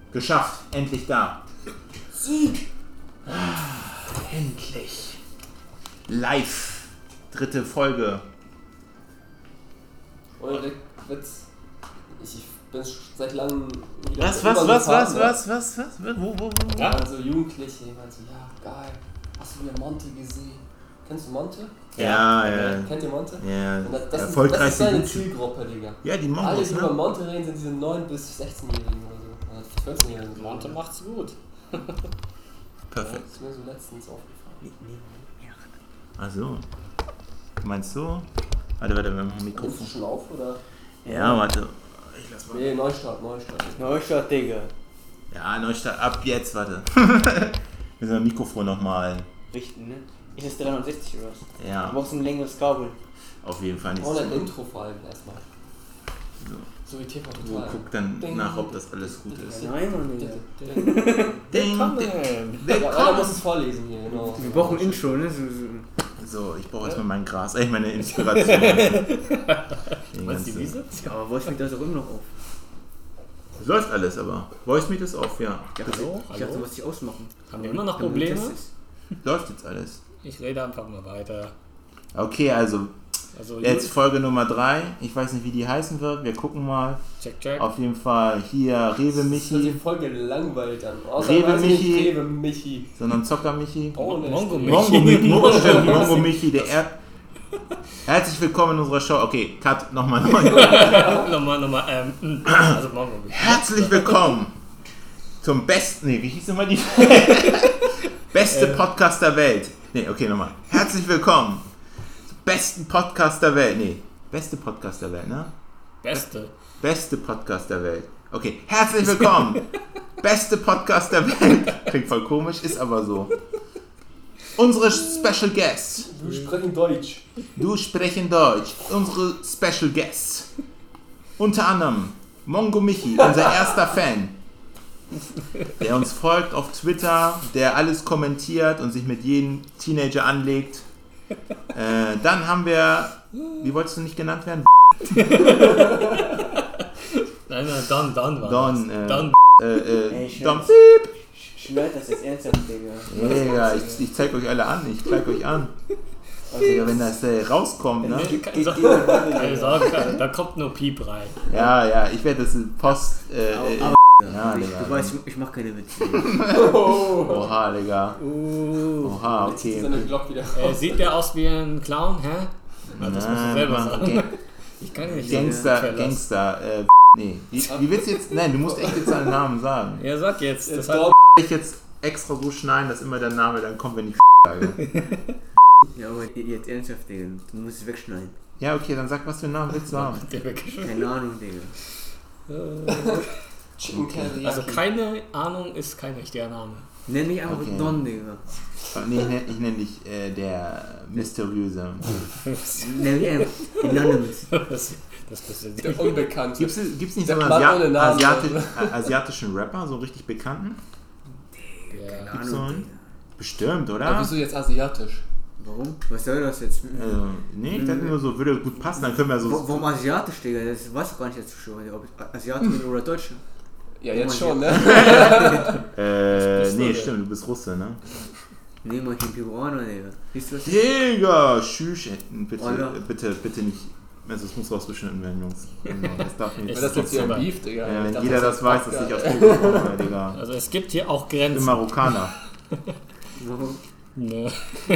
Geschafft. Endlich da. Sieg! Endlich. Live. 3. Folge. Ulrich, Witz. Ich bin seit langem wieder Was? Wo? Ja, also Jugendliche, die meinen so, ja, geil. Hast du wieder Monte gesehen? Kennst du Monte? Ja. Kennt ihr Monte? Ja, Und das ist erfolgreichste seine YouTube. Zielgruppe, Digga. Ja, die Alle, Mongos, die über Monte reden, sind diese 9- bis 16-Jährigen oder so. Oder 14-Jährigen. Monte macht's gut. Perfekt. Das ist mir so letztens aufgefallen. Achso. Meinst du? Warte, wir haben ein Nimmst du Mikrofon. schon auf, oder? Ja, warte. Ich lass mal. Nee, Neustart. Neustart, Digga. Ja, Neustart. Ab jetzt, warte. Müssen wir ein Mikrofon nochmal. Richten, ne? Ist das 360 oder was? Ja, Du brauchst ein längeres Kabel. auf jeden Fall nicht Oh, so. ein Intro vor allem erstmal. So wie TV Du Total. guck dann nach, ob das alles gut ist. Nein, Mann, Digga. Ding, Willkommen. Ja, einer muss es vorlesen hier, genau. Wir brauchen ein Intro, ne? So, ich brauche erstmal mein Gras. Meine Inspiration. Was die Wiese? Ja, aber Voice Meet das auch immer noch auf. Läuft alles aber. Voice Meet ist auf, ja. Hallo? Ich dachte, was die ausmachen. Haben wir immer noch Probleme? Läuft jetzt alles. Ich rede einfach mal weiter. Okay, also Also jetzt Folge Nummer 3. Ich weiß nicht, wie die heißen wird. Wir gucken mal. check. Auf jeden Fall hier Rewe Das hört Michi, sich voll gelangweilt an. Außer Rewe weiß ich nicht, Michi. Rewe Michi. sondern Zocker Michi. Ohne Mongo Strich. Michi. Mongo Michi, der Herzlich willkommen in unserer Show. Okay, Cut, nochmal neu. nochmal, also Mongo. Herzlich willkommen zum besten, wie hieß nochmal die? Beste Podcast der Welt. Okay, nochmal. Herzlich willkommen zum besten Podcast der Welt. Beste Podcast der Welt, ne? Beste Podcast der Welt. Okay, herzlich willkommen. Beste Podcast der Welt. Klingt voll komisch, ist aber so. Unsere Special Guests. Du sprechen Deutsch. Du sprechen Deutsch. Unsere Special Guests. Unter anderem Mongo Michi, unser erster Fan. Der uns folgt auf Twitter, der alles kommentiert und sich mit jedem Teenager anlegt. Dann haben wir, wie wolltest du nicht genannt werden? Nein, Don war Don, das. Don. Don. Schneid das jetzt ernsthaft, Digga. Ja, ich zeig euch alle an, ich zeig euch an. Digga, wenn das rauskommt, ne? Keine Sorge, da kommt nur Piep rein. Ja, ich werde das Post. Ja, Du Digga. weißt, ich mach keine Witze. Oha, Digga. Oha, Jetzt zieht okay. seine Glock wieder. Sieht der aus wie ein Clown, hä? Na, das musst du selber sagen. Ich kann nicht Gangster, nee. Wie willst du jetzt? Nein, du musst echt jetzt seinen Namen sagen. Ja, sag jetzt. Das Dort. Ich jetzt extra so schneiden, dass immer der Name dann kommt, wenn ich sage. Ja, aber jetzt ernsthaft, Digga. Du musst es wegschneiden. Ja, okay, dann sag, was für einen Namen willst du haben. Keine Ahnung, Digga. Chicken Curry. Also keine Ahnung ist kein richtiger Name. Nenn mich einfach Okay. Don, Digga. Nee, ich nenne dich der Mysteriöse. Nenn mich einfach Anonymous. Das bist du Der Unbekannte. Gibt's nicht so Der einen Mann ohne Namen. asiatischen Rapper, so richtig bekannten? Ja. Gibt's so Ahnung, einen? Digga. Bestimmt, Aber oder? wieso jetzt asiatisch? Warum? Was soll das jetzt? Nee, ich dachte nur so, würde gut passen, dann können wir so... Warum asiatisch, Digga? Das weiß ich gar nicht als Zuschauer, ob ich Asiate bin oder Deutsche. Ja, jetzt schon, ne? Nee, stimmt, du bist Russe, ne? Nee, man, ich bin Peruaner, Digga. Siehst du was? Digga, tschüss, bitte, Alter. bitte nicht. Also es muss rausgeschnitten werden, Jungs. Das darf nicht. Ist das jetzt hier ein Beef, Digga? Ich Wenn dachte, jeder das weiß, dass ich aus Peru komme, Digga. Also es gibt hier auch Ich bin Grenzen. Marokkaner. Warum? Ne.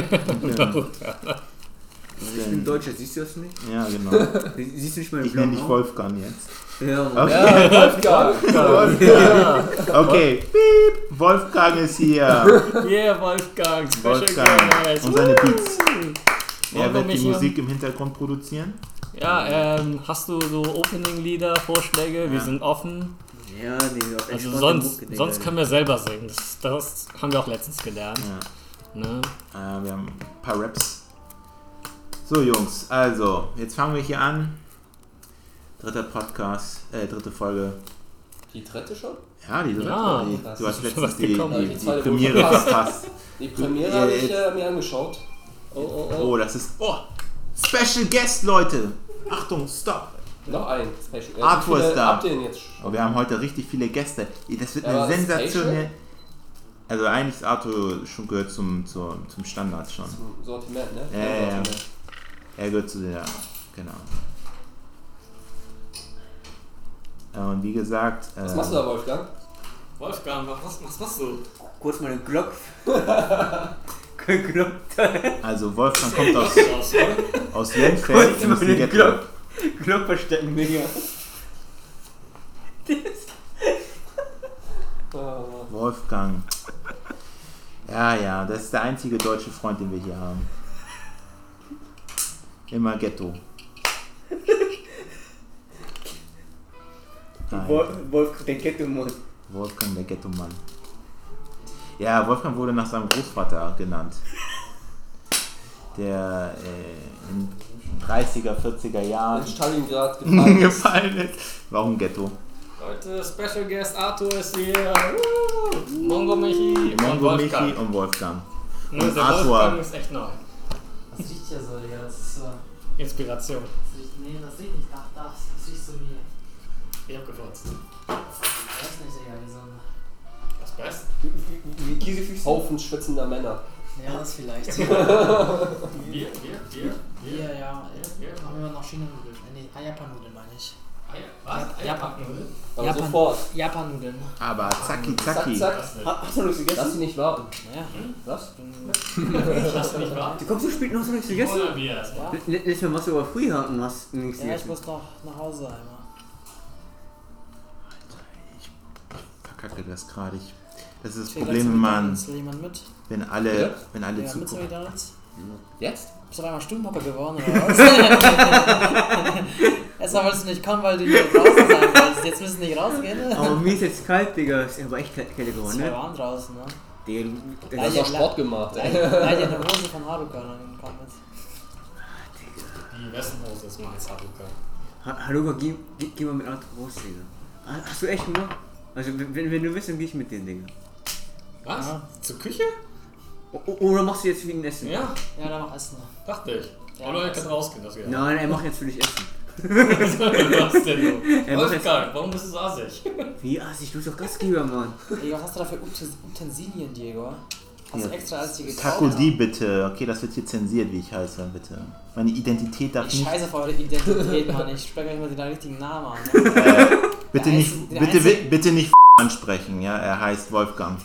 Ich bin Deutscher, siehst du das nicht? Ja, genau. Siehst du nicht meine Ich nenne dich blauen Wolfgang jetzt. Augen? Ja, Mann. Okay. Ja, Wolfgang. Okay, piep, Wolfgang ist hier. Yeah, Wolfgang, Special Wolfgang Guest. und seine Beats. Er Mongo wird die Michi. Musik im Hintergrund produzieren. Ja, hast du so Opening-Lieder, Vorschläge? Wir Ja. sind offen. Ja, Digga. auf Also entspannte Mucke, Digga. sonst können wir selber singen. Das haben wir auch letztens gelernt. Ja. Ne? Wir haben ein paar Raps. So Jungs, also, jetzt fangen wir hier an. Dritter Podcast, dritte Folge. Die dritte schon? Ja, die dritte. Ja, Du hast ist letztens was die gekommen. Die zweite Premiere Woche verpasst. Die Premiere habe ich mir angeschaut. Oh. Oh, das ist... Oh! Special Guest, Leute! Achtung, stopp! Noch ein Special. Arthur ist da. Habt ihr denn jetzt schon? Oh, wir haben heute richtig viele Gäste. Das wird Ja, eine aber Sensation Special? hier. Also eigentlich ist Arthur schon gehört zum Standard schon. Zum Sortiment, ne? Ja, ja. Sortiment. Er gehört zu der, genau. Und wie gesagt... Was machst du da, Wolfgang? Wolfgang, was machst du? Kurz mal den Glock. Glock. Also Wolfgang kommt aus Lenfeld. Kurz im mal den Ghetto. Glock verstecken, Digga. Wolfgang. Ja, das ist der einzige deutsche Freund, den wir hier haben. Immer Ghetto. Nein, Wolf, der Ghetto-Mann. Wolfgang, der Ghetto-Mann. Ja, Wolfgang wurde nach seinem Großvater genannt. Der in 30er, 40er Jahren In Stalingrad gefallen ist. gefallen ist. Warum Ghetto? Heute Special Guest Arthur ist hier. Mongo Michi und Mongo Wolfgang. Michi und Wolfgang. Ne, Und der Arthur. Wolfgang ist echt neu. Das riecht ja so, Digga. Das ist so. Inspiration. Nee, das riecht nicht nach das. Das riecht so wie. Ich hab gefurzt. Ich weiß nicht, Digga, wie so ein. Das Beste. Wie Käsefüße? Haufen schwitzender Männer. Ja, das vielleicht. Bier. Hier, ja. Bier. Machen wir noch China-Nudeln. Nee, Japan-Nudeln meine ich. Was? Japan-Nudeln. Aber sofort. Japan-Nudeln. Aber zacki Zack, zacki. zack. Hast du noch nichts Lass gegessen? sie nicht warten. Ja. Was? Lass du nicht warten. Du kommst so spät noch, hast du nichts gegessen? Oder Bier erstmal. Letztes Mal warst du aber früh und hast nichts Ja, ich gegessen. muss noch nach Hause einmal. Verkacke das gerade. Das ist das Ich will Problem, gleich wenn zu man, McDonald's. Will jemand mit? wenn alle Ja, mit zu zugucken. McDonald's? Jetzt? Bist du auf einmal Stubenhocker geworden oder was? Erstmal wolltest du nicht kommen, weil du hier draußen sein wolltest. Jetzt müssen wir nicht rausgehen. Aber mir ist jetzt kalt, Digga. Ist aber echt kalt geworden, Es war ne? warm draußen, ne? Digga, Du das hast Ja, doch Sport gemacht, ey. Leid dir eine Hose von Haruka, dann komm mit. Die Westenhose ist meins, Haruka. Hallo, geh mal mit Arthur raus, Digga. Hast du echt Hunger? Also, wenn du willst, dann geh ich mit dir, Digga. Was? Ja. Zur Küche? Oder machst du jetzt für ihn Essen? Ja, Ja, dann mach Essen. dachte ich. Ja, Oder ihr könnt rausgehen, das geht. Nein, er macht jetzt für dich Essen. Was denn du? Er macht jetzt. Wolfgang, warum bist du so assig? Wie assig, du bist doch Gastgeber, Mann. Ey, was hast du da für Utensilien, Diego? Hast Ja. du extra als die gekauft? Taco die bitte. Okay, das wird hier zensiert, wie ich heiße, bitte. Meine Identität darf Ich nicht. scheiße auf eure Identität, Mann. Ich spreche euch mal den richtigen Namen an. Ne? Bitte Der nicht, Einzige- der bitte, Einzige- bitte nicht ansprechen, ja. Er heißt Wolfgang.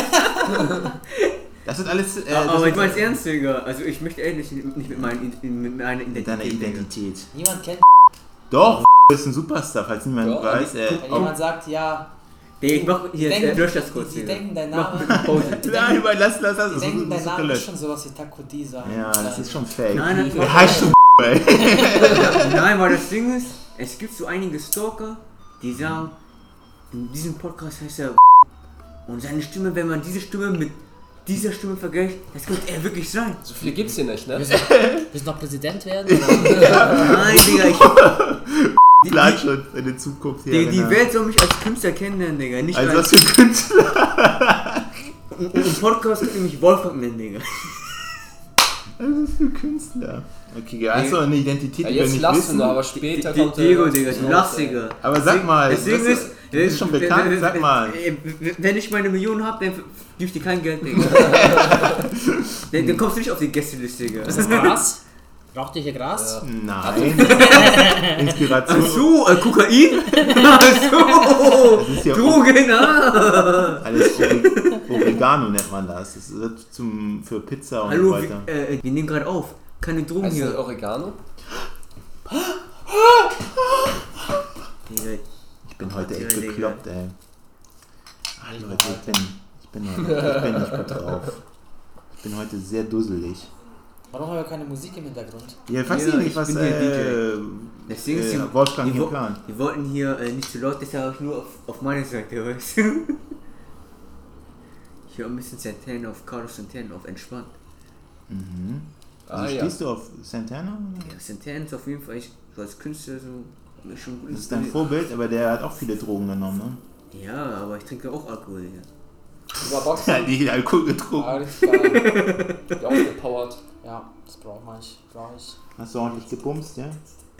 Das wird alles. Das Aber wird ich mein's ernst, Digga. Also, ich möchte ehrlich nicht mit meiner Identität. mit deiner Digga. Identität. Niemand kennt. Doch, ist ein Superstar, falls niemand Ja, weiß. Wenn jemand sagt, ja, Digga, ich mach hier, denken- lösch das kurz, die Digga. denken, dein Mach Name. bitte Pause. Nein, aber lass. Die Das denken, dein ist Name ist gelöscht. schon sowas wie Taco D sein. Ja, das ist schon fake. Nein, Er heißt schon ey. Nein, weil das Ding ist, es gibt so einige Stalker, die sagen, in diesem Podcast heißt er und seine Stimme, wenn man diese Stimme mit dieser Stimme vergleicht, das könnte er wirklich sein. So viele gibt's hier nicht, ne? Willst du noch Präsident werden? Oder? Nein, Digga, Plan schon in der Zukunft hier. die genau. Welt soll mich als Künstler kennenlernen, Digga. Nicht Also was als für ein Künstler. im Podcast könnt ihr mich Wolfgang nennen, Digga. Was für ein Künstler. Okay, also eine Identität, Ja, die wir jetzt nicht lachst du wissen. nur, aber später kommt Diego, der- Digga, du lachst, Digga. Aber sag mal, Das Ding das ist, du bist schon bekannt, sag mal. Wenn ich meine Millionen hab, dann gib ich dir kein Geld, Digga. dann kommst du nicht auf die Gästeliste, Digga. Ist das Gras? Raucht ihr hier Gras? Nein. Inspiration. Ach so, Kokain? Ach so, Das ist ja Drogen, ah. alles Oregano nennt man das. Das wird für Pizza und Hallo, so weiter. wir nehmen gerade auf. Keine Drogen Heißt das hier. Oregano? Digga, Ich bin heute echt Digga. bekloppt, ey. Ah, Leute, ich bin nicht gut drauf. Ich bin heute sehr dusselig. Warum haben wir keine Musik im Hintergrund? Ja, ich weiß Ja, nicht, ich was bin hier DJ. Das Ding ist, Wolfgang die hier wo- plant. Wir wollten hier nicht zu laut, deshalb habe ich nur auf meine Seite, weißt du? Ich höre ein bisschen Santana auf Carlos Santana auf entspannt. Mhm. Ah, Also ja. stehst du auf Santana? Oder? Ja, Santana ist auf jeden Fall, so als Künstler so schon gut. Das ist dein Vorbild, aber der hat auch viele Drogen genommen, ne? Ja, aber ich trinke auch Alkohol, ja. Über Ja, Boxen. die Alkohol getrunken. Alles klar. Ausgepowert. Ja, das brauche ich. Hast du ordentlich gebumst, ja?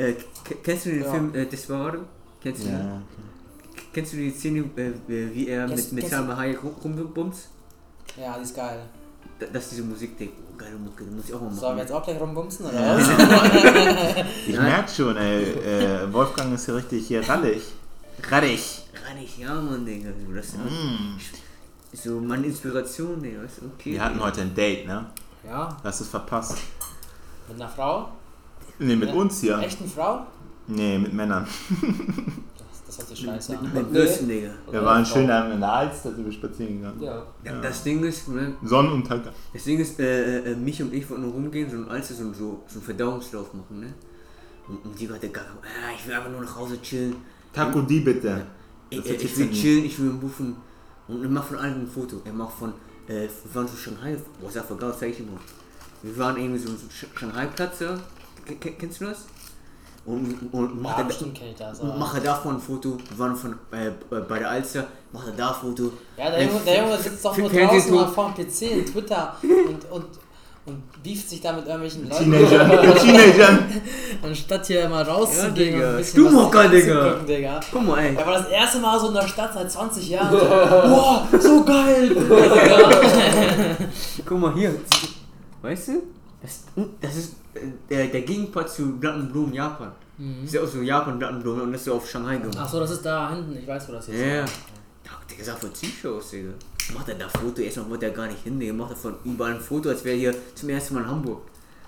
Kennst du den Ja. Film Desperado? Kennst du den? Ja. Kennst du die Szene, wie er Kennst- mit kennst Salma Hayek rumbumst? Ja, die ist geil. Das ist diese Musik, oh, geile Mucke, die muss ich auch mal machen. Sollen wir jetzt auch gleich rumbumsen, oder Ja. was? Ich merke schon, ey, Wolfgang ist hier richtig hier rallig. Raddig. Radich, ja Mann, Digga. Das ist so meine Inspiration, Digga. Ist okay. Wir hatten Digga. heute ein Date, ne? Ja. Hast du es verpasst? Mit einer Frau? Ne, mit Ja. uns hier. Echten Frau? Nee, mit Männern. Das hört sich scheiße an. Mit Bürsten, Digga. Wir waren schön in der Alster, sind wir spazieren gegangen. Ja. Das Ding ist, ne, Sonnenuntergang. das Ding ist, mich und ich wollten nur rumgehen, so ein Alster, so einen Verdauungslauf machen, ne? Und die hatte gar ich will einfach nur nach Hause chillen. Taco die bitte. Das wird Ich jetzt will nicht. chillen, ich will buffen. Und er macht von allen ein Foto. Er macht von, wir waren so Shanghai, was er vergaut, zeig ich ihm mal. Wir waren irgendwie so ein Shanghai-Platz, ja. Kennst du das? Und Ja, macht bestimmt kenne ich das. er, macht er davon ein Foto. Wir waren bei der Alster, macht er da ein Foto. Ja, der Junge sitzt doch nur Fernsehton. draußen mal vorm PC in Twitter und beeft sich da mit irgendwelchen Leuten. Teenagern. Anstatt hier mal rauszugehen Ja, Digga. und ein bisschen Stubenhocker, was Digga. anzugucken, Digga. Guck mal, ey. Er war das erste Mal so in der Stadt seit 20 Jahren. So, boah, so geil! Digga. Guck mal hier. Weißt du? Das ist der Gegenpart zu Plattenblumen Japan. Das ist ja auch so Japan Plattenblumen und das ist so auf Shanghai gemacht. Achso, das ist da hinten. Ich weiß, wo das jetzt Ja. ist. Der gesagt von Zuschauers, Digga. Macht er da Foto? Erstmal wollte er gar nicht hin, Digga. Macht er von überall ein Foto, als wäre hier zum ersten Mal in Hamburg.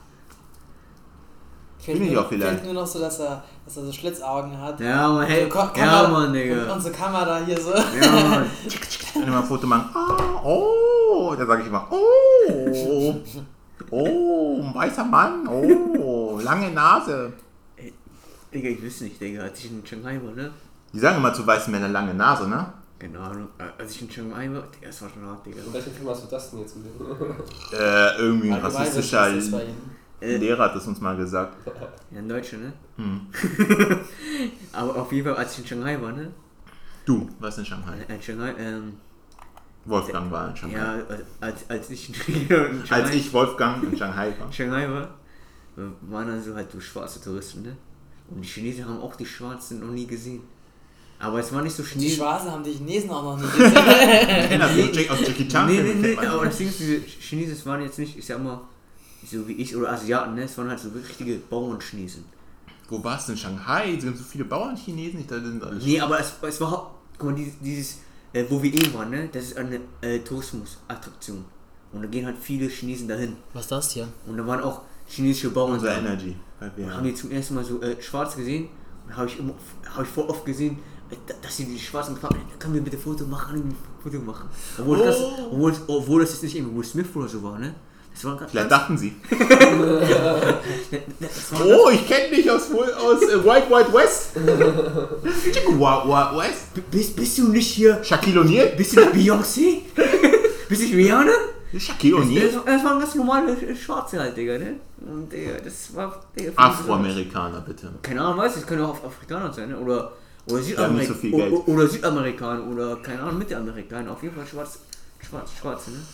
Fehlt Bin ich nur- auch vielleicht. Fehlt nur noch so, dass er so Schlitzaugen hat. Ja, Mann, hey. So, Ja, Mann, Digga. Unsere Kamera hier so. Ja, Mann. Wenn wir mal ein Foto machen. Oh, da sage ich immer, oh. Oh, ein weißer Mann. Oh, lange Nase. Digga, ich wüsste nicht, Digga. Als ich in Shanghai war, ne? Die sagen immer zu weißen Männern lange Nase, ne? Keine Ahnung. Als ich in Shanghai war, Digga, das war schon hart, Digga. In welchem Film hast du das denn jetzt gesehen? Irgendwie ein Allgemein rassistischer ist das bei ihm. Lehrer hat das uns mal gesagt. Ja, in Deutschland, ne? Hm. Aber auf jeden Fall, als ich in Shanghai war, ne? Du, was in Shanghai? In Shanghai, Wolfgang war in Shanghai. ja, als ich in Shanghai, Als ich Wolfgang in Shanghai war. Shanghai war, waren dann so halt so schwarze Touristen, ne? Und die Chinesen haben auch die Schwarzen noch nie gesehen. Aber es war nicht so Die Chinesen. Schwarzen haben die Chinesen auch noch nie gesehen. Ich kenne das so aus Jackie Chan. Nee, aber das Ding ist, diese Chinesen waren jetzt nicht, ich sag mal, so wie ich oder Asiaten, ne? Es waren halt so richtige Bauern-Chinesen. Wo warst du in Shanghai? Es sind so viele Bauern-Chinesen. Ich dachte, das sind alles. Nee, aber es war, guck mal, dieses, wo wir eben waren, ne? Das ist eine Tourismus-Attraktion. Und da gehen halt viele Chinesen dahin. Was ist das hier? Und da waren auch chinesische Bauern Unser da. Energy. Weil wir Und haben die zum ersten Mal so schwarz gesehen. Und habe ich voll oft gesehen, dass sie die Schwarzen gefragt haben, können wir bitte Foto machen, Obwohl das jetzt nicht irgendwie Will Smith oder so war, ne? Das war Vielleicht dachten sie. das war Oh, ich kenne dich aus Wild West. Wild West. bist du nicht hier, Shaquille O'Neal? bist du nicht Beyoncé? Bist du nicht Rihanna? Shaquille O'Neal? Das waren ganz normale Schwarze halt, Digga, ne? Und Digga, das war, Digga, Afroamerikaner, bitte. keine Ahnung, weiß ich, das können auch Afrikaner sein, ne? Oder haben nicht so viel Geld. Oder Südamerikaner oder keine Ahnung, Mittelamerikaner, auf jeden Fall schwarze, ne?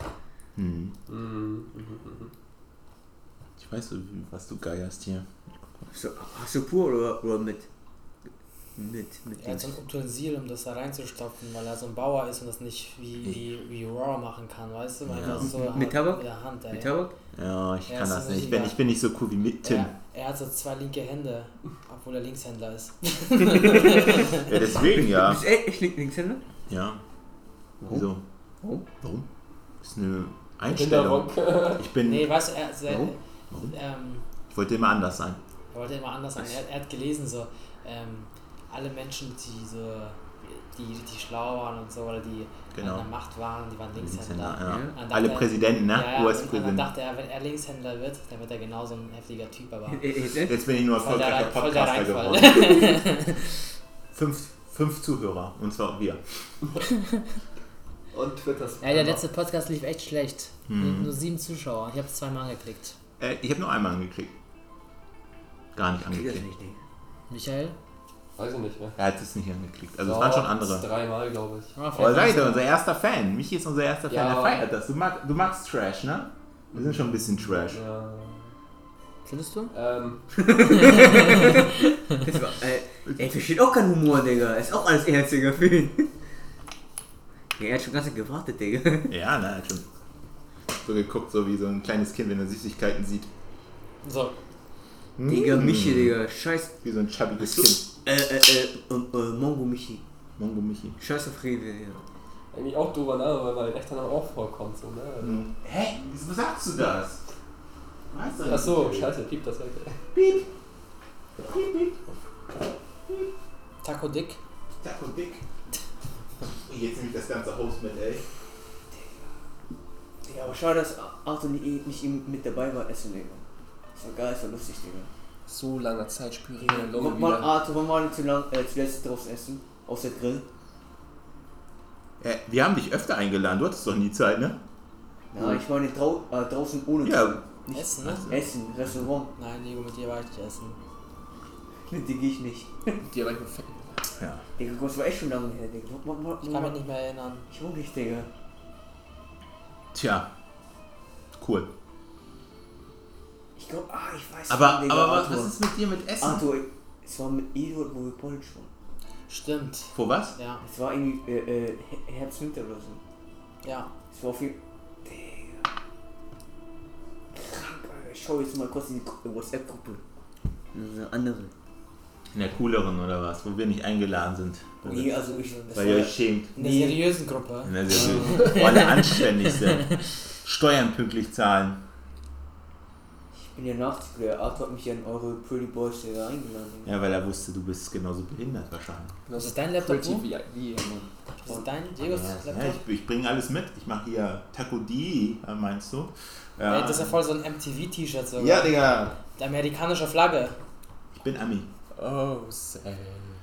Ich weiß, was du geierst hier. Hast du pur oder mit Er hat so ein Utensil, um das da reinzustopfen, weil er so ein Bauer ist und das nicht wie Raw machen kann, weißt du? Weil Ja. das so Mit halt Tabak? Mit der Hand, ey. mit Tabak? Ja, ich Er kann ist das so nicht. richtiger- Ich bin nicht so cool wie mit Tim. Er hat so 2 linke Hände, obwohl er Linkshänder ist. Ja, deswegen ja. Bist du echt Linkshänder? Ja. Warum? Wieso? Warum? Warum? Das ist eine Einstellung. Ich bin. Nee, weißt du, Warum? Ich wollte immer anders sein. er wollte immer anders sein. Er hat gelesen, so, alle Menschen, die richtig schlau waren und so, oder die Genau. an der Macht waren, die waren Linkshänder. Ja. Ja. Und dann Alle dachte er- Präsidenten, ne? Ja, und dann US-Präsidenten. dachte er, wenn er Linkshänder wird, dann wird er genauso ein heftiger Typ, aber Jetzt bin ich nur voll der erfolgreicher Podcaster Reinfall. geworden. Fünf Zuhörer, und zwar wir. Und Twitters. Ja, der letzte Podcast lief echt schlecht. Mhm. Nur 7 Zuschauer. Ich habe es 2-mal angeklickt. Ich habe nur einmal angeklickt. Gar nicht Krieg das angeklickt. nicht, Digga. Michael? Weiß ich nicht mehr. Er hat es nicht angeklickt. Also es waren schon andere. 3-mal, glaube ich. Ah, Aber vielleicht sag ich war's doch, so. unser erster Fan. Michi ist unser erster Fan, Ja. der feiert das. Du magst Trash, ne? Wir sind schon ein bisschen Trash. Ja. Findest du? Das war, versteht auch kein Humor, Digga. Ist auch alles ernstiger für ihn. Ja, er hat schon ganz gewartet, Digga. Ja, ne, hat schon so geguckt, so wie so ein kleines Kind, wenn er Süßigkeiten sieht. So. Digga, Michi, Digga. Scheiß. Wie so ein chubbiges Kind. Mongo Michi. Mongo Michi. Scheiß auf Rewe, ja. Eigentlich auch doofer Name, weil mein echter Name auch vorkommt. So, ne? Also, Hä? Wieso sagst du das? Weißt du achso, scheiße, piep das weg. Piep. Piep, piep. Taco Dick. Taco Dick. Jetzt nehme ich das ganze Haus mit, ey. Digga, aber schade, dass Arthur nicht mit dabei war, essen, Digga. Das war geil, das war lustig, Digga. So langer Zeit spüre ich meine Lunge Mann, wieder. Arthur, wann waren wir zuletzt draußen essen? Außer Grill? Wir haben dich öfter eingeladen, du hattest doch nie Zeit, ne? Ja, ich war nicht draußen ohne Ja. nicht Essen, ne? Essen, Restaurant. Nein, Nico, mit dir war ich nicht essen. Mit dir geh ich nicht. Die aber perfekt. Ja. Digga, das war echt schon lange her, Digga. Ich kann mich nicht mehr erinnern. Ich auch nicht, Digga. Tja. Cool. Ich glaube, ich weiß Aber, nicht, Digga, aber Arthur. was ist mit dir mit Essen? Arthur, es war mit Eduard, wo wir Polish waren. Stimmt. Vor was? Ja, Es war irgendwie Herbst, Winter oder so. ja. Es war viel. Digga. Krank, Alter. Ich schau jetzt mal kurz in die WhatsApp-Gruppe. Eine andere. In der cooleren oder was? Wo wir nicht eingeladen sind. Nee, also ich. Weil ihr euch schämt. In der seriösen Gruppe. In der Wo alle anständig sind. Steuern pünktlich zahlen. Ich bin ja 80, der Arthur hat mich ja in eure Pretty Boys Digga eingeladen. Ja, weil er wusste, du bist genauso behindert wahrscheinlich. Was ist dein Laptop? Pretty Wo? wie Mann. Was ist dein Diegos Ja, Laptop? ich bringe alles mit. Ich mache hier Taco D, meinst du? Ja. Ey, das ist ja voll so ein MTV-T-Shirt sogar. Ja, Digga. Die amerikanische Flagge. Ich bin Ami. Oh, say.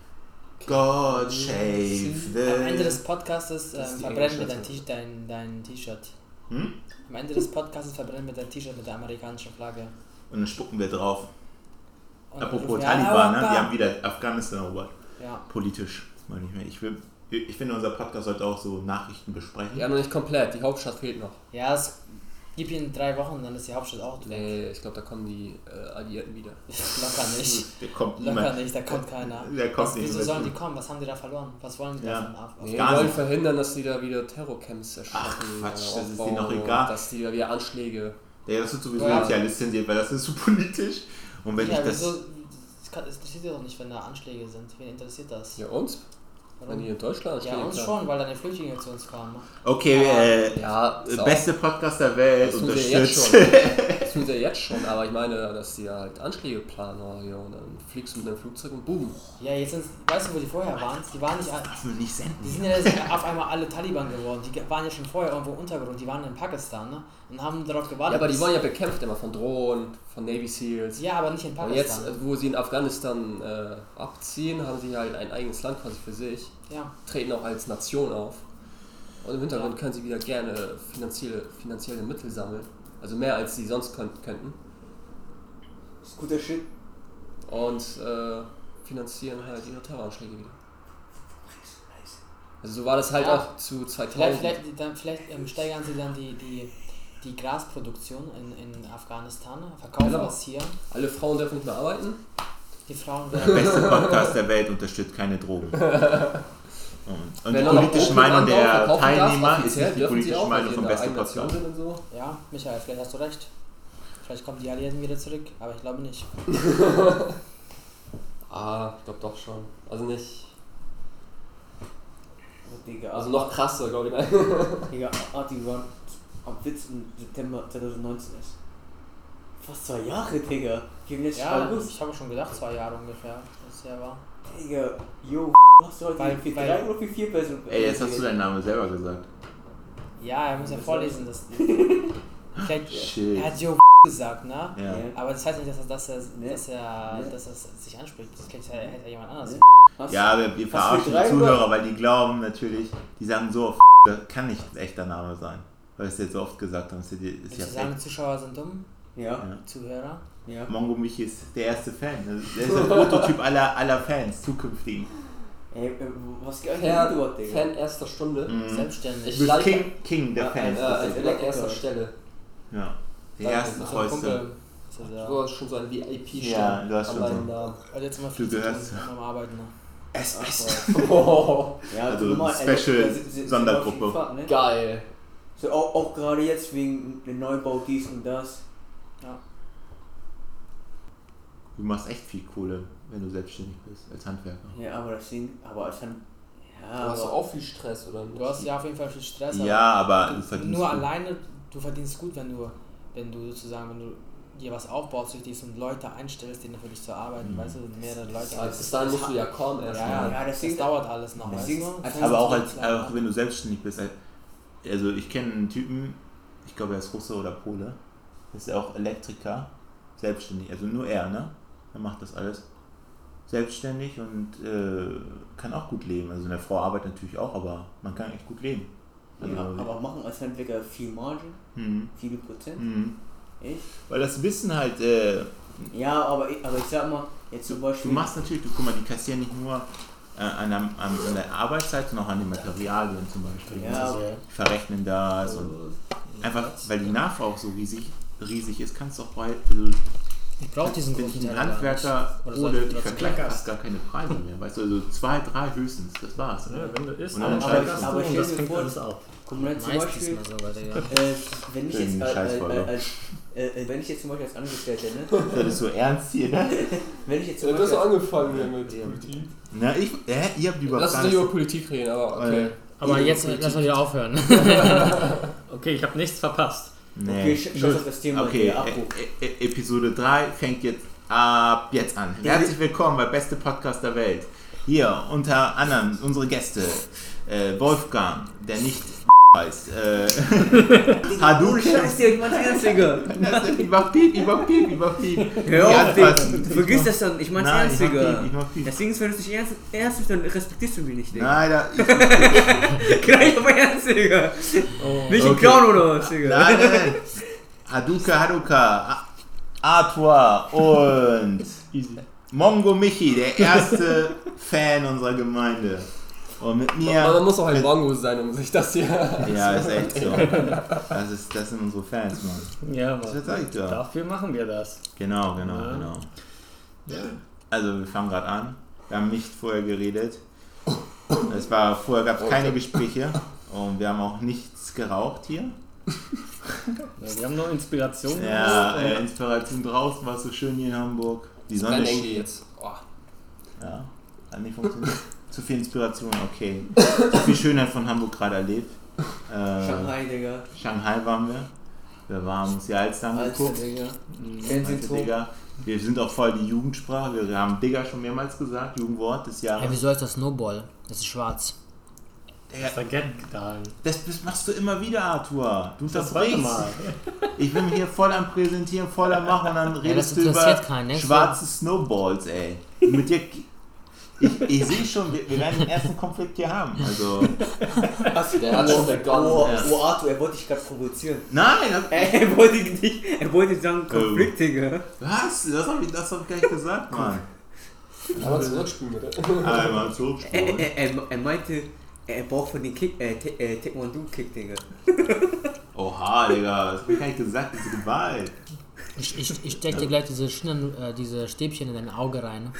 God shave the... Am Ende des Podcastes Das ist die verbrennen wir englische dein T-Shirt. Hm? Am Ende des Podcastes verbrennen wir dein T-Shirt mit der amerikanischen Flagge. Und dann spucken wir drauf. Und Apropos rufen wir, Taliban, "Allah ne? Die Akbar!" haben wieder Afghanistan erobert. Ja. Politisch. Das meine ich mir. Ich finde, unser Podcast sollte auch so Nachrichten besprechen. Ja, noch nicht komplett. Die Hauptstadt fehlt noch. Ja, es gibt in 3 Wochen, dann ist die Hauptstadt auch weg. Nee, ich glaube, da kommen die Alliierten wieder. Locker nicht. Der kommt Locker niemand. nicht, da kommt keiner. Der kommt nicht Wieso mehr sollen zu. die kommen? Was haben die da verloren? Was wollen die Ja. davon ab? Nee, wir Gar wollen nicht. verhindern, dass die da wieder Terrorcamps erschaffen. Ach, Quatsch, das ist aufbauen denen doch und egal. Dass die da wieder Anschläge. Ja, das wird sowieso Ja. jetzt ja lizenziert, weil das ist so politisch. Und wenn Ja, ich das... wieso? Es interessiert dich doch nicht, wenn da Anschläge sind. Wen interessiert das? Ja, uns? Wenn Warum? die in Deutschland Ja, Anschläge uns planen. schon, weil dann die Flüchtlinge zu uns kamen. Okay, Ja, ist auch- beste Podcast der Welt, das tun sie ja jetzt unterstützt. schon. Das tun sie ja jetzt schon, aber ich meine, dass die da halt Anschläge planen oder hier und dann fliegst du mit einem Flugzeug und boom. Ja, jetzt sind, weißt du, wo die vorher waren? Die waren nicht, Darf man nicht senden. die sind ja jetzt auf einmal alle Taliban geworden. Die waren ja schon vorher irgendwo im Untergrund. Die waren in Pakistan, ne? Und haben darauf Ja, gewartet. aber die bis- wurden ja bekämpft immer von Drohnen, von Navy Seals. Ja, aber nicht in Und Pakistan. jetzt, wo sie in Afghanistan abziehen, haben sie halt ein eigenes Land quasi für sich, Ja. treten auch als Nation auf. Und im Hintergrund Ja. können sie wieder gerne finanzielle Mittel sammeln. Also mehr als sie sonst könnten. Das ist guter Shit. Und finanzieren halt ihre Terroranschläge wieder. Also so war das halt Ja. auch zu 2000. Vielleicht steigern sie dann die Grasproduktion in Afghanistan, verkaufen Genau. das hier. Alle Frauen dürfen nicht mehr arbeiten. Die Frauen Der werden. beste Podcast der Welt unterstützt keine Drogen. Und die Wenn dann noch politische Opium Meinung anbauen, der verkaufen Teilnehmer darf, ist offiziell nicht die dürfen sie politische auch, weil Meinung sie vom in der besten eigenen Nation Podcast. sind und so. Ja, Michael, vielleicht hast du recht. Vielleicht kommen die Alliierten wieder zurück, aber ich glaube nicht. Ich glaube doch schon. Also nicht. Digga, Also noch krasser, glaube ich. Nein. Digga, Arti waren am 14. September 2019 ist. Fast 2 Jahre, Digga. Wir haben jetzt Ja, August. ich habe schon gedacht, 2 Jahre ungefähr, das her war. Digga, yo, hast du heute Weil- für weil- 3 oder für 4 Personen? Ey, jetzt hast du deinen Namen selber gesagt. Ja, er muss ja vorlesen, das. Vielleicht, Shit. er hat Joe gesagt, ne? Ja. Ja. Aber das heißt nicht, dass er Nee. Nee. dass es sich anspricht. Das klingt ja, hätte ja jemand anders. Nee. Hast Ja, du- aber wir hast verarschen du die 3 Zuhörer, oder? weil die glauben natürlich, die sagen so, das kann nicht ein echter Name sein. Weil wir es jetzt so oft gesagt haben, ist ja Willst du fake. sagen, Zuschauer sind dumm? Ja, Zuhörer? ja. Mongo Michi ist der erste Fan. Der ist der Prototyp aller Fans, zukünftigen. Ey, was geht eigentlich mit Eduard, Digga? Fan erster Stunde. Mhm. Selbstständig. Ich Du bist like- King der Ja, Fans. An Das ist- erster Stelle. Ja. Der Danke. erste So ein treueste. Kumpel, Du hast schon so einen VIP-Stand Ja, du hast an schon meinem so. Namen. Also jetzt mal Du 40 gehörst. beim Arbeiten. Ne? Ja, Also normal, Special sind Sondergruppe. auf jeden Fall, ne? Geil. So, auch gerade jetzt wegen dem Neubau dies und das. Du machst echt viel Kohle, wenn du selbstständig bist, als Handwerker. Ja, aber das Ding, aber als Hand. Ja, Du hast aber doch auch viel Stress, oder nicht? Du hast ja auf jeden Fall viel Stress. Ja, aber du verdienst nur gut. alleine, du verdienst gut, wenn du sozusagen, wenn du dir was aufbaust durch dies und Leute einstellst, denen für dich zu arbeiten, weißt du, mehrere Leute. Also bis dahin musst du ja kommen erstmal. Ja, das dauert alles noch, weißt Ding- du? Aber auch auch wenn du selbstständig bist. Also ich kenne einen Typen, ich glaube er ist Russe oder Pole, ist auch Elektriker, selbstständig, also nur er, ne? Er macht das alles selbstständig und kann auch gut leben. Also eine Frau arbeitet natürlich auch, aber man kann echt gut leben. Also, ja, aber machen als Handwerker viel Margin, viele Prozent. Echt? Weil das Wissen halt, Ja, aber ich sag mal, jetzt zum Beispiel. du machst natürlich, guck mal, die kassieren nicht nur an der Arbeitszeit, sondern auch an den Materialien zum Beispiel. Ja, Die verrechnen das und einfach, weil die Nachfrage auch so riesig ist, kannst du auch bei, also Ich brauche diesen wenn großen ich einen Teil Handwerker Oder hole, sollte ich das vergleiche Kleckers? fast gar keine Preise mehr, weißt du, also 2, 3 höchstens, das war's. Ja, wenn du isst, Und dann dann entscheidest entscheidest du. aber du und stell das dir fängt vor, alles ab. Guck mal, zum Meistens Beispiel, mal sogar, Digga. wenn ich Schön, jetzt Scheißfolge. wenn ich jetzt zum Beispiel als Angestellter, ne? Das ist so ernst hier, ne? Wenn ich jetzt zum Ja, du hast Beispiel doch angefangen hier mit Politik. Na, ihr habt über Lass uns nicht über Politik reden, aber okay. Aber jetzt lass mal wieder aufhören. Okay, ich habe nichts verpasst. Nee. Okay, schau auf das Thema Okay, hier, Abbruch. Episode 3 fängt jetzt ab jetzt an. Herzlich willkommen bei Beste Podcast der Welt. Hier unter anderem unsere Gäste Wolfgang, der nicht heißt, Hadouken. Scheiß dir, ich mein's ernst, Digga. Ich mach Piep. Hör auf, Digga. anfassen. Du vergisst das dann, ich mein's Nein, ernst, ich mach Digga. Piep, ich mach Piep. Das Ding ist, wenn du es nicht ernst bist, dann respektierst du mich nicht, Digga. Nein, Gleich aber ernst, Digga. Nicht ein Okay. Clown oder was, Digga. nein. Haduka, Arthur und Mongo Michi, der erste Fan unserer Gemeinde. Und mit mir... Man muss auch ein Mongo sein, um sich das hier... Ja, ist echt so. Das sind unsere Fans, Mann. Ja, Das Mann. sag ich doch. Dafür machen wir das. Genau. Ja. Also wir fangen gerade an. Wir haben nicht vorher geredet. Vorher gab es keine Gespräche. Und wir haben auch nichts geraucht hier. Ja, wir haben nur Inspiration. Ja, gemacht. Inspiration draußen war es so schön hier in Hamburg. Die Sonne Kein schien. Enkel jetzt. Oh. Ja, hat nicht funktioniert. Zu viel Inspiration, okay. Zu viel Schönheit von Hamburg gerade erlebt. Shanghai, Digga. Shanghai waren wir. Wir haben uns die Alster Alter, angeguckt. Digga. Alter, Fernsehturm. Digga. Wir sind auch voll die Jugendsprache. Wir haben Digga schon mehrmals gesagt, Jugendwort des Jahres. Hey, wieso ist das Snowball? Das ist schwarz. Digga, Vergessen. das machst du immer wieder, Arthur. Du Das zweite unterbrichst. Mal. Ich bin hier voll am Präsentieren, voll am Machen und dann redest du über interessiert keinen, ne? schwarze Snowballs, ey. Mit dir... Ich sehe schon, wir werden den ersten Konflikt hier haben. Also... Der hat schon begonnen. Oh, Arthur, er wollte dich gerade provozieren. Nein! Er wollte sagen Konflikt, Digga. Was? Das hab ich gar nicht gesagt, Mann. Aber zurückspielen bitte. Einmal zurückspulen. Er meinte, er braucht von den Taekwondo-Kick, Digga. Oha, Digga, das hab ich gar nicht gesagt, das ist Gewalt. Ich steck dir gleich diese Stäbchen in dein Auge rein.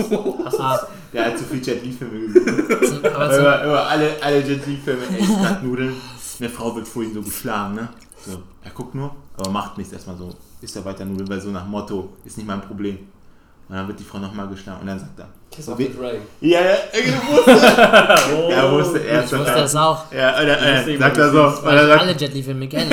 Der hat zu viel Jet Li-Filme gesehen. Aber Über alle Jet Li-Filme, Extranudeln. Eine Frau wird vorhin so geschlagen, ne? So, er guckt nur, aber macht nichts erstmal so. Isst er weiter Nudeln, weil so nach Motto, ist nicht mein Problem. Und dann wird die Frau nochmal geschlagen und dann sagt er. Kiss of the Dragon. Ja, er wusste. Er wusste erst. ich wusste das auch, Ja, wusste sagt immer, er so. weil ich alle Jet Li-Filme kenne.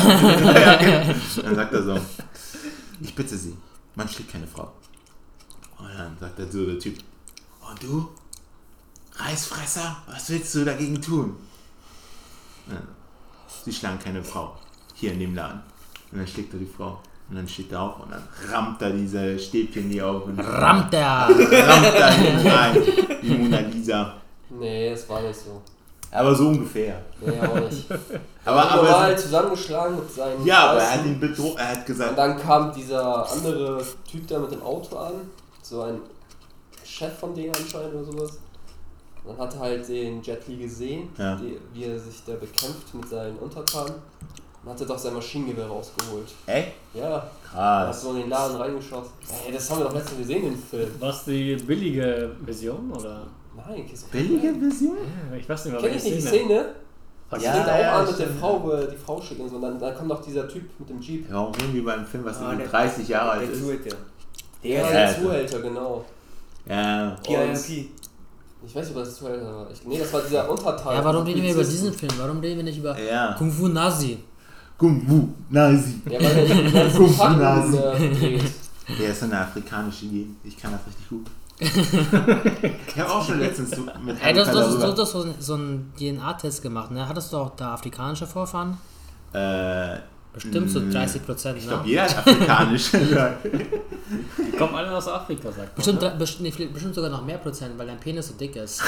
Dann sagt er so, ich bitte Sie, man schlägt keine Frau. Und dann sagt er so, der Typ, und du, Reisfresser, was willst du dagegen tun? Ja, sie schlagen keine Frau, hier in dem Laden. Und dann schlägt er die Frau. Und dann steht er auf und dann rammt er diese Stäbchen hier auf. Und Rammt er! rammt er hin rein, die Mona Lisa. Nee, das war nicht so. Aber so ungefähr. Nee, auch nicht. Aber er war halt zusammengeschlagen mit seinen ja, aber er Weißen. hat ihn bedroht, er hat gesagt, Und dann kam dieser andere Typ da mit dem Auto an, so ein Chef von denen anscheinend oder sowas. Und dann hat er halt den Jet Li gesehen, Ja. wie er sich da bekämpft mit seinen Untertanen. Dann hat er doch sein Maschinengewehr rausgeholt. Echt? Ja. Hat Krass. so in den Laden reingeschossen. Ey, das haben wir doch letztens gesehen, den Film. Was die billige Version oder? Nein, kennst du Billige Version? Ja, ich weiß nicht mehr, Kenn ich nicht die Szene? Die Ja, geht auch ja, an mit der stimmt. Frau, wo er die Frau schickt und so. Und dann kommt doch dieser Typ mit dem Jeep. Ja, warum reden wir über einen Film, was irgendwie der- 30 Jahre alt Der ist? Zuhälter. Der Ja, der ja. Zuhälter, genau. Ja. PIMP. Ich weiß nicht, ob das Zuhälter war. Nee, das war dieser Unterteil. Ja, warum reden wir über Polizisten. diesen Film? Warum reden wir nicht über Ja. Kung Fu Nazi? Kung Fu Nazi. Ja, weil der die ganzen Kung Fu Fakten Nazi. dreht. Der ist so eine afrikanische Idee. Ich kann das richtig gut. Ich habe auch schon letztens so mit Ey, du darüber. hast so einen DNA-Test gemacht, ne? Hattest du auch da afrikanische Vorfahren? Bestimmt so 30%, Ich glaube, ne? jeder hat afrikanisch. Die kommen alle aus Afrika, sagt man. Bestimmt, ne? bestimmt sogar noch mehr Prozent, weil dein Penis so dick ist.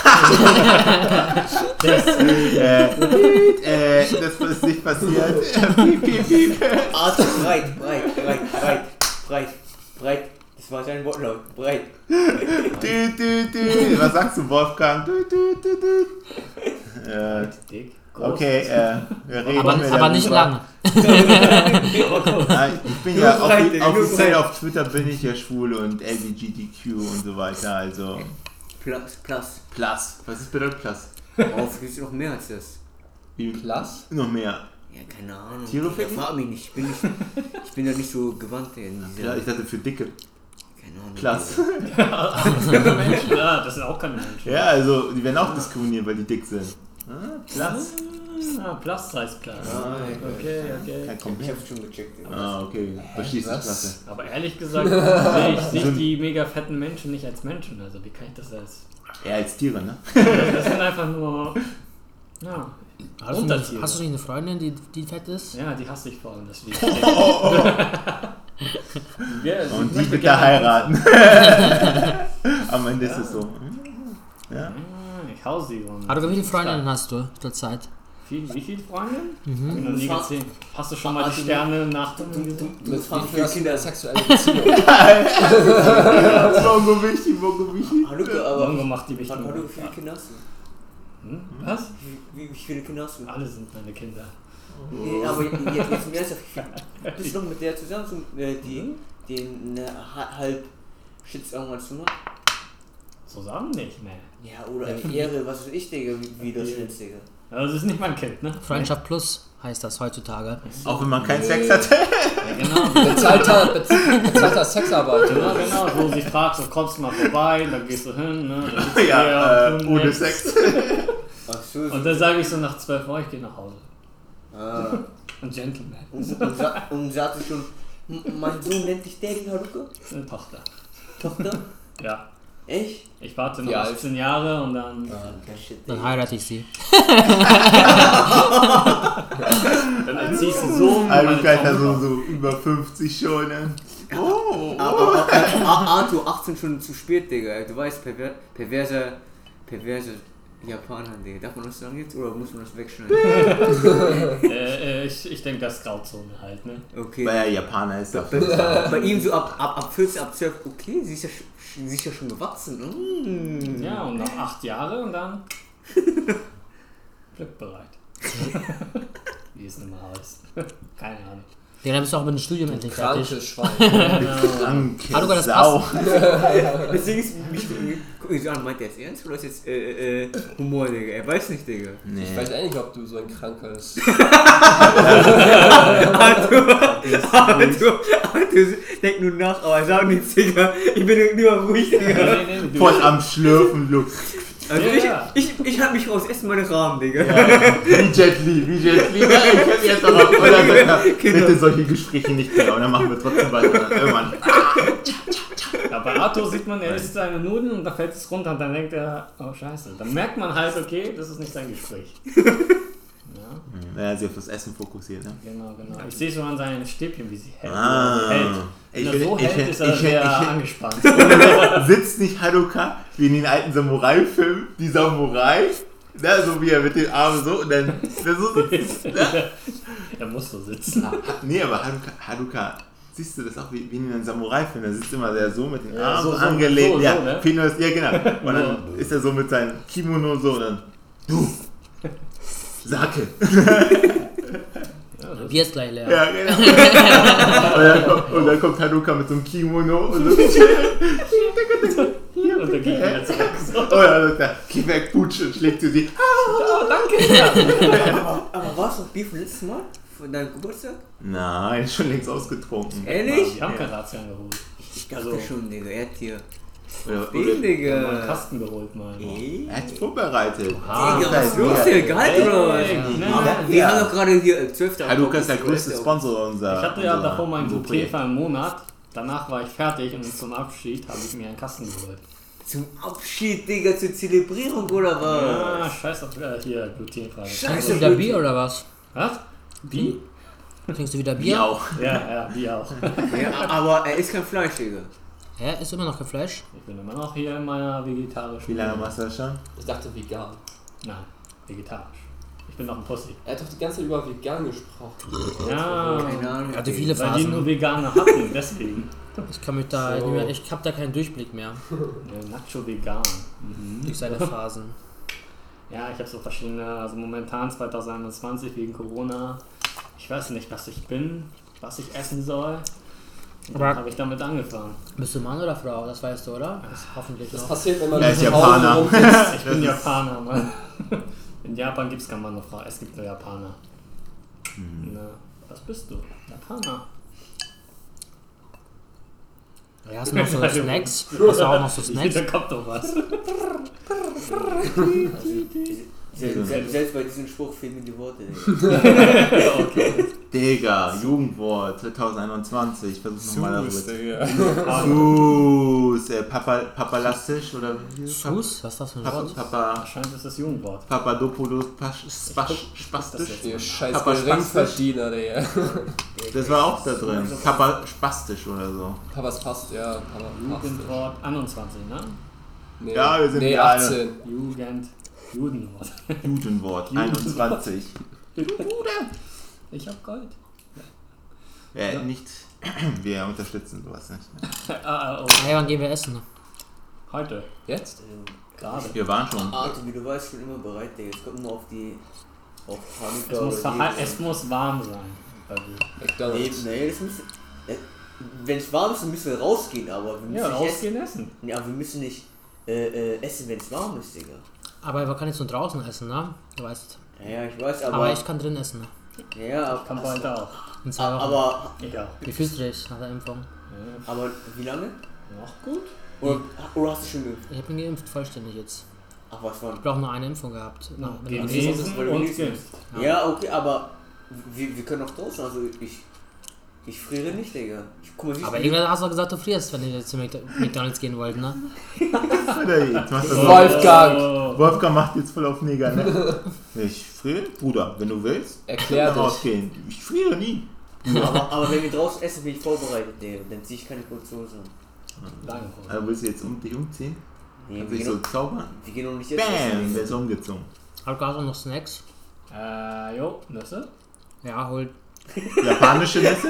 Das ist nicht passiert. Piep, piep, piep. Arzt, breit. Das war sein Wortlaut. Breit. Was sagst du, Wolfgang? Dick. Groß. Okay, wir reden aber mehr nicht darüber. lang. Ich bin ja Nur breit, Digga, nur offiziell breit. auf Twitter bin ich ja schwul und LGBTQ und so weiter, also Plus. Plus. Was ist bedeutet Plus? Oh, es gibt noch mehr als das. Wie? Plus? Noch mehr. Ja, keine Ahnung. Tiere Ja, ficken? frag mich nicht. Ich bin da nicht so gewandt in dieser... Ja, ich dachte für Dicke. Keine Ahnung. Plus. Menschen, ja, das sind auch keine Menschen. Ja, also die werden auch diskriminiert, weil die dick sind. Plus. Ah, Plus heißt klar. Okay. Kein Ich Kompliment. hab's schon gecheckt. Okay. Verschließt die Was? Klasse. Aber ehrlich gesagt sehe ich die mega fetten Menschen nicht als Menschen. Also wie kann ich das als... Eher als Tiere, ne? Das sind einfach nur... Ja, Hast Untertiere. du nicht eine Freundin, die fett ist? Ja, die hasse ich vor allem, das Lied. Ja, ich Und die möchte wird gerne- da heiraten. Am Ende ist es so. Ja. Ah, ich hau sie. Und Aber wie viele Freundinnen hast du zurzeit? Wie viele Freunde? Mhm. Hab ich noch nie gezählt. Hast du schon mal die Sterne nach dem gesehen? Mit fragst wie viel hast du eine sexuelle Beziehung? Mogowichi. Haluka, aber... Mongo macht die wichtigen. Haluka, wie viele Kinder hast du? Was? Wie viele Kinder hast du? Alle sind meine Kinder. Nee, aber jetzt im Ernst, bist du noch mit der zusammen, so, die halb Shits irgendwann zu machen? Zusammen nicht, ne. Ja, oder Ehre, was weiß ich, Digga, wie das jetzt, Digga. Also das ist nicht mein Kind, ne? Freundschaft Plus heißt das heutzutage. Auch wenn man keinen Sex hatte. Ja, genau. Bezahlter Sexarbeit, Ja, oder? genau, so sich fragt, so kommst du mal vorbei, dann gehst du hin, ne? Dann sitzt du Ja, hier und ohne nix. Sex. Ach so, Und dann sage ich so nach 12 Uhr, ich gehe nach Hause. Ein Gentleman. und sagte schon, mein Sohn nennt dich Daddy, Haluka? Eine Tochter. Tochter? Ja. Echt? Ich warte noch Wie alt? 18 Jahre und dann, Shit, Dann heirate ich sie. dann erziehst du so Also Alter, so über 50 schon. Ne? Oh. Aber Arthur, 18 schon zu spät, Digga. Du weißt, perverse Japaner, Digga. Darf man das sagen jetzt oder muss man das wegschneiden? ich denke, das ist Grauzone halt, ne? Okay. Weil er Japaner ist doch. Bei ihm so ab 14, ab 12, okay, sie ist ja schon gewachsen. Ja, und noch 8 Jahre und dann glückbereit. Wie es immer heißt. Keine Ahnung. Ja, dann bist du auch mit dem Studium endlich fertig. Krankes Schwein. Kranke Haluka, das Sau. Deswegen ist guck ich so an, meint er es ernst oder ist jetzt Humor, Digga? Er weiß nicht, Digga. Nee. Ich weiß eigentlich nicht, ob du so ein krankes... Arthur denk nur nach, aber sag nichts, Digga. Ich bin nur ruhig, Digga. Nee, Voll am Schlürfen, Luke. Also Ja. ich halte mich raus, ess meine Rahmen, Digga. Wie Jet Li. Ich hab jetzt darauf. Oder bitte solche Gespräche nicht mehr. Und dann machen wir trotzdem weiter. Irgendwann. Ja, bei Arthur sieht man, er isst seine Nudeln und da fällt es runter und dann denkt er, oh scheiße. Dann merkt man halt, okay, das ist nicht sein Gespräch. Ja, Wenn er sich auf das Essen fokussiert, ne? genau. Ich sehe so an seinen Stäbchen, wie sie hält. Ah. Wenn er so hält, ist er sehr angespannt. Sitzt nicht Haruka wie in den alten Samurai-Filmen, die Samurai, ne, so wie er mit den Armen so und dann so sitzt. Ne? Er muss so sitzen. Nee, aber Haruka, siehst du das auch wie in einem Samurai-Film, da sitzt immer der so mit den Armen so, angelegt. so, Ja, ne? Pinot ist, ja genau. Und dann ist er so mit seinem Kimono so und dann, du, Sake. Ja, das Bier ist gleich leer. Ja, genau. und dann kommt Haruka mit so einem Kimono und so. Und dann gehe ich wieder zurück. So. Oh ja, dann sagt er, geh weg, Putsche, und schlägt sie sie. Oh, danke. Aber war es noch Bier vom letzten Mal? Von deinem Geburtstag? Nein, schon längst ausgetrunken. Ehrlich? Wir haben kein Ratio angeholt. Ich dachte schon, Digga, er hat hier Oder, den, Wir haben mal einen Digga. Kasten geholt mal. Ey. er hat vorbereitet. Ah, Digga, was ist los hier? Gehalt oder was? Wir haben doch gerade hier 12. Haruka ist der größte Sponsor unserer. Ich hatte ja unserer- davor meinen unserer Projekt. Käfer im Monat. Danach war ich fertig und zum Abschied habe ich mir einen Kasten geholt. Zum Abschied, Digga, zur Zelebrierung oder was? Ah, scheiß auf hier, glutenfrei. Trinkst du wieder Bier oder was? Was? Wie? Trinkst du wieder Wie Bier? auch. Ja, die auch. Ja, aber er ist kein Fleisch, Digga. Hä? Ist immer noch kein Fleisch? Ich bin immer noch hier in meiner vegetarischen. Wie lange machst du das schon? Ich dachte vegan. Nein, vegetarisch. Ich bin noch ein Pussy. Er hat doch die ganze Zeit über vegan gesprochen. Ja, Keine Ahnung. Er hatte viele weil die nur Phasen. Veganer hatten, deswegen. Ich kann mich da So. nicht mehr, ich hab da keinen Durchblick mehr Nacho vegan. durch seine Phasen. Ja, ich habe so verschiedene, also momentan 2021 wegen Corona. Ich weiß nicht, was ich bin, was ich essen soll. Und Aber- dann habe ich damit angefangen. Bist du Mann oder Frau? Das weißt du, oder? Das ist hoffentlich Das noch. passiert, wenn man Er ist zu Hause Japaner. rumsitzt. Ich bin Japaner, Mann. In Japan gibt es keinen Mann und Frau, es gibt nur Japaner. Na, was bist du? Japaner. Ja, hast du noch so Snacks? Hast du auch noch so Snacks? Da kommt doch was. Selbst bei diesem Spruch fehlen mir die Worte, Digga. Digga, Jugendwort 2021. Ich versuche nochmal darüber zu. Sus, papalastisch oder wie? Sus? Was ist das für ein Wort? Wahrscheinlich ist das Jugendwort. Papadopoulos spastisch. Ihr scheiß Papa Geringverdiener, Digga. Das war auch da drin. Papa spastisch oder so. Papas passt, ja. Papa passt. Jugendwort 21, ne? Nee, Ja, wir sind nee, die eine. 18. Judenwort. Judenwort 21. Ich hab Gold. Ja, nicht. Wir unterstützen sowas nicht. Oh. Hey, wann gehen wir essen? Heute. Jetzt? Gerade. Wir waren schon. Arthur, wie du weißt, ich bin immer bereit, Digga. Es kommt nur auf Hanukkah Es muss, oder es muss warm sein. bei dir. McDonald's. Nee, das muss. Wenn es warm ist, dann müssen wir rausgehen, aber wir müssen Ja, nicht rausgehen essen. Ja, aber wir müssen nicht essen, wenn es warm ist, Digga. Aber wir können jetzt nur draußen essen, ne? Du weißt. Ja, ich weiß, Aber ich kann drin essen. Ja, Ich kann bald auch. In 2 Wochen. aber Ja. Wie fühlst du dich nach der Impfung? aber wie lange? Noch gut? Oder hast du schon geimpft? Ich bin geimpft, vollständig jetzt. Ach, was war? Ich brauche nur eine Impfung gehabt. Genesen weil du und genesen geimpft. Ja, okay, aber wir können auch draußen, also ich friere nicht, Digga. Guck mal, wie Aber viel- irgendwann hast du gesagt, du frierst, wenn ihr zu McDonald's gehen wollt, ne? Jetzt macht er so. Wolfgang! Oh. Wolfgang macht jetzt voll auf Neger, ne? Ich friere? Bruder, wenn du willst, Erklär dich. rausgehen. Ich friere nie. aber wenn wir draußen essen, bin ich vorbereitet, Digga. Dann ziehe ich keine kurze Hose an. Danke. Also willst du jetzt dich umziehen? Nee, Kannst wir dich gehen, so noch, zaubern? wir gehen noch nicht jetzt Bam, essen. der ist umgezogen. Hast du noch Snacks? Jo, Nüsse? Ja, hol. Japanische Nüsse?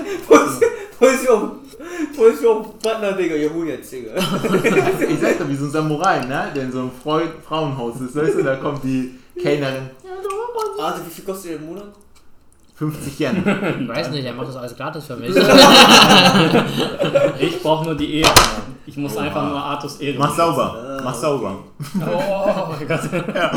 Position, Partner, Digga. Ja, hol jetzt, Digga. Ich sag doch, wie so ein Samurai, ne? Der in so einem Frauenhaus ist, weißt du? Da kommt die Kellnerin. Also, wie viel kostet der im Monat? 50 Yen. Ich weiß nicht, er macht das alles gratis für mich. Ich brauche nur die Ehre. Ich muss einfach nur Artus Ehre. Mach sauber. Mach sauber. Oh mein Gott.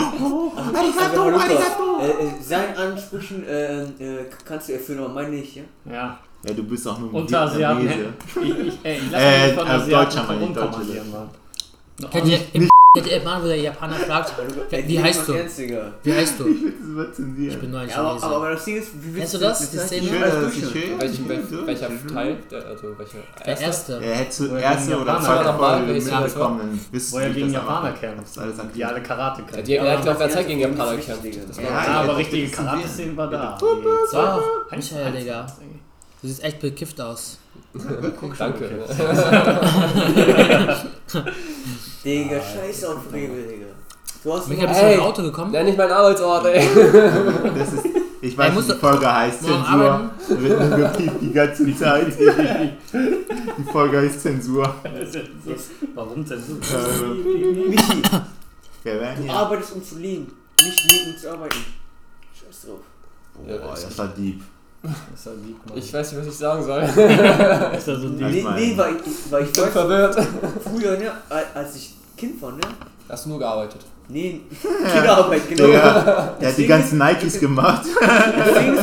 Seinen Ansprüchen kannst du erfüllen, aber meine nicht, ja? Ja. Ja, du bist auch nur ein Unterasiaten. Vietnamese. Ich lass mich von also Asiaten Deutscher meine ich, runtermassieren, Mann. Kennt ihr mal, wo der Japaner fragt, wie heißt du? Wie heißt du? Das wird zensiert. Ich bin nur ein Ja, Chinese. aber das Ding ist, wie Kennst du das? Die Szene? Schön, das ist schön. Welcher Teil? Also welcher? Der erste. Er hätte Woher erste gegen oder Japaner zweite nochmal, Folge welches mitbekommen. dann wüsstest Wo er du, gegen dass Japaner das kämpft. alles aktiv. Die alle Karate Ja, können. die hat glaube ich Zeit gegen Japaner gekämpft. Das Ja, war- Ja, aber ja, richtige das ist Karate-Szenen war da. Wow, Michael, Digga. Du siehst echt bekifft aus. Danke. Digga, scheiße auf Rewe, Digga. Du hast Michael, bist du mit dem Auto gekommen? Nenn nicht meinen Arbeitsort, ey. Das ist, ich weiß, musst wie die du- Folge heißt. Morgen Zensur. arbeiten? Da wird nur gepiept die ganze Zeit. Die Folge heißt Zensur. Warum denn so? Michi, Wir werden du hier. arbeitest um zu leben, nicht leben um zu arbeiten. Scheiß drauf. Boah, das war deep. Ist er lieb, Mann. Ich weiß nicht, was ich sagen soll. Ist er so Nee, lieb? weil ich bin weiß, verwirrt. früher, ne, als ich Kind war, ne? Hast du nur gearbeitet? Nee, Kinderarbeit, genau. Der hat die ganzen Nikes gemacht. Deswegen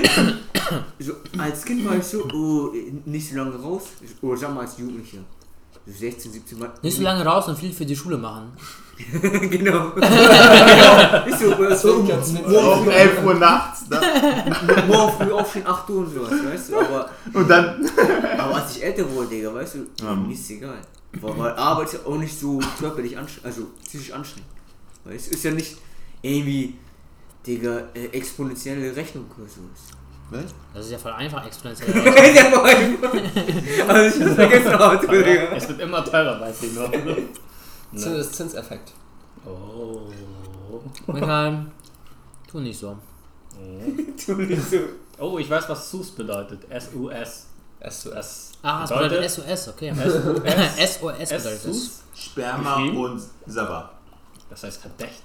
als Kind war ich so, nicht so lange raus, oder sag mal als Jugendlicher. So 16, 17 Mal. Nicht so lange raus und viel für die Schule machen. Genau. Ist so, Um 11 Uhr nachts. Ne? morgen früh aufstehen, 8 Uhr und sowas, weißt du? Und dann. Aber als ich älter wurde, Digga, weißt du, mir ist egal. Weil Arbeit ist ja auch nicht so körperlich also psychisch anstrengend. Weil es ist ja nicht irgendwie, Digga, exponentielle Rechnung oder sowas. Was? Das ist ja voll einfach exponentiell. Also ich hab's vergessen, Auto, Digga. Es wird immer teurer bei dir noch. Das Zinseffekt. Oh. Michael, tu nicht so. Tu nicht so. Oh, ich weiß, was SUS bedeutet. S-U-S. SOS. Ah, es bedeutet SOS, okay. SOS bedeutet das. SUS. Sperma und Sabber. Das heißt verdächtig.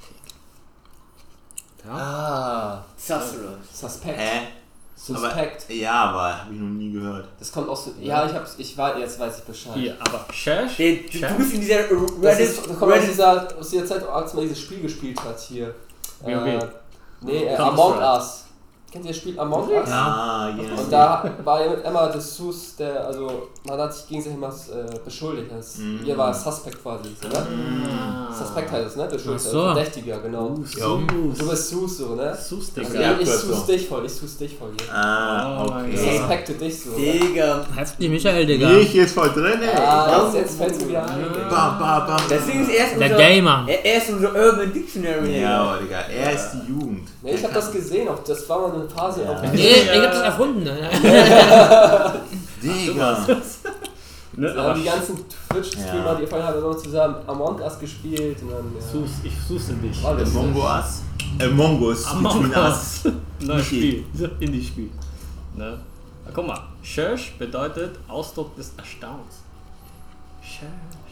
Ah. Suspekt. Suspekt. Ja, aber hab ich noch nie gehört. Das kommt aus. Ja, jetzt weiß ich Bescheid. Hier, aber Shash? Du bist in dieser Das kommt aus dieser Zeit, als man dieses Spiel gespielt hat hier. Among Us. Kennt ihr das Spiel Among Us? Ah, ja. Und da war ja mit Emma das Sus, man hat sich gegenseitig immer beschuldigt. Ihr war Suspect quasi, so, ne? Suspect heißt es, ne? Beschuldigt, Ach so. Verdächtiger, genau. Du bist Sus, so, ne? SUS, Also, Digga. ich sus dich voll hier. Ah, okay. Ich suspekte dich so. Ne? Digga. Heftig, Michael, Digga. Ich ist voll drin, ey. Jetzt fällt es mir wieder ein. Bam, bam, bam. Deswegen ist er Der Gamer. Er ist unser Urban Dictionary. Ja, aber Digga, er ist die Jugend. Ne, ich hab das gesehen, das war mal eine Phase. Ja. Auf Nee, ich hab das erfunden. Ne? Digga. Ne, Da haben die ganzen Twitch-Streamer, die vorhin haben immer zusammen Among Us gespielt und dann. SUS, ich suche dich. War lustig. Among Us? Among Us. Among Between Us. Neues Spiel. Indie-Spiel. Ne? Na, guck mal. Shirsh bedeutet Ausdruck des Erstaunens. Shirsh.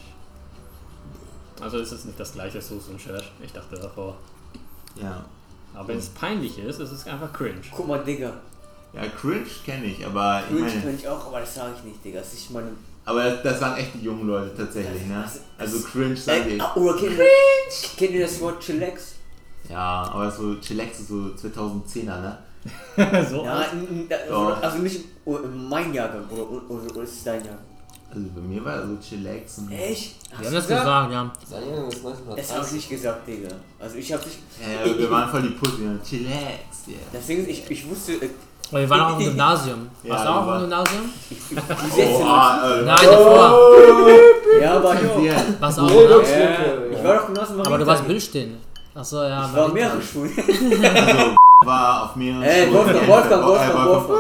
Also ist es nicht das gleiche SUS und Shirsh. Ich dachte davor. Ja. Aber wenn es peinlich ist es einfach cringe. Guck mal, Digga. Ja, Cringe kenne ich, aber ich Cringe meine. kann ich auch, aber das sage ich nicht, Digga. Das ist meine. Aber das sagen echt die jungen Leute tatsächlich, ne? Also Cringe sagen die. Oder kennt ihr das Wort Chillax? Ja, aber so Chillax ist so 2010er, ne? So. Ja, Doch. also nicht mein Jahrgang oder ist es dein Jahrgang? Also bei mir war so Chillax und. Echt? Wir haben das gesagt, ja. Sein Jahrgang ist Das hab ich 1930. nicht gesagt, Digga. Also ich hab nicht. Ja, wir waren voll die Pussy, ne? Chillax, ja. Deswegen, ich wusste. Aber wir waren auch im Gymnasium. Ja, Warst du auch wir im Gymnasium? Die Oh, 16. Nein, davor. Ja, aber jo. Warst du auch, Nee, ne? doch. Ich war doch Genossen. Aber du warst Bildstehen. Achso, ja. Ich war mehrere Schulen. Also, war auf mehreren Schulen. Wolfgang.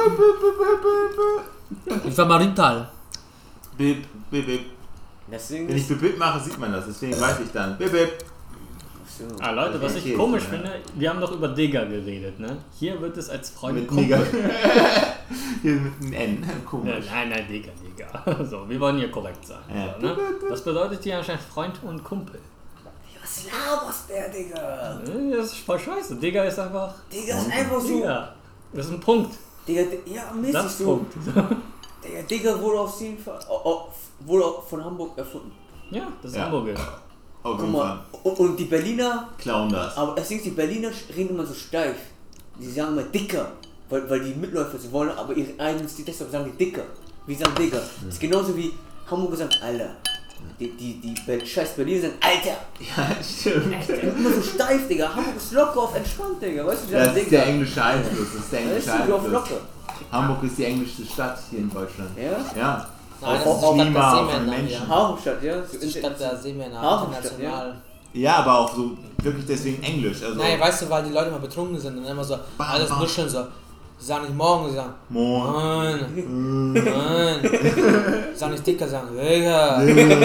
Ich war Marienthal. Bip, bip, bip. Deswegen Wenn ich ist. bip, bip mache, sieht man das. Deswegen weiß ich dann. Bip, bip. So. Ah Leute, was ich Okay, komisch ja. finde, wir haben doch über Digger geredet, ne? Hier wird es als Freund Mit Kumpel. Nigger. Hier mit einem N. Komisch. Nein, Digger. So, wir wollen hier korrekt sein. Ja. So, ne? Das bedeutet hier anscheinend Freund und Kumpel. Was laberst der, Digga? Das ist voll scheiße. Digger ist einfach Digga, ist einfach so. Digger. Das ist ein Punkt. Digga, ja, mäßig Das ist so. Punkt. Digga wurde auf jeden Fall. Wurde auch von Hamburg erfunden. Ja, das ist Ja. Hamburger. Auf Guck jeden mal. Fall. Und die Berliner. Klauen das. Aber deswegen, die Berliner reden immer so steif. Die sagen immer dicker. Weil die Mitläufer sie wollen, aber ihre eigenen Stil, deshalb sagen die dicker. Wir sagen Digga. Das ist genauso wie Hamburger sagen Alter. Die scheiß Berliner sagen Alter. Ja, stimmt. Die sind immer so steif, Digga. Hamburg ist locker auf entspannt, Digga. Weißt du, die Das sagen ist der englische Einfluss. Das ist der Das englische ist so auf Einfluss. locker. Hamburg ist die englische Stadt hier in Deutschland. Ja? Ja. Nein, Auch das ist die Stadt der Klima, von Seemänner. Menschen. Ja. Hafenstadt, ja. Die Stadt der Seemänner, Hafenstadt, international. Ja, aber auch so wirklich deswegen Englisch. Also Nein, weißt du, weil die Leute mal betrunken sind und immer so Bam, alles bam. nuscheln so. Sie sagen nicht morgen, sie sagen Moin. Nein. Sie sagen nicht dicker, sie sagen Digga.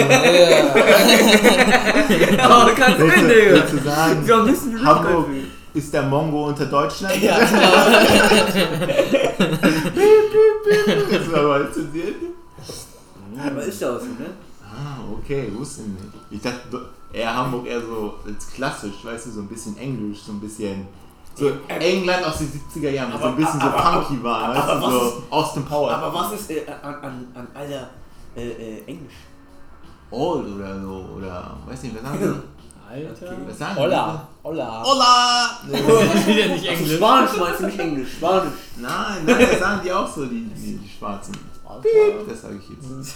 Aber kannst du nicht, Digga. Willst du sagen, So ein bisschen Hamburg ist der Mongo unter Deutschland? Ja, genau. Das war mal zensiert. Aber ist ja auch so, ne? Ah, okay, wusste nicht. Ich dachte, eher Hamburg eher so als klassisch, weißt du, so ein bisschen Englisch, so ein bisschen so England aus den 70er Jahren, was so ein bisschen so funky war, weißt du, so Austin Powers. Aber was ist an alter Englisch? Old oder so, oder weiß nicht, was sagen sie? Alter. Was sagen Hola. Hola! Wieder nicht Also Englisch. Spanisch meinst du nicht Englisch? Spanisch. Nein, das sagen die auch so, die Schwarzen. Piep, das sage ich jetzt.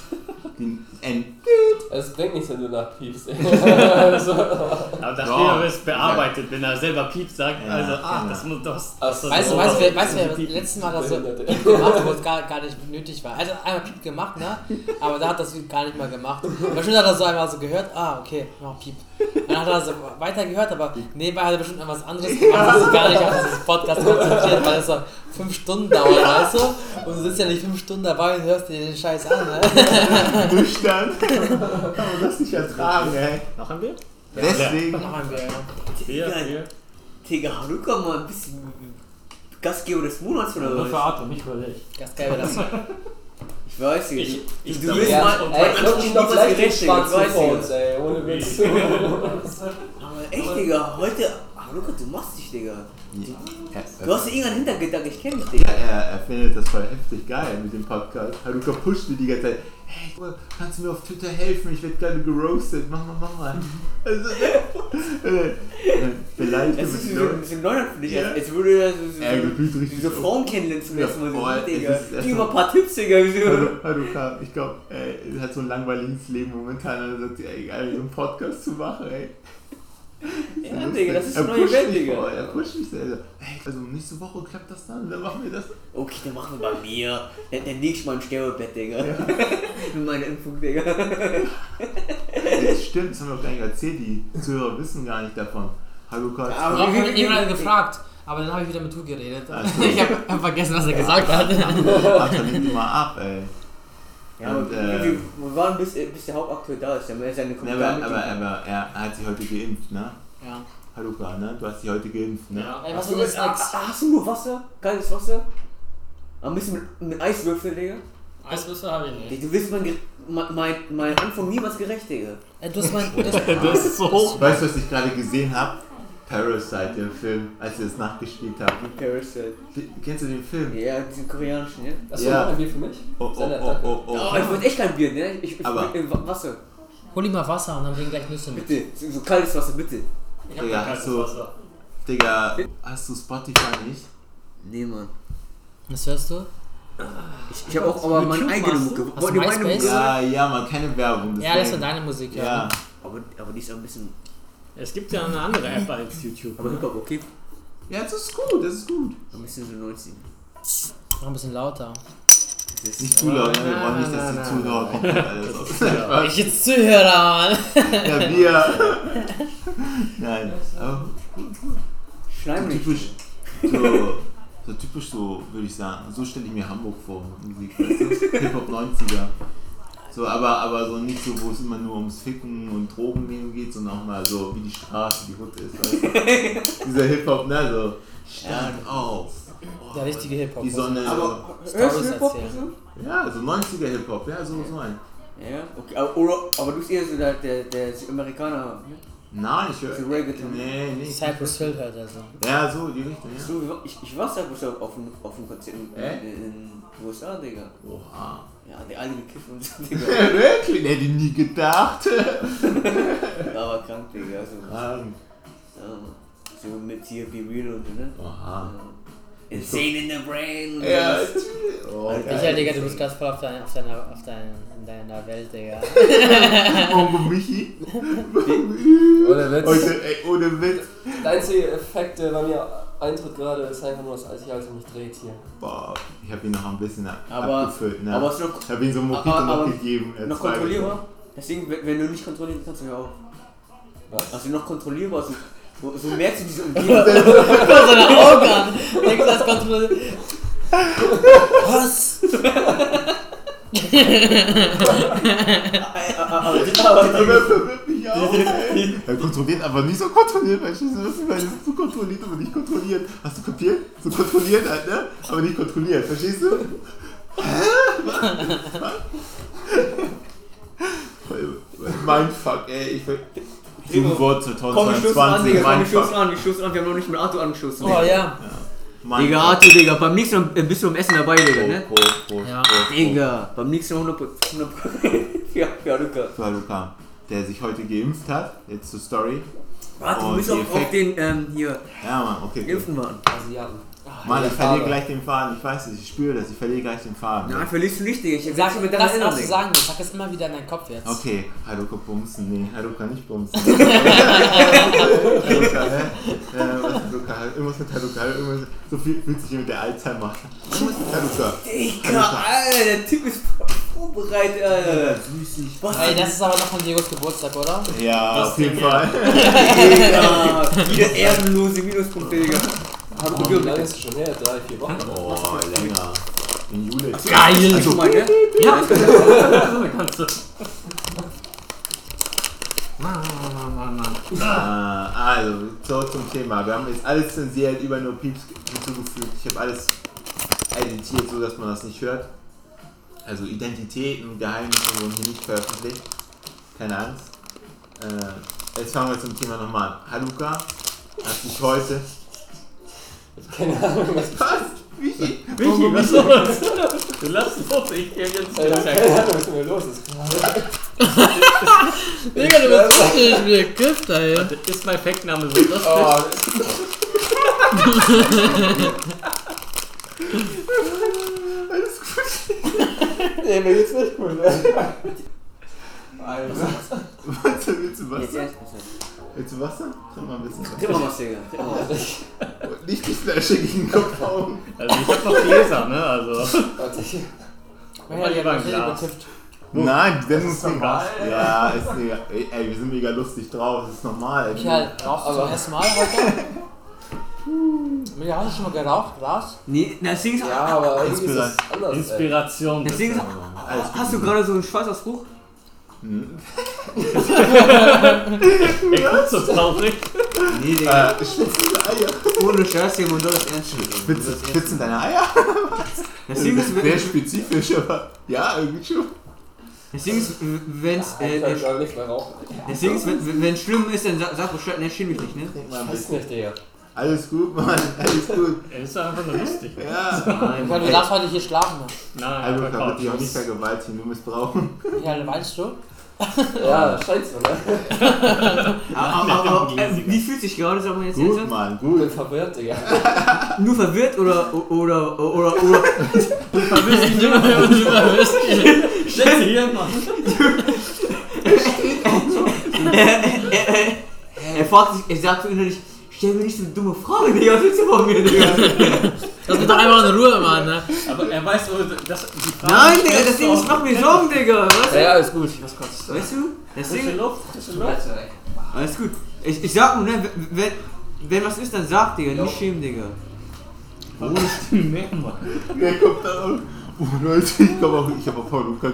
Es bringt nichts, wenn du nach piepst. Aber das Ja. Spiel ist bearbeitet, wenn er selber Piep sagt, Ja, also genau. das muss das. Weißt du, wer das letzte Mal das so Piep gemacht hat, wo es gar nicht nötig war? Also einmal Piep gemacht, ne? Aber da hat das gar nicht mal gemacht. Bestimmt hat er so einmal so gehört, okay, mach Piep. Dann hat er so weiter gehört, aber nebenbei hat er bestimmt etwas anderes gemacht, das ist gar nicht auf dieses Podcast konzentriert, weil es so 5 Stunden dauert, weißt du? Und du sitzt ja nicht 5 Stunden dabei und hörst dir den Scheiß an, ne? Nüchtern. Kann man das nicht ertragen, ey. Noch ein Bier? Deswegen. Noch ein Bier, ja. Bier. Digga, Hanukkah mal ein bisschen Gastgeber des Monats oder Nur für was? Arthur, nicht für dich. Gastgeber, das Ich weiß nicht. Ich Du glaub, willst Ja, mal ey, ich noch gleich den schwarzen weiß vor ich. uns, ey, ohne Witz. Aber echt, Digga, heute. Hanukkah, du machst dich, Digga. Du hast ja irgendeinen Hintergedanken, ich kenn dich, Digga. Er findet das voll heftig geil mit dem Podcast. Haruka pusht mir die ganze Zeit. Hey, kannst du mir auf Twitter helfen? Ich werde gerade geroastet. Mach mal. Also, vielleicht Das ist ein bisschen Neuland für dich. Ja. Jetzt würde er Er gefühlt richtig diese Frauen kennenlernen zum ersten Mal. Boah, So, Digga. es ist Gib mal ein paar Tipps, Digga. Haruka, ich glaube, er hat so ein langweiliges Leben momentan. Er sagt, ey, geil, so einen Podcast zu machen, ey. Ja, Digga, das ist Er eine neue pusht Welt, mich Digga. voll, er pusht mich sehr. Hey, also nächste Woche klappt das dann, dann machen wir das. Okay, dann machen wir bei mir. Dann leg ich mal ein Sterbebett, Digga. Mit meiner Impfung, Digga. Das stimmt, das haben wir auch gar nicht erzählt, die Zuhörer wissen gar nicht davon. Haruka Ich habe jemanden gefragt, aber dann habe ich wieder mit du geredet. Ich habe vergessen, was er gesagt hat. Ach, dann nimm die mal ab, ey. Ja, Und, wir waren bis der Hauptakteur da ist, damit er seine Ne, Kommentare aber er hat sich heute geimpft, ne? Ja. Haruka, ne? Du hast dich heute geimpft, ne? Ja. Ey, was ist das nix? Hast du nur Wasser? Kaltes Wasser? Ein bisschen mit Eiswürfel, Digga? Eiswürfel habe ich nicht. Du willst mein Anfang niemals gerecht, Digga. Du hast mein. Das ist so hoch. Weißt du, was ich gerade gesehen habe? Parasite, den Film, als ihr es nachgespielt habt. Parasite. Kennst du den Film? Ja, diesen koreanischen, ja? Achso, Ja. noch ein Bier für mich? Oh, Sehr nett, danke. Oh, ich wollte echt kein Bier, ne? Ich Aber- Wasser. Hol ihm mal Wasser und dann bring gleich Nüsse mit. Bitte. So kaltes Wasser, bitte. Ich hab Digga, kein hast kaltes du, Wasser. Digga, hast du Spotify nicht? Nee, Mann. Was hörst du? Ich habe auch aber meine YouTube eigene machst Mucke. du? Hast Wollt du ihr meine MySpace? Mucke? Ja, man, keine Werbung. Ja, das ist deswegen. deine Musik, ja. Ja. Aber die ist auch ein bisschen. Es gibt ja eine andere App als YouTube. Aber ne? Hip-Hop, okay? Ja, das ist gut, das ist gut. Ein bisschen so 90. Noch ein bisschen lauter. Das ist Nicht zu laut, ne? Wir wollen nicht, dass die Zuhörer komplett alles aus. Ich jetzt Zuhörer, Mann. Ja, wir. Nein, aber Schleimlich. typisch, so typisch so, würde ich sagen. So stelle ich mir Hamburg vor, Musik, weißt du? Hip-Hop 90er. So, aber so nicht so, wo es immer nur ums Ficken und Drogen geht, sondern auch mal so, wie die Straße, die Hut ist, weißt du? Dieser Hip-Hop, ne, so, stand auf. Oh, Der richtige Hip-Hop. Die Sonne, Aber hörst du Stories Hip-Hop? erzählen. ja, so 90er Hip-Hop, ja, so ein. Ja, okay. Aber du bist eher so der Südamerikaner. Ne? Nein, ich höre. So Reggaeton. Nee, nicht. Cypress Hill hört er so. Ja, so, die Richtung, ja. So, ich war Cypress auf dem Konzert in den USA, Digga. Oha. Ja, die alle gekifft und so, Digga. Wirklich? Hätte ich nie gedacht. Aber krank, Digga. Krank. So mit hier Be Real und so, ne? Oha. Insane in the brain. Ja, oh, Michael, Digga, du bist ganz voll auf deiner Welt, Digga. Mongo Michi. Ohne Witz. Heute, ey, ohne Witz. Der einzige Effekt, der bei mir eintritt gerade, ist einfach nur, dass als ich mich dreht hier. Boah, ich hab ihn noch ein bisschen Aber- abgefüllt, ne? Aber es ist noch, Ich hab ihm so Mojito aber- noch gegeben. noch kontrollierbar. Deswegen, wenn du nicht kontrollieren kannst, du ja auch. Was? Also noch kontrollierbar, so merkst du diese Umgebung. Guck seine Augen an. Denkst du, das kontrolliert. Was? Aber Aber er verwirrt mich auch, ey. Er kontrolliert, aber nicht so kontrolliert, weißt du, das ist so kontrolliert, aber nicht kontrolliert. Hast du kapiert? So kontrolliert halt, ne? Aber nicht kontrolliert, verstehst du? Mindfuck, ey. Jugendwort Komm, wir stoßen an, 2022, Digga, komm, mein wir stoßen an, wir haben noch nicht mit Arthur angeschossen. Oh ja. Digga, Arthur, Digga, beim nächsten Mal bist du am Essen dabei, Digga, ne? Prost. Digga, beim nächsten Mal 100%. Ja, Luca. Für Luca, der sich heute geimpft hat, jetzt zur Story. Warte, du Und bist die auf den, hier, Ja, Mann, okay. Impfen waren. Asiaten. Mann, der ich verliere Farbe. gleich den Faden. Ich weiß es, ich spüre das, ich verliere gleich den Faden. Nein, verlierst du nicht, Digga. Ich Sag, sag mit das, deiner was du sagen willst, sag es immer wieder in deinen Kopf jetzt. Okay, Haruka bumsen. Nee, Haruka nicht bumsen. Haruka, irgendwas mit Haruka. So viel fühlt sich mit der Alzheimer. Irgendwas mit Haruka. Digga, Alter, der Typ ist vorbereitet, Alter. Was? Ey, das ist aber noch von Diegos Geburtstag, oder? Ja, auf jeden Fall. Digga, wieder ehrenlose Minuspunkte, Digga. Oh, wie lange ist es schon her? 3-4 Wochen? Oh, länger. Im Juli. Geil! Also mal, ne? Ja, kannst du. Mann. Also, so zum Thema. Wir haben jetzt alles zensiert, über nur Pieps hinzugefügt. Ich habe alles editiert, so dass man das nicht hört. Also Identitäten, Geheimnisse wurden hier nicht veröffentlicht. Keine Angst. Jetzt fangen wir zum Thema nochmal an. Haruka hat sich heute... Keine Ahnung, was Wie? Michi, was los? Du lachst los, ich gehe jetzt keine Ahnung, was mit mir los ist. Digga, du bist richtig wie gekifft, ey. Ist mein Fakename so lustig? Oh, Alles gut. nee, mir geht's nicht gut. Alter. Willst du Jetzt Wasser? erst Willst du Wasser? Trink mal ein bisschen Trink Wasser. mal was, Digga. Trink mal was. Und nicht die Flasche gegen den Kopf hauen. Also ich hab noch Gläser, ne? Also. Ja, die haben mich richtig bekifft. Nein, die Sendung ist ist doch geil. Ja, ist mega. Ey, wir sind mega lustig drauf, das ist normal. Ey. Michael, rauchst du zum ersten Mal heute? Michael, hast du schon mal geraucht, Glas? Nee, deswegen ist Ja, aber irgendwie ist es anders. Inspiration. Deswegen ist, Alles gut. hast du gerade so einen Schweißausbruch? Er guckt so traurig. Nee, Digga. Schwitzende Eier. Ohne Scheiß, Digga, man soll das ernst nehmen. Schwitzen deine Eier? Deswegen ist, Sehr spezifisch, aber ja, irgendwie schon. deswegen ist, wenn's, Ich soll nicht mehr rauchen. deswegen ist, wenn schlimm ist, dann sag Bescheid, ne, schäm mich nicht, ne? Trink mal ein Ich weiß bisschen. nicht, Digga. Alles gut, Mann, alles gut. Er ist einfach nur lustig. Ja. Nein, Michael, du darfst heute hier schlafen. Ne? Nein, Also, einfach da wird Couch. die auch nicht vergewaltigen, nur missbrauchen. Michael, weißt du? Ja, scheint so, ne? aber wie fühlt sich gerade, sag mal jetzt Gut, ernsthaft? Mann, Ich bin gut. verwirrt, Digga. Nur verwirrt oder Stell hier, Mann. er fragt sich, er sagt so innerlich, stell mir nicht so eine dumme Frage, Digga, was willst du von mir, Digga? Lass mich doch einfach in Ruhe, Mann, ne? Aber er weiß, dass die Frage. Nein, Digga, deswegen ich mach mir Sorgen, Digga, weißt Ja, ist gut. Ich muss kurz. du? Weißt du? Frische Deswegen, Luft, frische Luft. alles gut. Ich sag nur, ne, wenn was ist, dann sag, Digga, nicht schämen, Digga. Ohne Stimme mehr, Mann. Wer kommt da auf? Oh Leute, ich hab auf Haruka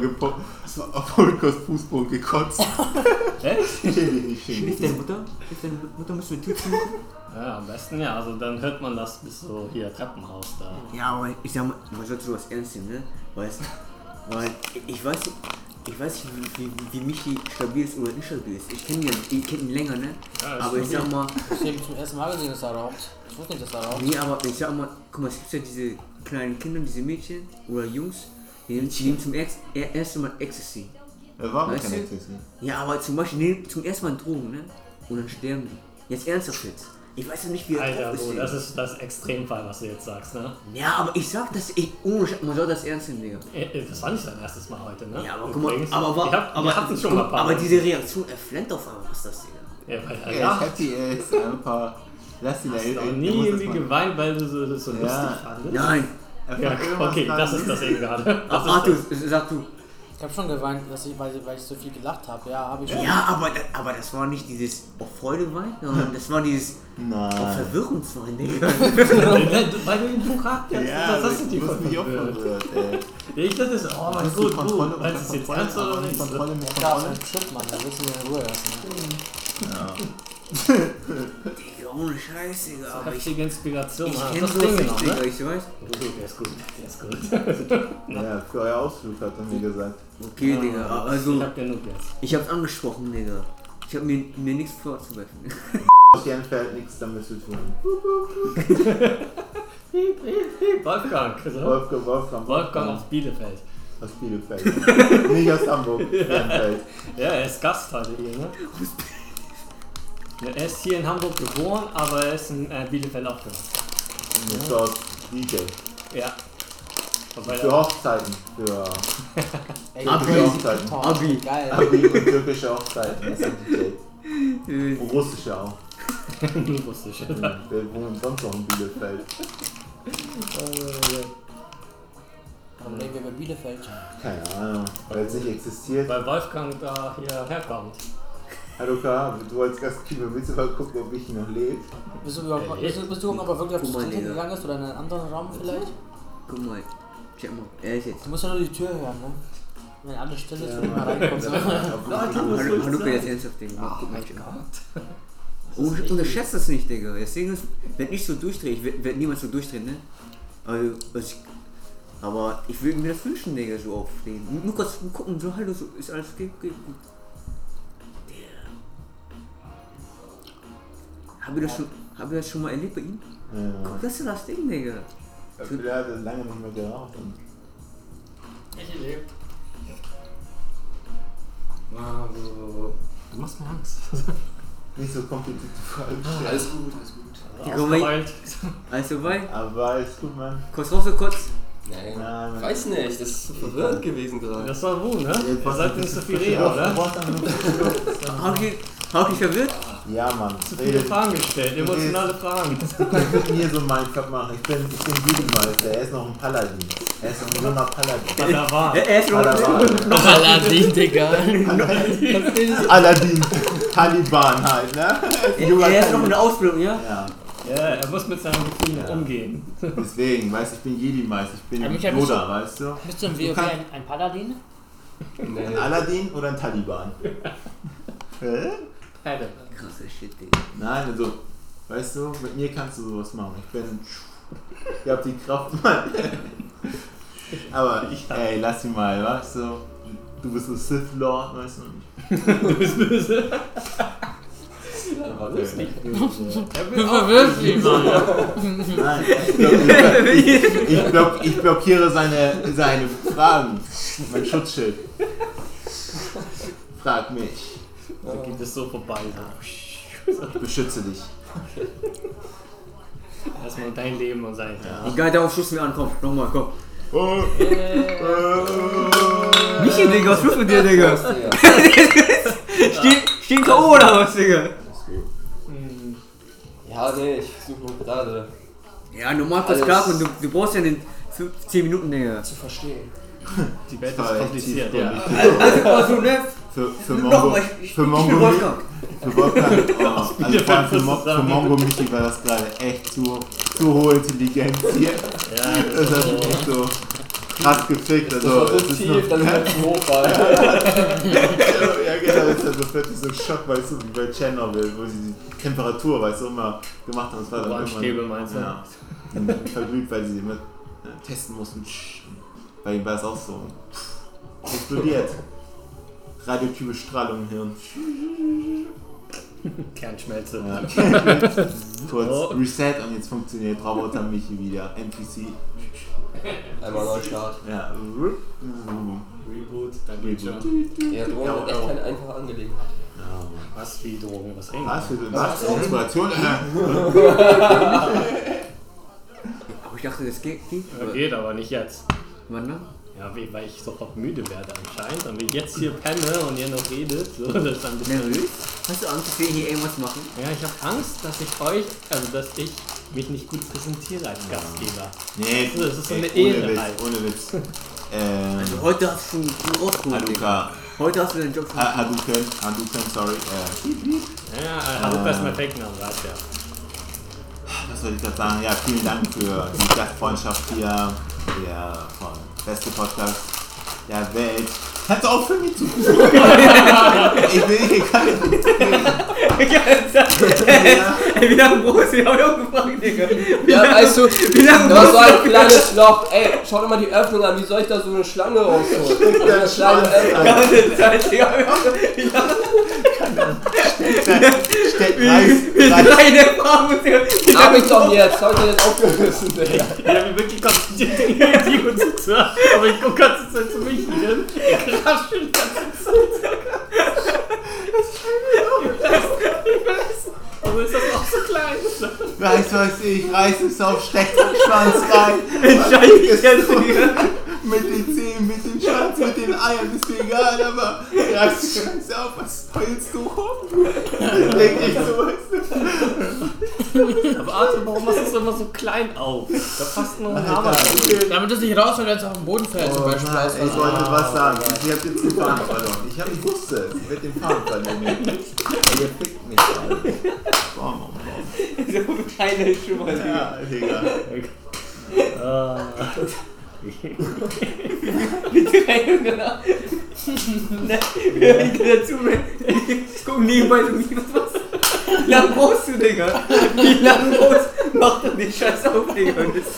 auf Harukas Fußboden gekotzt. Echt? Schäm dich nicht, schäm dich Schläft deine nicht. Mutter? Schläft deine Mutter, musst du die Tür zumachen? Ja, am besten ja. Also dann hört man das bis so hier Treppenhaus da. Ja, aber ich sag mal, man sollte sowas ernst nehmen, ne? Weißt du? Weil ich weiß nicht, wie Michi stabil ist oder nicht stabil ist. Ich kenne ihn länger, ne? Ja, ist Aber ich sag mal, Ich habe zum ersten Mal gesehen, dass er raucht. Ich wusste nicht, dass er raucht. nee, aber ich sag mal, guck mal, es gibt ja diese kleinen Kinder, diese Mädchen oder Jungs, die nehmen zum ersten Mal Ecstasy. Warum Weißt kein du? Ecstasy? Ja, aber zum Beispiel nehmen zum ersten Mal Drogen, ne? Und dann sterben die. Jetzt ernsthaft jetzt. Ich weiß ja nicht, wie er Alter, drauf so, Digga. das ist das Extremfall, was du jetzt sagst, ne? Ja, aber ich sag das, man soll das ernst nehmen, Digga. Das war nicht dein erstes Mal heute, ne? Ja, aber guck mal, Übrigens. aber wir hatten schon mal ein paar aber Mal. diese Reaktion, er flennt auf einmal, was ist das, Digga? Ja, weil Er er ist lacht. happy, er ist einfach... Lass ihn, Hast du er auch muss nie das irgendwie mal- geweint, weil du so lustig fandest? Nein. Ja, okay, das ist das eben gerade. Das ist Arthur, das. sag du. Ich habe schon geweint, weil ich so viel gelacht habe. Ja, habe ich schon. Ja, aber das war nicht dieses auf Freude weinen, sondern das war dieses auf Nein. Verwirrungsweinen, Digga. Weil du ihn gefragt hast, Ja, das hast du ich dir muss mich auch verwirrt. verwirrt, ey. Ich dachte, oh mein Hast du Gott, Kontrolle du, meinst du es jetzt ernst oder nicht? Kontrolle mit Klar, Kontrolle? so ein Shit, Mann, da willst du mir in Ruhe lassen. Ne? Ja. Digga, ohne Scheiß, Digga. Aber ich Heftige Inspiration, kenn hast du sowas das Ding nicht, genommen, Digga, ne? ich weiß. Okay, der ist gut, der ist gut. Ja, für euer Ausflug hat er mir gesagt. Okay, Digga, Ich also hab genug jetzt. ich hab's angesprochen, Digga. Ich habe mir nichts vorzuwerfen. Auf jeden Fall nichts damit zu tun. Wolfgang. So. Wolfgang aus Bielefeld. Aus Bielefeld. Nicht aus Hamburg. Bielefeld. Ja, er ist Gast heute hier, ne? Ja, er ist hier in Hamburg geboren, aber er ist in Bielefeld aufgewachsen. Und ist dort DJ. Ja. Für Hochzeiten. Für Abi. Hochzeiten. Abi. Geil. Abi und türkische Hochzeiten. Das ist DJ. Und russische auch. Russisch. Wir wohnen sonst noch in Bielefeld. Warum leben wir bei Bielefeld? Keine Ahnung, weil es nicht existiert. Weil Wolfgang da hier herkommt. Hallo K, du wolltest Gastgeber, willst du mal gucken, ob ich noch lebe? Bist du gucken, ob er wirklich auf Guck mal, die Toilette Digga. gegangen ist oder in einen anderen Raum vielleicht? Guck mal. Check mal. Er ist jetzt. Du musst ja nur die Tür hören, ne? Wenn alles still ist, Ja, wenn du mal reinkommst. Hallo, jetzt ernsthaft, Digga. Guck mal. Unterschätzt das nicht, Digga. Deswegen ist, wenn ich so durchdrehe, ich werde niemals so durchdrehen, ne? Aber ich würde mir das wünschen, Digga, so aufstehen. Nur kurz gucken, so hallo, so ist alles geht gut. Hab ich das schon mal erlebt bei ihm? Ja. Das ist das Ding, Digga. Der hat lange nicht mehr geraucht. Und Ich lebe. Du machst mir Angst. nicht so komplizierte Fragen stellen. Alles gut, alles gut. Die kommen Ausgeheult. Alles soweit? Aber alles gut, Mann. Kurz raus, so kurz. Nein, Nein, weiß nicht, das ist so verwirrend gewesen gerade. Das war Wu, ne? Ihr seid nicht so viel reden, oder? Hauke ich verwirrt? Ja, Mann. Zu viele Fragen gestellt, emotionale Fragen. Du kannst mit mir so einen Mindfuck machen. Ich bin Jugendmeister, er ist noch ein Paladin. Er ist noch ein junger Paladin. Padawan. Er ist Padawan. Aladdin, Digga. Aladdin. Taliban halt, ne? Er ist noch in der Ausbildung, ja? Ja, Ja, er muss mit seinen Gefühlen umgehen. deswegen, weißt du, ich bin Jedi-Meister, ich bin Aber Michael, Yoda, weißt du? Bist du im Du WoW kannst- ein Paladin? Nee. Ein Aladdin oder ein Taliban? Hä? Krasser Shit, Digga. Nein, also, weißt du, mit mir kannst du sowas machen. Ich hab die Kraft, Mann. Aber, ey, lass ihn mal, weißt du? Du bist ein Sith Lord, weißt du nicht. Du bist böse. Okay. Du verwirrst mich, Mann. Nein, ich blockiere seine Fragen. Mein Schutzschild. Frag mich. Da geht es so vorbei. Ich beschütze dich. Erstmal dein Leben und sein. Egal, darauf schuss mir an, komm, nochmal, komm. Michi, Digga, was ist los mit dir, Digga? Stehen K.O. oder was, Digga? Ja, nee, ich suche nur gerade Ja, normal kurz klar und du brauchst ja den 10 Minuten, Digga. zu verstehen. Die Welt ist kompliziert, ja. Also, ne? Für Nochmal, ich bin Wolfgang. Für Wolfgang, also vor allem für Mongo Michi war das gerade echt zu hohe Intelligenz hier. Ja, Das hat mich echt so krass gefickt. Das war so es ist tief, dass ich halt zu hoch war. ja, genau, das ist halt so plötzlich so ein Schock, weißt du, wie bei Tschernobyl, wo sie die Temperatur, weißt du, immer gemacht haben. Das war dann Warnstäbe, meinst du? Ja, verglüht, weil sie immer testen mussten. Bei ihm war es auch so. Explodiert. Radioaktive Strahlung im Hirn. Kernschmelze. Ja. Kurz Reset und jetzt funktioniert Roboter Michi wieder. NPC. Einmal Neustart. Ja. Reboot, dann geht's schon. Ja, Drohnen sind echt keine einfache Angelegenheit. Was wie Drogen? Was eigentlich? Was für Inspiration? Aber ich dachte, das geht. Ja, geht aber nicht jetzt. Wann dann? Ja, weil ich sofort müde werde anscheinend. Und wenn ich jetzt hier penne und ihr noch redet, so, das ist ein bisschen... Nervös? Hast du Angst, dass wir hier irgendwas machen? Ja, ich habe Angst, dass ich mich nicht gut präsentiere als Gastgeber. Nee, Das ist so eine ohne Ehre Witz, halt. ohne Witz. Also heute hast du schon rausgeholt, Digga. Haduka. Heute hast du den Job schon. Hadouken, sorry. Ja, Haduka ist mein Fake-Name, weißt ja. Was soll ich gerade sagen? Ja, vielen Dank für die Gastfreundschaft hier. Der von beste Podcast der Welt. Kannst du aufhören, mir zu Ich will hier keine... Ey, wie lange brauchst du? Ich hab mich auch gefragt, Digga. Ja, weißt du, Wie lange da ist brauchst so ein kleines Loch. Ey, schau dir mal die Öffnung an. Wie soll ich da so eine Schlange rausholen? So eine kleine Öffnung. Kleine Erfahrung. Hab ich doch jetzt aufgerissen, Digga. Ich habe wirklich konzentriert die gut zuzuhören, aber ich gucke ganze Zeit zu mich hin. Ich raschel die ganze Zeit. Aber ist das auch so klein? Weiß ich, reiß es auf, steck den Schwanz rein. Entscheide ich jetzt wieder. Mit den Zähnen, mit dem Schwanz, mit den Eiern, ist mir egal, aber reiß die Schwanz auf, was heulst du rum? Leg ich so, weißt du? Aber Arthur, warum machst du es immer so klein auf? Da passt nur ein Hammer. Damit das nicht rausfällt, wenn es auf den Boden fällt, zum Beispiel. Nein, ich wollte was sagen. Ich hab jetzt den Faden verloren. Ich wusste es. Ich werde den Faden verlieren. Ihr fickt mich alle. Bom. So kleine Schummer, Digga. Ja, Digga. Die drei Jünger. Ich gehe dazu, ich guck nebenbei so, wie lange brauchst du, Digga? Wie lange mach doch den Scheiß auf, Digga.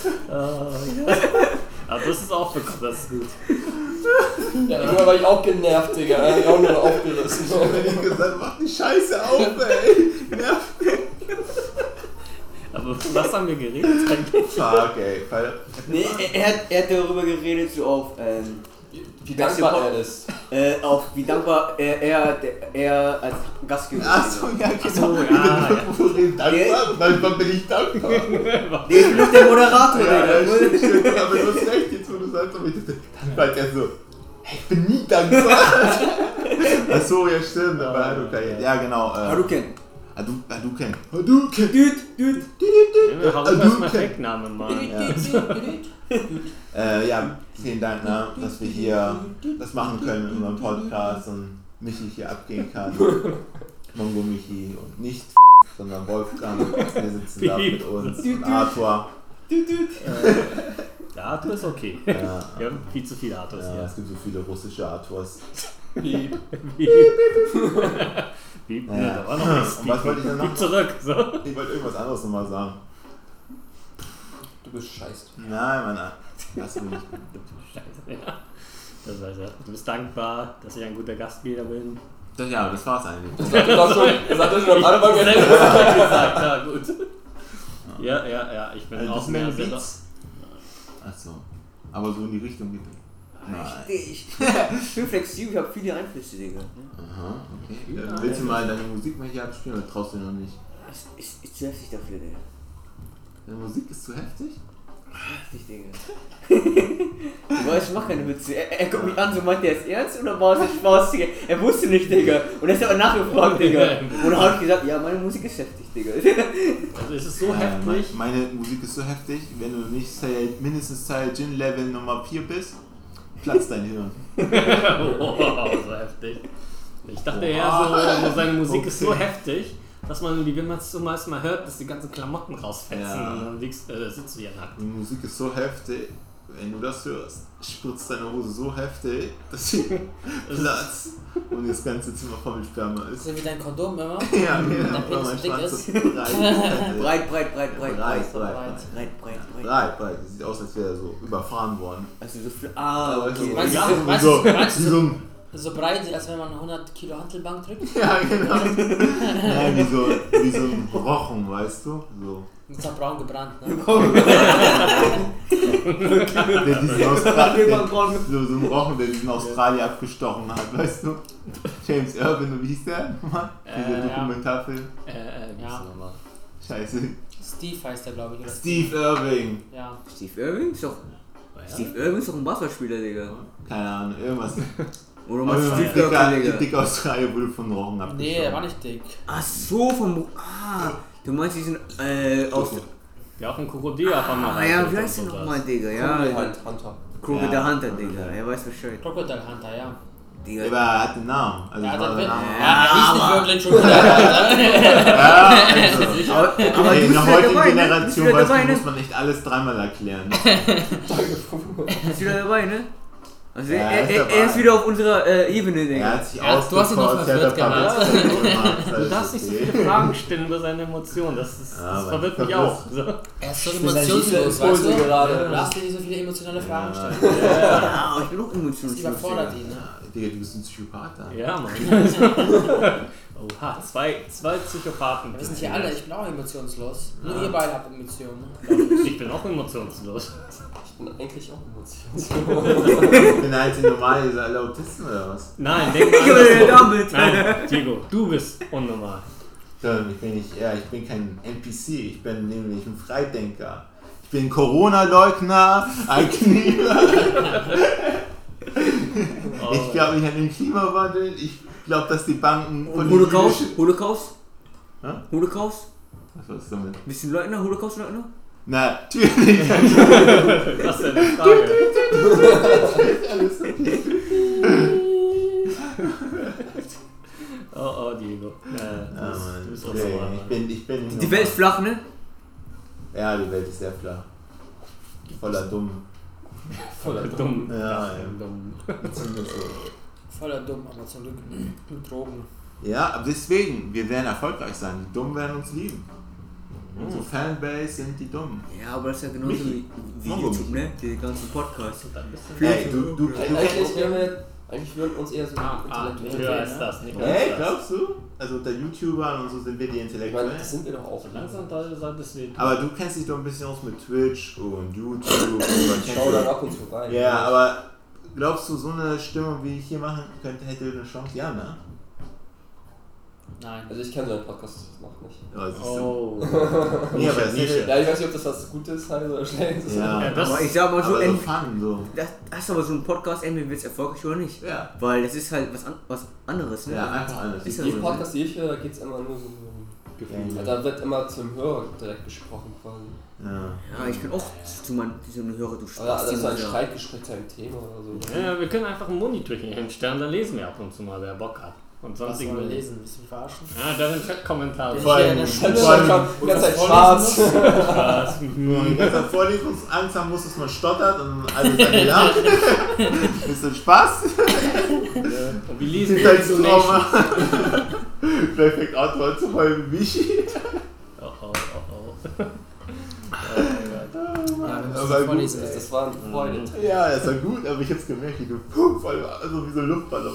Aber das ist auch bekommen, das ist gut. Ja, irgendwann war ich auch genervt, Digga. Hab ich auch nur aufgerissen. Wenn ich gesagt mach die Scheiße auf, ey. Nerv. Aber was haben wir geredet eigentlich? Fuck, ey. Nee, er hat darüber geredet, so auf, Wie dankbar er ist. auf wie dankbar er als Gastgeber ist. Achso, ja, genau. Ja. Dankbar bin ich dankbar. Nee, ich bin doch der Moderator, Ja, Digga. stimmt, aber du hast recht, jetzt wo du sagst, aber dankbar ist er so. Hey, ich bin nie dankbar. Achso, ja stimmt, aber Hadouken. Ja, genau. Hadouken. Hadouken. Dude. Haruka ist mein Fake-Name, Mann. Ja, vielen Dank, dass wir hier das machen können in unserem Podcast und Michi hier abgehen kann. Mongo Michi und nicht sondern Wolfgang. Wir sitzen da mit uns und Arthur. Der Arthur ist okay. Ja. Wir haben viel zu viele Arthurs Ja, hier. es gibt so viele russische Arthurs. Piep. Piep. Ja. Nee, da war noch nichts. Und was wollte ich dann noch? Piep zurück. So. Ich wollte irgendwas anderes nochmal sagen. Du bist scheiße. Nein, Mann, lass mich nicht. Scheiße, ja. Das weiß er. Du bist dankbar, dass ich ein guter Gastgeber bin. Ja, das war's eigentlich. Das hat er schon am Anfang Ich gesagt. gesagt, ja gut. Ja, ich bin Also, auch das sind meine mehr Beats. Achso. Aber so in die Richtung geht Nein. Ich bin flexibel, ich hab viele Einflüsse, Digga. Aha, okay. Willst du mal deine Musik mal hier abspielen oder traust du dir noch nicht? Ist zu heftig dafür, Digga. Deine Musik ist zu heftig? Heftig, Digga. Du weißt, ich mach keine Witze. Er guckt mich an, so meint der ist ernst oder war es ein Spaß, Digga? Er wusste nicht, Digga. Und er ist aber nachgefragt, Digga. Und dann hab ich gesagt, ja, meine Musik ist heftig, Digga. Also ist es so heftig. Meine Musik ist so heftig, wenn du nicht mindestens Saiyajin Level Nummer 4 bist, platzt dein Hirn. Wow, so heftig. Ich dachte eher so, seine Musik ist so heftig, dass man, wie wenn man es zum ersten Mal hört, dass die ganzen Klamotten rausfetzen Ja. und dann sitzt du hier nackt. Die Musik ist so heftig, wenn du das hörst, spritzt deine Hose so heftig, dass sie platzt und das ganze Zimmer voll mit Sperma ist. So wie dein Kondom immer. Ja, genau. Dein Penis Mein dick Schwanz ist. ist breit. Breit. Das sieht aus, als wäre er so überfahren worden. Also so viel. Ah, okay. Meinst du, Ja, meinst wie du so ein, so breit, als wenn man 100 Kilo Hantelbank drückt? ja, genau. Nein, wie so ein Rochen, weißt du? So. Ist auch braun gebrannt, ne? Der diesen Australier, so ein Rochen, der diesen Australier abgestochen hat, weißt du? James Irwin, wie hieß der? Dieser ja. Dokumentarfilm. Wie Ja. ist er nochmal? Scheiße. Steve heißt der, glaube ich. Oder? Steve Irving. Ja. Steve Irwin ist doch. Steve Irwin ist doch ein Basketballspieler, Digga. Keine Ahnung, irgendwas. Oder Aber meinst du Steve dicker, Irwin, Digga? dicker Australier wurde von Rochen abgestochen. Nee, der war nicht dick. Ach so, vom. Du meinst diesen. Aus. Der auch ein Krokodil auf einmal. Ah ja, wie heißt der nochmal, Digga? Ja. Hunter. Crocodile Ja. Hunter, Digga. Er weiß Bescheid. Crocodile Hunter, ja. Digga. Aber er hat den Namen. Also Ja, es war dann der wird. Name. Ja, hieß nicht wirklich Crocodile Hunter. Ja, also. Aber Ey, in du der bist wieder heutigen dabei, ne? Generation Du bist wieder weißt du, dabei, ne? muss man nicht alles dreimal erklären. Bist du wieder dabei, ne? Also Ja, er ist wieder auf unserer Ebene, Digga. Er hat sich Ja, du hast ihn noch verwirrt gemacht. Du darfst nicht so viele Fragen stellen über seine Emotionen, das verwirrt mich auch. So. Er ist so bin emotionslos, weißt Impulse du? gerade. Du darfst dir nicht so viele emotionale Fragen stellen. Ja, aber ich bin auch Das emotionslos. überfordert ihn, ne? Digga, du bist ein Psychopath. Ja, Mann. Oha, zwei Psychopathen. Wir sind hier alle, ich bin auch emotionslos. Nur ihr beide habt Emotionen. Ich bin auch emotionslos. Ich bin eigentlich auch emotionslos. Ich bin halt normal, diese alle Autisten oder was? Nein, denk mal Ich will andersrum. damit. Nein, Diego, du bist unnormal. Ich bin kein NPC, ich bin nämlich ein Freidenker. Ich bin Corona-Leugner, ein Klima. Ich glaube nicht an den Klimawandel, ich glaube, dass die Banken Holocaust? Holocaust? Hä? Holocaust? Was ist damit? Bist du ein Leugner? Holocaust-Leugner? Natürlich. Was denn eine Frage? Oh, Diego. Du bist unnormal. Ich bin Die Welt ist flach, ne? Ja, die Welt ist sehr flach. Voller Dumm. Voller Dumm. Ja, Dumm. Voller dumm, aber zum Glück mit Drogen. Ja, aber deswegen, wir werden erfolgreich sein. Die Dummen werden uns lieben. Unsere Fanbase sind die Dummen. Ja, aber das ist ja genauso Michi. wie Warum? YouTube, ne? Die ganzen Podcasts. Ey, du Eigentlich würden uns eher so intellektuell Höher sehen, als ne? das, nicht Ey, als das. glaubst du? Also unter YouTubern und so sind wir die Ich meine, Intellektuellen. das sind wir doch auch. Langsam sollte es wehtun. Aber du kennst dich doch ein bisschen aus mit Twitch und YouTube und Ich schau dann ab und zu rein. Ja, aber glaubst du, so eine Stimmung, wie ich hier machen könnte, hätte eine Chance? Ja, ne? Nein. Also ich kenne so einen Podcast noch nicht. Ja, siehst du. Oh. Nee, aber das Nische. ist Ja, ich weiß nicht, ob das was Gutes halt oder Schlechtes. ja, Ja, das- Aber ich sag mal so, aber so Fun, so. das ist aber so ein Podcast, entweder wird es erfolgreich oder nicht. Ja. Weil das ist halt was anderes, ne? Ja, einfach alles. Ist ja Die so, Podcasts, die ich höre, da geht es immer nur so Gefühl. Ja, da wird immer zum Hörer direkt gesprochen quasi. Ja. Ja, ich bin auch zu meinem so eine Hörer, du Aber das ist so ein ja. Streitgespräch zu einem Thema oder so. Ja, wir können einfach einen Monitor hier hinstellen, dann lesen wir ab und zu mal, wer Bock hat. Und sonst Was soll man irgendwie. lesen? Willst du mich verarschen? Ja, da sind Chat-Kommentare. Bin Vor ich hier allem- in der Schule? vor allem- Die ganze Zeit schwarz. Spaß. Und die ganze Zeit Vorlesungsangst haben muss, dass man stottert und alle sagen ja. Bisschen Spaß. Und wir lesen Ist halt die so Donation. Trauma. Vielleicht fängt Otto an zu heulen wie Michi. Oh. Ja, wir müssen Aber gut, vorlesen. Das war eine Freude. Ja, das war gut, aber ich hab's gemerkt, wie du voll, also wie so ein Luftballon.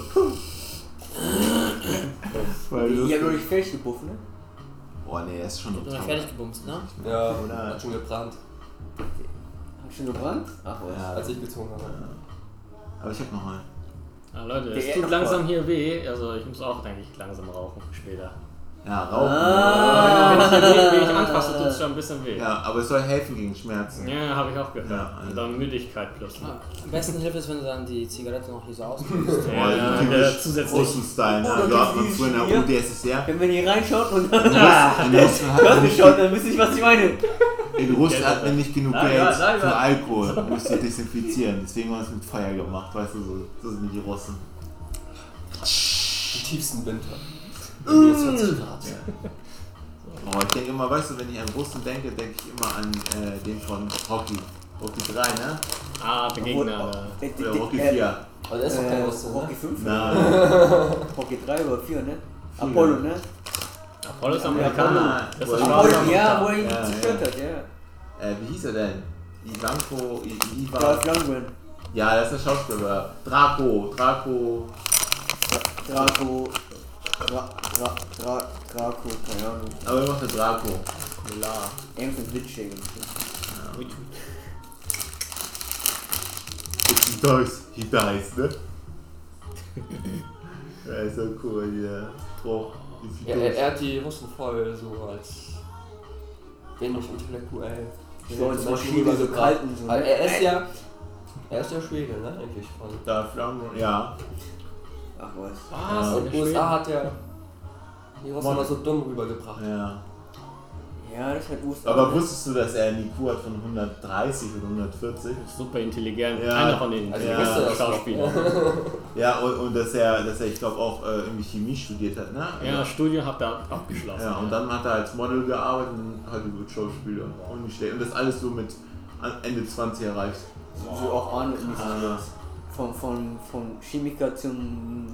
Voll Ich hab lustig. noch nicht fertig gebufft, ne? Oh nee, er ist schon Du hast fertig gebumst, ne? Ja, Oder? hat schon gebrannt, Hab schon gebrannt? Ach was. Ja. als ich gezogen habe. Aber ich hab noch einen. Ja, Leute, Der es tut noch langsam mal. hier weh. Also ich muss auch, denke ich, langsam rauchen später. Ja, Rauchen. Wenn ich anfasse, tut es schon ein bisschen weh. Ja, aber es soll helfen gegen Schmerzen. Ja, habe ich auch gehört. Ja, also- Und dann Müdigkeit plötzlich. Ah, am besten hilft es, wenn du dann die Zigarette noch hier so ausgibst. Oh, Ja, typisch der zusätzliche. Russen-Style, ne? Oh, So hat man dieses früher in der hier. UdSSR. Wenn man hier reinschaut und dann In Russland schaut, dann wisst ihr, was ich meine. in Russland hat man nicht genug Nein, Geld nein, nein, für nein. Alkohol, um es zu desinfizieren. Deswegen haben wir es mit Feuer gemacht, weißt du, so sind die Russen. Im tiefsten Winter. Minus 20 Grad. Oh, ich denke immer, weißt du, wenn ich an Russen denke, denke ich immer an den von Rocky. Rocky 3, ne? Ah, der Gegner. Oder Rocky 4. Aber der ist doch kein Russe, Rocky ne? 5? Nein. Rocky 3 oder 4, ne? Apollo, ne? Apollo ist Ja, Amerikaner. Das ist Apollo. schwarz. Apollo, ja, wo er ihn Ja, zerstört ja. hat, ja. Wie hieß er denn? Ivanko, Dolph Lundgren. Ja, das ist der Schauspieler. Draco. Draco, keine Ahnung. Aber er macht der Draco. Irgendwas mit Witschägen. He dies, ne? Ja, ist so cool, dieser Spruch. Er hat die Russen voll so als wenig intellektuell. So als Maschine, so kalt und so. Aber Ne? er ist ja Schwede, ne? Eigentlich von. Da Flammen, ja. Ach was. Was? Und USA hat ja die Russen immer so dumm rübergebracht. Ja. Ja, das ist halt USA. Aber wusstest du, dass er einen IQ hat von 130 oder 140? Super intelligent. Ja. Einer von den Also Ja. wisst ihr das Schauspielern. Ja, und dass er, ich glaube, auch irgendwie Chemie studiert hat, ne? Ja, das Studium hat er abgeschlossen. Ja, und dann hat er als Model gearbeitet und Hollywood-Schauspieler. Und nicht schlecht. Und das alles so mit Ende 20 erreicht. So auch Arne und nicht Ah. von Chemiker zum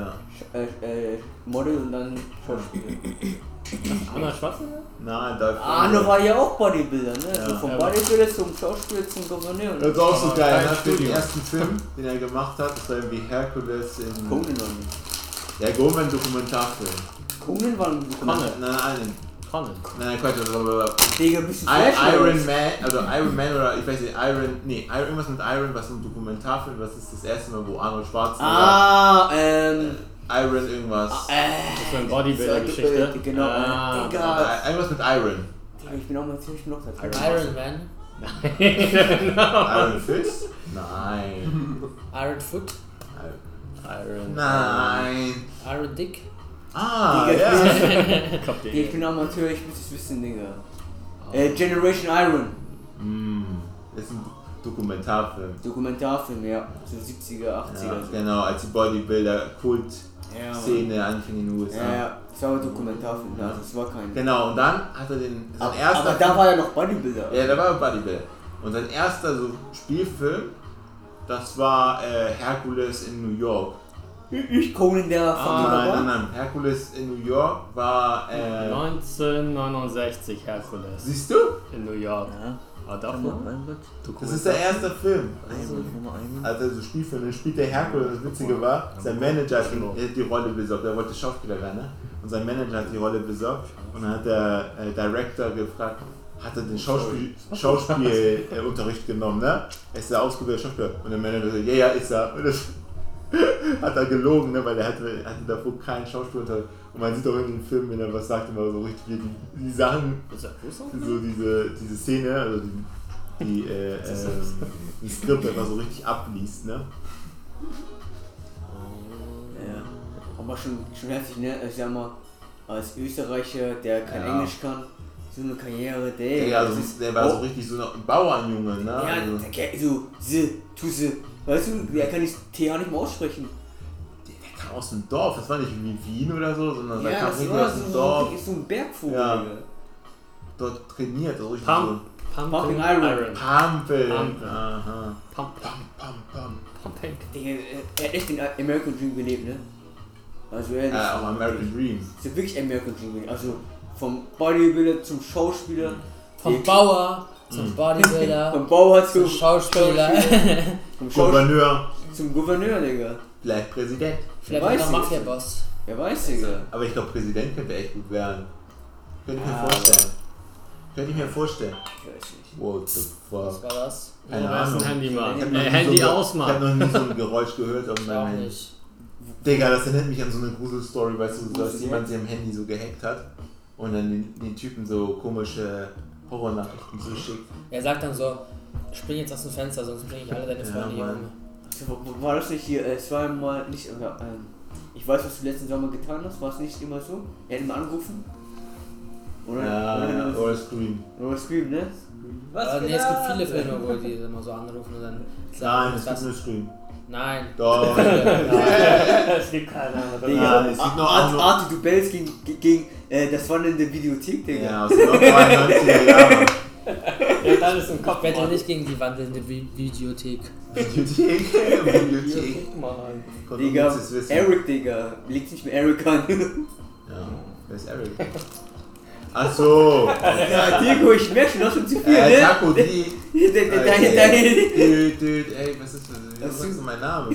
Model und dann Schauspieler. Arnold Schwarzenegger? Nein, da Arno war ja auch Bodybuilder, ne? Ja. So vom Bodybuilder zum Schauspieler zum Gouverneur. Das ist auch so Aber geil, kein ne? Für den Studio. ersten Film, den er gemacht hat, das war irgendwie Hercules in... Conan noch nicht. Ja, Goldman Dokumentarfilm. Conan war ein Conan. Nein, Conan. Quatsch, Digga, bist du Flash Iron Man oder ich weiß nicht, irgendwas mit Iron, was ein Dokumentarfilm, was ist das erste Mal, wo Arnold Schwarzenegger Iron irgendwas. Das ist eine Bodybuilder-Geschichte. Genau. Digga. Irgendwas mit Iron. Ich bin auch mal ziemlich noch da. Iron Man, Iron Fist? Nein. Iron Foot, Iron. Nein. Iron Dick. Ah, Digga, ja. Ich bin Amateur, ich muss es wissen, Digga. Generation Iron. Das ist ein Dokumentarfilm. Dokumentarfilm, ja. So 70er, 80er. Ja, so. genau, als die Bodybuilder-Kult-Szene anfing in den USA. Ja, es war ein Dokumentarfilm, also es war kein... Genau, und dann hat er sein erster... Aber da war er noch Bodybuilder. Ja, da war er Bodybuilder. Und sein erster so Spielfilm, das war Hercules in New York. Ich Conan, der von Nein. Hercules in New York war... 1969 Hercules Siehst du? in New York. Ja. Aber davor? Das ist der erste Film. Also so Spielfilm, dann spielt der Herkules. Das Witzige war, sein Manager hat die Rolle besorgt. Er wollte Schauspieler werden, ne? Und sein Manager hat die Rolle besorgt. Und dann hat der Director gefragt, hat er den Schauspielunterricht genommen, ne? Er ist der ausgebildeter Schauspieler. Und der Manager sagt, ja, ist er. Und das hat er gelogen, ne? Weil er hatte davor keinen Schauspielunterricht. Und man sieht auch in dem Film, wenn er was sagt, immer so richtig die Sachen, so diese Szene, also die Skript einfach so richtig abliest, ne? Ja. Aber schon herzlich, ne? Ich sag mal, als Österreicher, der kein Englisch kann, so eine Karriere, Der war so richtig so ein Bauernjunge, ne? Ja, Also, weißt du, der kann das TH nicht mal aussprechen. der kam aus dem Dorf, das war nicht wie Wien oder so, sondern der Ja, kam das richtig war aus dem Dorf, so ein Bergvogel. Ja. Digga. dort trainiert, so richtig Pumping Iron. so Pumping. Pumping. Aha. Pump. Pumping. Digga, er hat echt den American Dream gelebt, ne? Also ehrlich. Auch American Dream. So wirklich American Dream gelebt. Also vom Bodybuilder zum Schauspieler. Vom Bauer zum Bodybuilder, Vom Bauer zum zum Schauspieler. Vom Gouverneur, zum Gouverneur, Digga. vielleicht Präsident. Vielleicht Weiß noch ich. Mafia-Boss. Wer weiß, Digga. Aber ich glaube, Präsident könnte echt gut werden. Könnte ich mir Ja, vorstellen. Könnte ich mir vorstellen. Ich weiß nicht. What the Was fuck? war das? Keine Wer ist ein Ahnung. Handy machen? Ich hab noch nie Handy so ein- ausmachen. Ich habe noch nie so ein Geräusch gehört auf Ich auch meinem Handy. nicht. Digga, das erinnert mich an so eine Gruselstory, weißt du, dass Grusel, jemand sich am Handy so gehackt hat und dann den Typen so komische Horrornachrichten zuschickt. Er sagt dann so, spring jetzt aus dem Fenster, sonst bringe ich alle deine Ja, Freunde hier Mann. um. Also, war das nicht hier, es war mal nicht, ich weiß, was du letzten Sommer getan hast, war es nicht immer so? Er hat ihn mal angerufen? Oder? Ja, oder Scream. Oder Scream, ne? Aber nee, es gibt viele Filme, wo die immer so anrufen und dann Nein, es das. gibt nur Scream. Nein. Doch. Es gibt keine andere. Digga, es gibt noch andere- Arthur Dubels gegen das wandelnde Videothek, Digga. Ja, aus den 93er Jahren. Ja, dann ist im Kopf. Ich wette nicht gegen die wandelnde Videothek. Bibliothek. Guck mal an. Konnte Digga, nichts wissen. Eric, Digga. Legt nicht mehr Eric an. Ja, wer ist Eric? Achso. Ja, Diego, ich merke schon, das ist schon zu viel, ne? Taco, die. Dude, Ey, was ist das? Wie sagst du mein Name?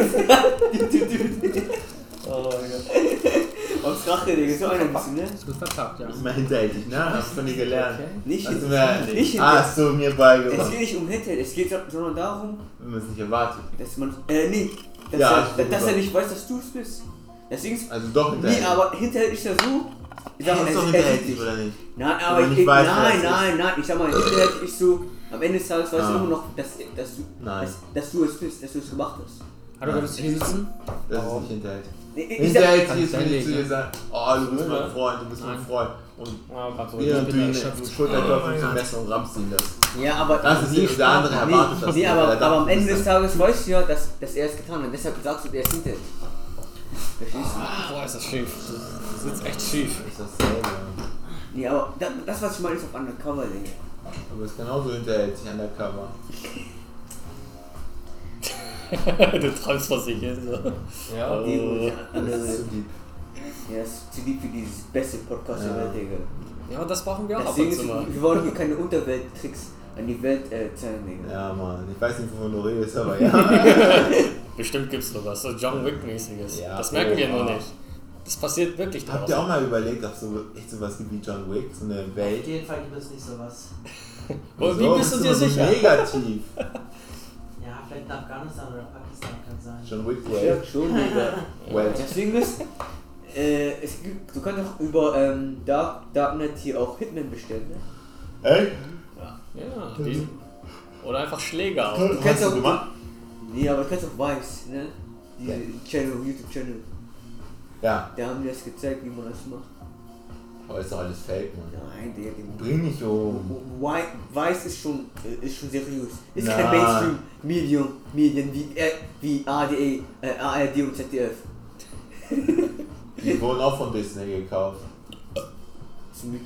Oh mein Gott. Aus Rache, Digga, so einer bist du, ne? Ist gut verpackt, ja. Immer hinterhältig, ne? Hast du von dir gelernt. Nicht Hast du nicht mir, hast du mir Es beigebracht. geht nicht um Hinterhalt, es geht sondern darum, Wenn man es nicht erwartet. dass man, dass, Ja, dass er nicht weiß, dass du es bist. Deswegen, Also doch nee, hinterhältig. aber Hinterhalt ist ja so, ich sag mal, ist doch es hinterhältig, nicht. oder nicht? Nein, Wenn aber man nicht weiß, wer es nein, ich sag mal, Hinterhalt ist so, am Ende des Tages weißt du Ah. immer noch, dass Nein. du es bist, dass du es gemacht hast. Hallo, würdest du hier sitzen? Das ist nicht hinterhältig. Ich sag, Hinterhältig ist, wenn ich Kannst zu dir du sage, oh, du bist mein Freund, du bist mein Nein. Freund. Und Ja, kannst du wir ruhig. natürlich erschöpft. mit Schulterklopfen zum Messer und rammst ihn das. ja, aber Das ist der andere erwartet das nee, nicht, aber weil er dachte, am Ende du des bist Tages weißt du ja, dass er es getan hat. Deshalb sagst du, der ist hinterhältig. Verstehst du? Boah, ist das schief. Das sitzt echt schief. Das ist dasselbe. Nee, aber das, was ich meine, ist auf Undercover, Digga. Aber es ist genauso hinterhältig undercover. Du träumst von sich hin. So. Ja. Das Das ist ist zu deep. zu lieb für dieses beste Podcast der Welt, Digga. Ja, das brauchen wir auch ab Deswegen und ist, zu mal. wir wollen hier keine Unterwelttricks an die Welt zeigen, Digga. Ja, Mann. Ich weiß nicht, wovon du redest, aber ja. Bestimmt gibt's sowas, so John Wick-mäßiges. Ja, Das merken wir nur ja. nicht. Das passiert wirklich Habt ihr auch draußen. mal überlegt, ob so echt sowas gibt wie John Wick, so eine Auf Welt? jeden Fall gibt es nicht sowas. Wie bist du dir immer so sicher? negativ. Ja, vielleicht in Afghanistan oder Pakistan kann sein. John Wick Ja, Welt. schon, Digga. Welt. Das Ding ist, du kannst auch über Darknet hier auch Hitman bestellen, ne? Ey? Ja, die, oder einfach Schläger auch. Du Hast kannst du auch gemacht? Nee, aber du kannst auch Vice, ne? Diese YouTube-Channel. Ja. Da haben die das gezeigt, wie man das macht. Aber ist doch alles Fake, Mann. Nein, Digga, Bring nicht um. Vice ist schon seriös. Ist Nein. kein Mainstream-Medien wie ARD und ZDF. Die wurden auch von Disney gekauft. Das ist ein Mythos.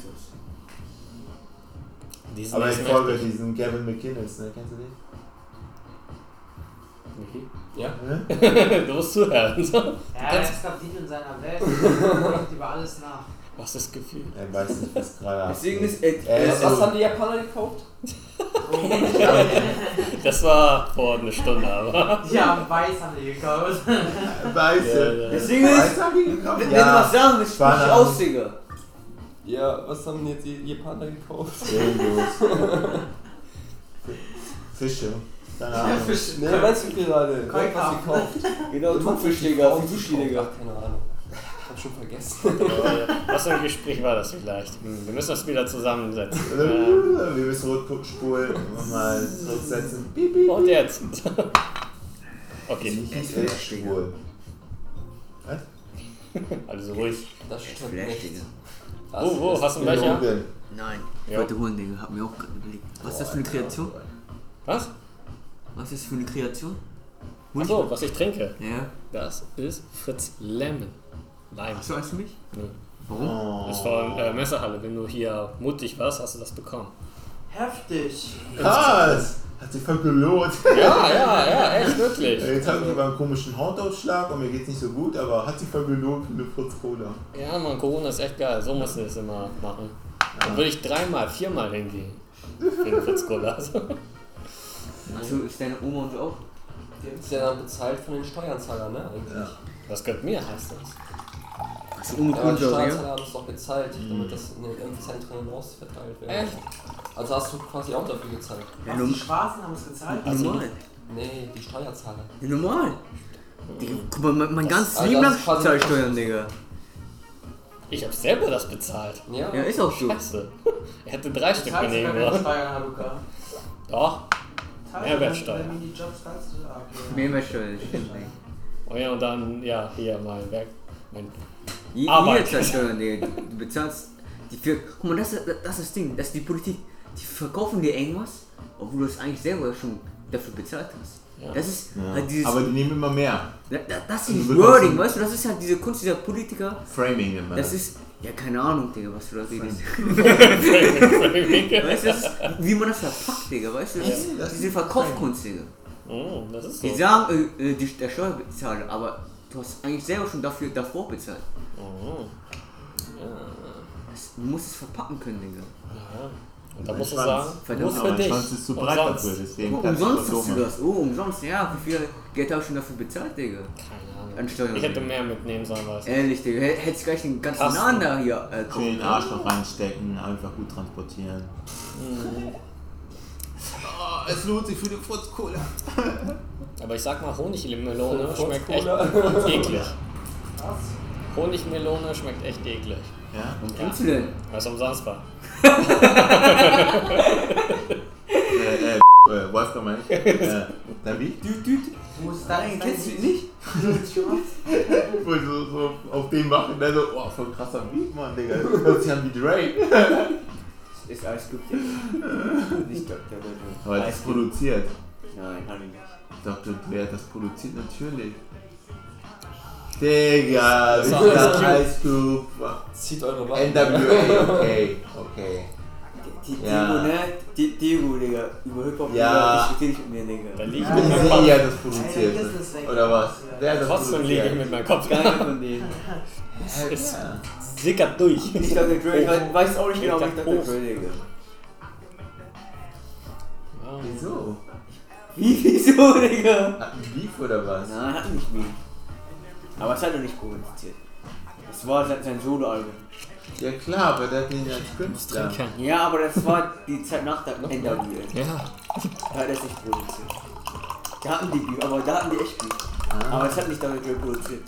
Die sind Aber ich nicht folge mächtig. diesen Gavin McInnes, ne? Kennst du den? Ja. Ne? Du musst zuhören. So. Ja, er ist gerade tief in seiner Welt und denkt über alles nach. Was ist das Gefühl? Er weiß nicht, was gerade Deswegen abgeht. ist Er ist Was so- haben die Japaner gekauft? Das war vor einer Stunde, aber. Ja, Weiß haben die gekauft. Weiße. Ja. Deswegen ist, Weiße haben die gekauft? wenn du was sagen willst, sprich Bananen. aus, Digga. Ja, was haben jetzt die Japaner gekauft? Dildos. Fische. Keine Ahnung. Ne, weißt du gerade? Koi Was sie kauft? Genau, Thunfisch, Digga, und Sushi, Digga. Ach, keine Ahnung. Hab schon vergessen. Was für ein Gespräch war das vielleicht? Wir müssen das wieder zusammensetzen. Wir müssen rückspulen und mal zurücksetzen. Piep, piep. Und jetzt. Okay, Nicht Flash, schwul. Was? also ruhig. Das stimmt Flash, nicht. Digga. Das Wo? ist Hast du einen Becher? Gelogen. Nein, ich Ja. wollte holen, Digga, hab mir auch gerade überlegt. Was ist das für eine Kreation? Was? Was ist das für eine Kreation? Achso, was ich trinke. Ja. Das ist Fritz Lemon. Lime. Hast du eins für mich? Nö. Warum? Oh. Das war Messerhalle. Wenn du hier mutig warst, hast du das bekommen. Heftig. Krass! Hat sich voll gelohnt. Ja, echt, wirklich. Jetzt habe ich aber einen komischen Hautausschlag und mir geht's nicht so gut, aber hat sich voll gelohnt für eine Fritz Cola. Ja, man, Corona ist echt geil. So musst du es immer machen. Dann würde ich 3-mal, 4-mal hingehen. Für eine Fritz Cola. Achso, ist deine Oma und so auch? Die ist ja dann bezahlt von den Steuerzahlern, ne? Eigentlich. Ja. Das gehört mir, heißt das. Hast du Oma Ja, aber die und so, Steuerzahler haben es doch bezahlt, damit das in den Impfzentren rausverteilt wird. Echt? Also hast du quasi auch dafür gezahlt. Ja, Was, die Schwarzen haben es gezahlt? normal. Nee, die Steuerzahler. Ja, normal. Digga, guck mal, mein ganzes also Leben das lang ist quasi zahle ich nicht Steuern, Digga. Ich habe selber das bezahlt. Ja, Ja, ist auch so. Scheiße. Er hätte 3 Stück Zahlst du nehmen gar keine sollen. Steuern, Haluka? Doch. Zahlst du, Mehrwertsteuer. Wenn du die Jobs zahlst, du? Ah, okay. Mehrwertsteuer, das stimmt, Digga. Oh ja, und dann, ja, hier mein Werk. Mein Jeder Arbeit. zahlt Steuern, Digga. Du bezahlst die für. Guck mal, das ist das Ding, das ist die Politik. Die verkaufen dir irgendwas, obwohl du es eigentlich selber schon dafür bezahlt hast. Ja. Das ist Ja. halt dieses. Aber die nehmen immer mehr. Das ist Also dieses du bekommst Wording, ein- weißt du, das ist halt diese Kunst dieser Politiker. Framing immer. Das ist. Ja, keine Ahnung, Digga, was du da redest. Winkel. Weißt du, das ist, wie man das verpackt, Digga, weißt du? Das ist das diese ist Verkaufskunst, Digga. Oh, das ist Die so. sagen, der Steuerbezahler, aber du hast eigentlich selber schon davor bezahlt. Oh. Ja. Du musst es verpacken können, Digga. Ja. Und da Mein musst du Schwanz. sagen, Verdammt, muss Aber für mein dich. Schwanz ist zu breit Umsonst. dafür, deswegen Oh, kannst umsonst du hast du Kondome. das. Oh, umsonst, ja. Wie viel Geld habe ich schon dafür bezahlt, Digga? Keine Ahnung. An Steuern. Ich hätte mehr mitnehmen sollen, weißt du. Ehrlich, Digga. Hättest gleich den ganzen Kasten. Laden da hier Schön den Arschloch reinstecken, einfach gut transportieren. Oh, es lohnt sich für die Fritz Cola. Aber ich sag mal, Honigmelone Für schmeckt echt Cola. eklig. Was? Honigmelone schmeckt echt eklig. Ja? Warum trinkst du denn? Weil es umsonst war. Wolfgang meine ich. Na wie? Wo ist Nein, kennst du ihn nicht? Wo ich so auf den machen, der so, oh, voll krasser Beat, Mann, Digga. Hört sich an wie Drake. Ist alles gut, Digga. Nicht Dr. Dre. Aber das ist produziert. Nein, hab ich nicht. Dr. Dre hat das produziert, natürlich. Digga, Das wie ist ist alles das cute. Ice Cube? Zieht eure Waffen. NWA, okay, okay. Diego, ne? Diego, Digga. Über Hip-Hop, Ja. diskutier nicht mit mir, Digga. Da liege ich Ich mit bin meinem sicher, Kopf. das produziert. Oder was? Wer hat das Trotzdem liege ich produziert? mit meinem Kopf. Keiner von denen. Es sickert durch. Ich Dr. Dre, ich weiß auch nicht genau, was Dr. Dre, Digga. Wieso? Wieso, Digga? Hat ein Beef oder was? Nein, hat nicht mehr. Aber es hat noch nicht produziert. Es war sein Soloalbum. Ja klar, aber der hat ihn als Künstler. Ja, aber das war die Zeit nach der NWA. Ja. Da hat er es nicht produziert. Da hatten die Beef, aber da hatten die echt Beef. Aber es hat nicht Dr. Dre produziert.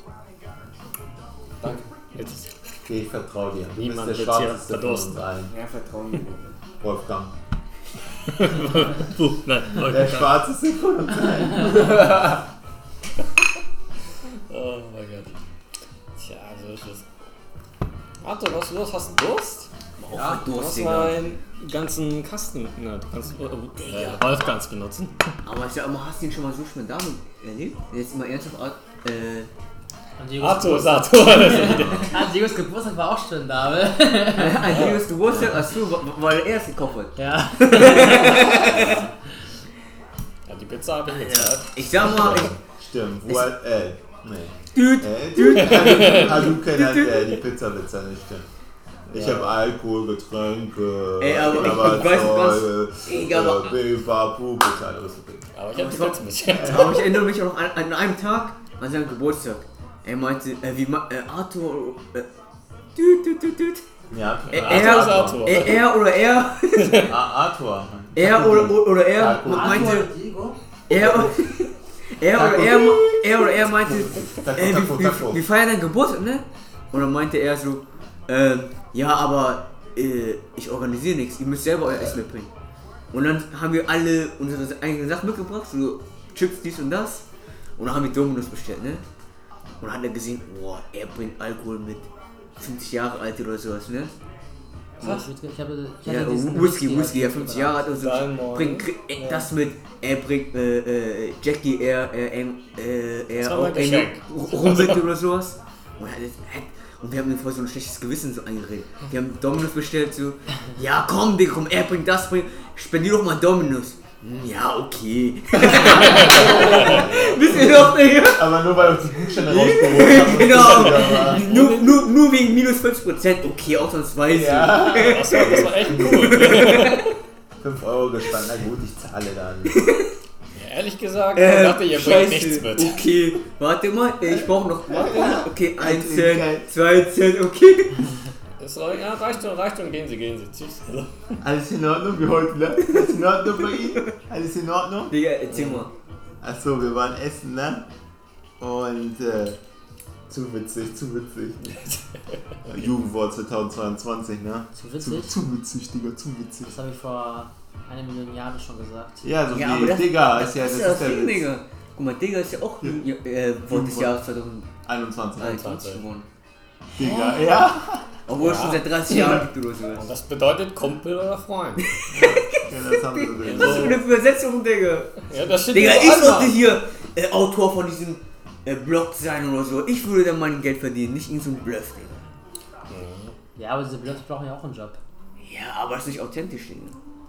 Danke. Jetzt. Okay, ich vertraue dir. Du Niemand bist der wird hier Schwarzeste von verdursten. uns allen. Ja, vertrauen mir. Wolfgang. Nein, Der Schwarzeste von uns allen. Oh mein Gott. Tja, so ist es. Arthur, was ist los? Hast du Durst? Ja, Du hast meinen ganzen Kasten. Na, du kannst Wolfgangs benutzen. Aber ich sag mal, hast du ihn schon mal so schön damit erlebt? Jetzt mal ernsthaft. Arthur ist Arthur. Diegos Geburtstag war auch schön da, ne? Ein Diegos Geburtstag, achso, weil er es gekauft hat. Ja. Ja, die Pizza habe ich gezahlt. Ich sag mal, Stimmt, wo hat nee. Dude, Hadouken hat die Pizza nicht, stimmt. Ich habe Alkohol, Getränke, Ey, aber ich weiß was. Babu bezahlt, alles okay. Aber ich habe die Pizza bezahlt. aber ich erinnere mich auch noch an einem Tag, an seinem Geburtstag. Er meinte, Arthur, Ja, Arthur. er oder er, Arthur. er oder er meinte, er oder er meinte, wir feiern deinen Geburtstag, ne? Und dann meinte er so, ja, aber ich organisiere nichts, ihr müsst selber euer Essen mitbringen. Und dann haben wir alle unsere eigenen Sachen mitgebracht, so Chips, dies und das. Und dann haben wir Dominos bestellt, ne? Und dann hat er gesehen, boah, er bringt Alkohol mit 50 Jahre alt oder sowas, ne? Was? Ich Ja, diesen Whisky, ja, 50 Jahre alt und so. Dalmor, Bringt das mit, er bringt Jackie, er war auch mein Geschenk. rum mit oder sowas. Und wir haben ihm voll so ein schlechtes Gewissen so eingeredet. Wir haben Dominos bestellt, so, ja komm, Digga, komm, er bringt das, spendier doch mal Dominos. Ja, okay. Wisst ihr doch, Digga? Aber nur weil uns die Gutscheine rausgeholt haben. Genau. Nur wegen minus 5%, okay, ausnahmsweise. Ja. Das war echt cool. 5 Euro gespannt, na gut, ich zahle dann. Ja, ehrlich gesagt, ich dachte, ihr bringt nichts mit. Okay, warte mal, ich brauche noch. Okay, 1 Cent, 2 Cent, okay. Das reicht und gehen Sie. Tschüss. Alles in Ordnung, wie heute, ne? Alles in Ordnung bei Ihnen? Alles in Ordnung? Digga, erzähl mal. Achso, wir waren essen, ne? Und, zu witzig. Jugendwort 2022, ne? Zu witzig? Zu witzig, Digga, zu witzig. Das habe ich vor 1 Million Jahren schon gesagt. Ja, so Ja, wie aber das- Digga, ist ja, Das ist das ja ist das der Ding, Witz. Digga. Guck mal, Digga ist ja auch Wort des Jahres 2021 21. geworden. Digga, ja? Obwohl es schon seit 30 Jahren gibt oder so. Und das bedeutet Kumpel oder Freund. Ja, das haben wir gesehen. Was für eine Übersetzung, Digga? Ja, das steht Digga, überall ich sollte mal. hier Autor von diesem Blog sein oder so. Ich würde dann mein Geld verdienen, nicht in so einem Bluff, Digga. Ja, aber diese Blöds brauchen ja auch einen Job. Ja, aber das ist nicht authentisch, Digga.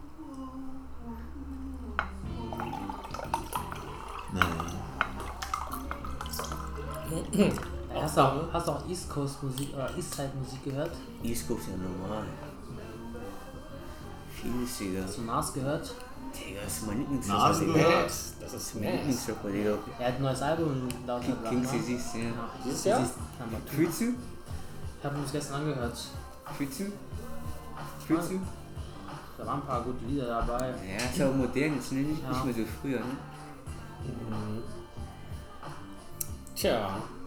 Hast du auch East Coast Musik oder East Side Musik gehört? East Coast ist ja normal. Vieles, Digga. Hast du Nas gehört? Digga, das ist mein Lieblingsrapper, Nas Digga. gehört? Das ist Das ist mein Mass. Lieblingsrapper, Digga. Er hat ein neues Album laut der King siehst, ja. Dieses Jahr? Fühlst du? Ich habe uns gestern angehört. Fühlst du? Fühlst du? Da waren ein paar gute Lieder dabei. Ja, ist auch modern, ist nicht Ja. mehr so früher, ne? Tja.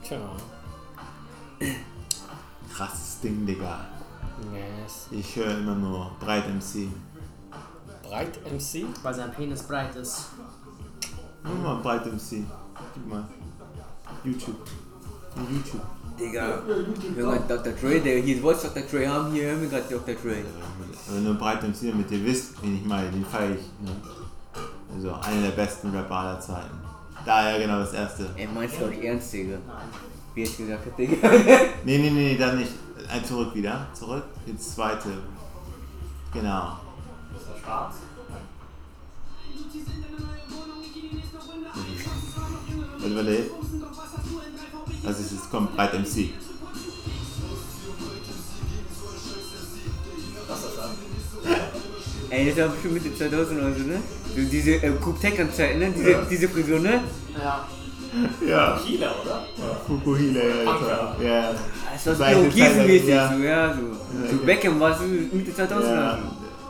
Krasses Ding, Digga. Yes. Ich höre immer nur Breit MC. Breit MC? Weil sein Penis breit ist. Mach mal Breit MC. Gib mal. YouTube. Digga, Junge, Dr. Dre, Digga, hier wollte Dr. Dre haben, hier hören wir gerade Dr. Dre. Wenn ihr Breit MC, damit ihr wisst, wen ich meine, den feiere ich. Ne? Also einer der besten Rapper aller Zeiten. Daher genau das erste. Er meint es doch nicht ernst, Digga. Nein. Wie ich gesagt habe, Digga. Nee, dann nicht. Zurück wieder. Zurück. Jetzt zweite. Genau. Ist er schwarz? Warte. Was ist es? Kommt Breit MC. Was ist das? Ey, das war bestimmt Mitte 2000 oder so, ne? So diese Coupe Tech-Zeit, ne? Diese Frisur, ne? Ja. Ja. Kieler, oder? Fukuhila, Punker. ja. Das war so Seite, Gießen-mäßig, ja. so, ja, so. So Beckham war so Mitte 2000 oder Ja. so.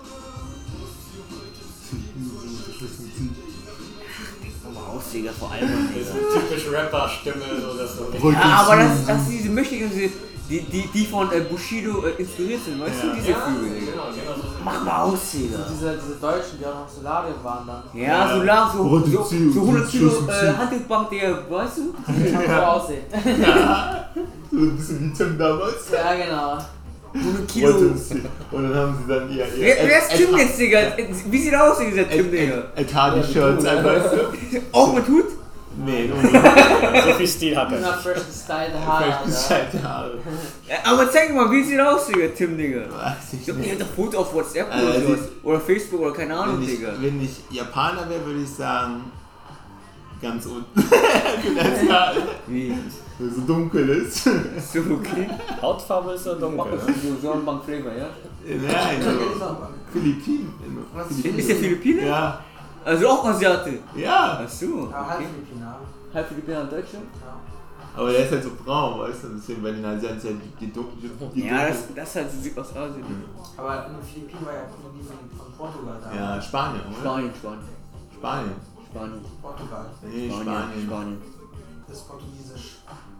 Ausleger vor allem. Das ist eine typische Rapper-Stimme, so dass so Ja, aber das ist diese Mächtigen, die von Bushido inspiriert sind, weißt du, diese Flügel, Digga. Genau so. Mach mal aus, Digga. Diese Deutschen, die auch noch Solarium waren dann. Ja, so lang, so 100 Kilo Handelbank, Digga, weißt du? Die kann so aussehen. So ein bisschen wie Tim damals. Ja, genau. 100 Kilo. Und dann haben sie dann ihr Wer ist Tim jetzt, Digga? Wie sieht er aus, dieser Tim, Digga? Ed Hardy-Shirts an, weißt du? Auch mit Hut? Nee, nur So viel Stil hat er. Immer fresh gestylte Haare. vielleicht Alter. gescheite Haare. Ja, aber zeig mal, wie sieht er aus, Digga, Tim, Digga? Weiß ich Ich hab nicht. nicht ein Foto auf WhatsApp Also, oder das sowas. Oder Facebook oder keine Ahnung, Digga. Wenn ich Japaner wäre, würde ich sagen, ganz unten. Ganz Haare. Wie? Weil so dunkel ist. So, okay. Hautfarbe ist so dunkel. Ne? So Sonnenbank-Flavor, ja? Nein, so Philippinen. Ist der Philippiner? Ja. Also auch Asiate? Ja. Ach so. Ja, halb Okay. Philippiner. Halb Philippiner und Deutsche? Aber der ist halt so braun, weißt du? Deswegen bei den Asiaten ist ja die dunkel. Ja, das ist halt so Südostasien. Aber in den Philippinen war ja Kolonie von Portugal da. Ja, Spanien, oder? Spanien. Spanien. Portugal. Nee, Spanien. Das ist Portugiesisch.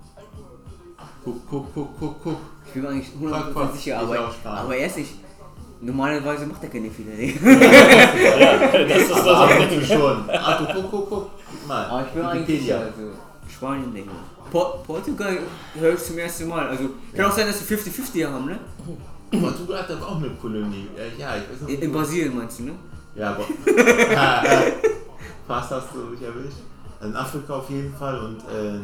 Guck. Ich bin mir eigentlich Fuck, 100% sicher, ich auch Spanien. aber er ist nicht. Normalerweise macht er keine Fehler, Digga. Das ist Aber das ab auch und zu schon. Arthur, guck. Guck mal. Aber ich bin eigentlich sicher, also Spanien, Digga. Portugal höre ich zum ersten Mal. Also kann auch sein, dass wir 50-50 haben, ne? Portugal hat aber auch eine Kolonie. Ja, ich weiß nicht. In Brasilien meinst du, ne? Ja, aber. Fast hast du mich erwischt. In Afrika auf jeden Fall und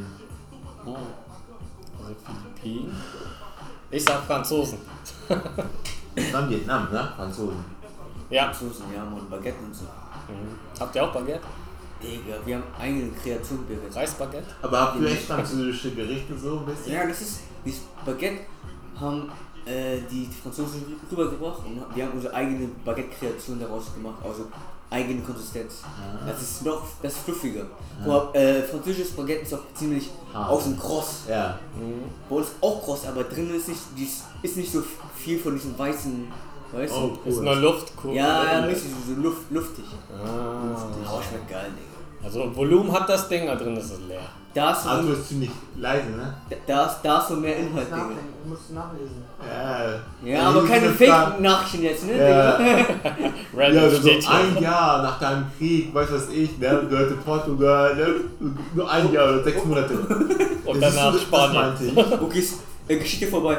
Philippinen. Ich sag Franzosen. dann Vietnam, ne? Franzosen. Ja. Franzosen, ja, Mann, Baguette und so. Habt ihr auch Baguette? Digga, wir haben eigene Kreation Baguette. Reisbaguette? Aber habt ihr echt französische Gerichte so ein bisschen? Ja, das ist. Dieses Baguette haben die Franzosen rübergebracht und wir haben unsere eigene Baguette-Kreation daraus gemacht, also eigene Konsistenz. Das ist fluffiger. Aber französisches Baguette ist auch ziemlich außen kross. Ja. Bei uns auch kross, aber drin ist nicht so viel von diesem weißen, weißt du? Oh, Ist cool. nur Luftkuchen. Ja, mäßig so luftig. Ah. Aber schmeckt geil, Digga. Also Volumen hat das Ding, da drin ist es leer. Da ist Arthur so, ist ziemlich leise, ne? da ist so mehr Inhalt, Digga. Musst du nachlesen. Ja. Ja, aber keine Fake-Nachrichten jetzt, ne? Ja. Digga? Random Ja, so steht hier. ein Jahr nach deinem Krieg, weiß was ich, ne, gehörte Portugal, ne, nur ein Jahr oder 6 Monate. Und Das danach ist- Spanien. Das meinte ich. Okay, ist Geschichte vorbei.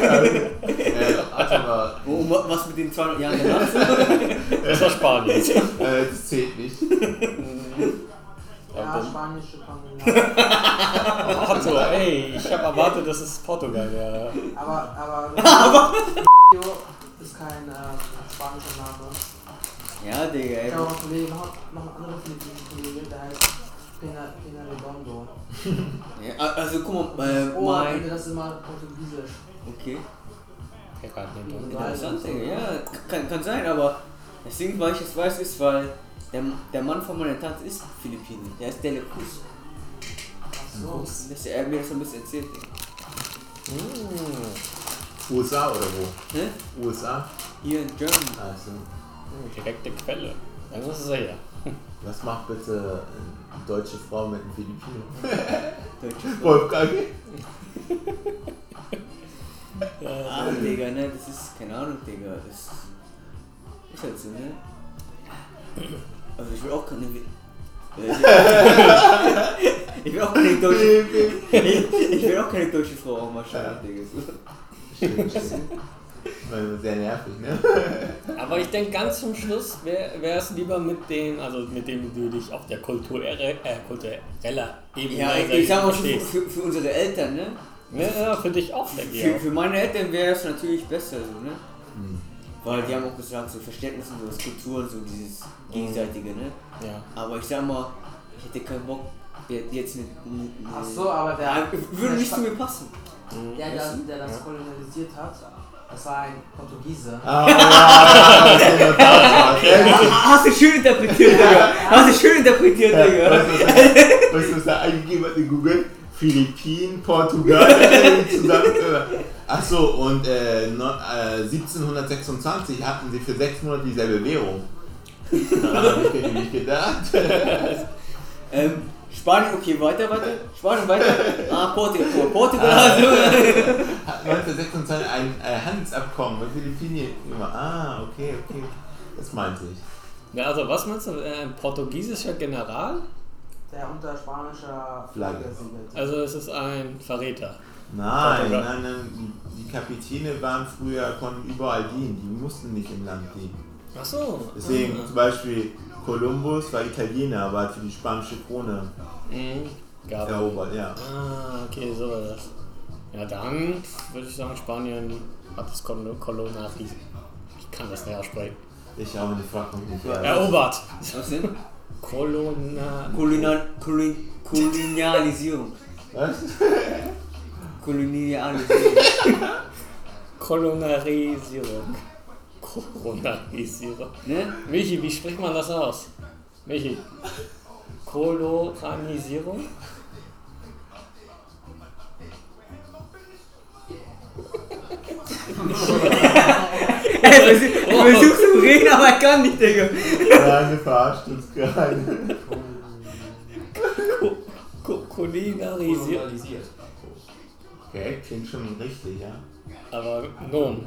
Aber Und was mit den 200 Jahren danach? Das war Spanien. das zählt nicht. Ja, spanische Kolonie. Arthur, ey, ich habe erwartet, das ist Portugal, ja. Aber ist kein spanischer Name. Ja, Digga, ey. Ich habe auch einen Kollegen, noch einen anderen philippinischen Kollegen, der heißt Pena Redondo. Ja, also guck mal, Oh, mein... das ist mal Portugiesisch. Okay, Interessant. interessant, Digga. Ja, kann sein, aber das Ding, weil ich es weiß, ist, weil der Mann von meiner Tante ist Philippiner. Der ist Dele Cruz. Ach so. Er hat mir das ein bisschen erzählt, Digga. USA oder wo? Ne? USA? Hier in Germany. Also, Direkte Quelle. Dann ist es her. was macht bitte eine deutsche Frau mit einem Filipino? Deutsche Frau. Wolfgang? Ah, Digga, ne, das ist, keine Ahnung, Digga, das ist halt so, ne? Also ich will auch keine... ich will auch keine deutsche... ich will auch keine deutsche Frau auch mal schauen, Digga. Stimmt. Weil sehr nervig, ne? Aber ich denke, ganz zum Schluss wäre es lieber mit dem du dich auf der kultureller Ebene Ja, ich sag mal schon für unsere Eltern, ne? Ja, für dich auch, denke ich. Für meine Eltern wäre es natürlich besser, so, ne? Weil die haben auch gesagt, so Verständnis und so Kulturen, so dieses gegenseitige, ne? Ja. Aber ich sag mal, ich hätte keinen Bock, jetzt mit. Ach so, aber der. Würde nicht zu mir passen. Der das kolonialisiert hat, das war ein Portugiese. Hast du schön interpretiert, Digga. Weißt du, was da eingegeben hat in Google? Philippinen, Portugal, zusammen. Achso, und 1726 hatten sie für 6 Monate dieselbe Währung. Daran habe ich nicht gedacht. Spanien, okay, weiter. Spanien weiter. Portugal. Portugal. Hat 1926 ein Handelsabkommen mit Philippinen gemacht. Okay. Das meinte ich. Ja, also was meinst du? Ein portugiesischer General? Der unter spanischer Flagge. segelt. Also es ist ein Verräter. Nein. Die Kapitäne waren früher, konnten überall dienen. Die mussten nicht im Land dienen. Ach so. Deswegen zum Beispiel Kolumbus war Italiener, aber hat für die spanische Krone Gab. erobert, ja. Okay, so war das. Ja, dann würde ich sagen, Spanien hat das Kolonialisiert. Ich kann das nicht aussprechen. Ich auch nicht, frag mich nicht. Erobert. Was denn? Kolonialisierung. Was? Kolonialisierung. Ne? Michi, wie spricht man das aus? Michi. Kolonisierung? Versuchst zu reden, aber er kann nicht, Digga. Nein, wir verarscht uns gerade. Kolonialisiert. Okay, klingt schon richtig, ja. Aber Nom.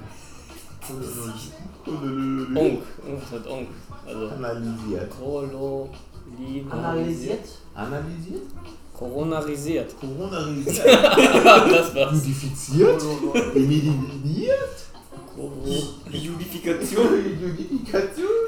Unk mit Unk. Also Analysiert. Analysiert? Analysiert? Koronarisiert. Coronarisiert? Das war's. Judifiziert? Eliminiert? Judifikation. Judifikation?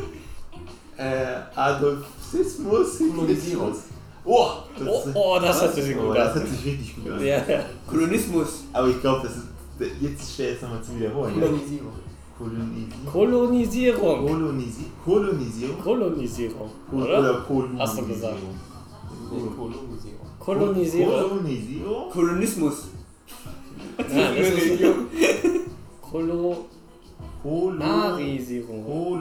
Adolfismus? Kolonisierung. Das hört sich gut das an. hört sich richtig gut an. Ja. Kolonismus. Aber ich glaube, das ist jetzt schwer, es nochmal zu wiederholen. Kolonisierung. Kolonisierung. Kolonisierung? Kolonisierung. Oder Oder? Kolonisierung? Hast du gesagt. Kolonisierung. Kolonisierung? Kolonismus. Ja, das ist Kolonarisierung.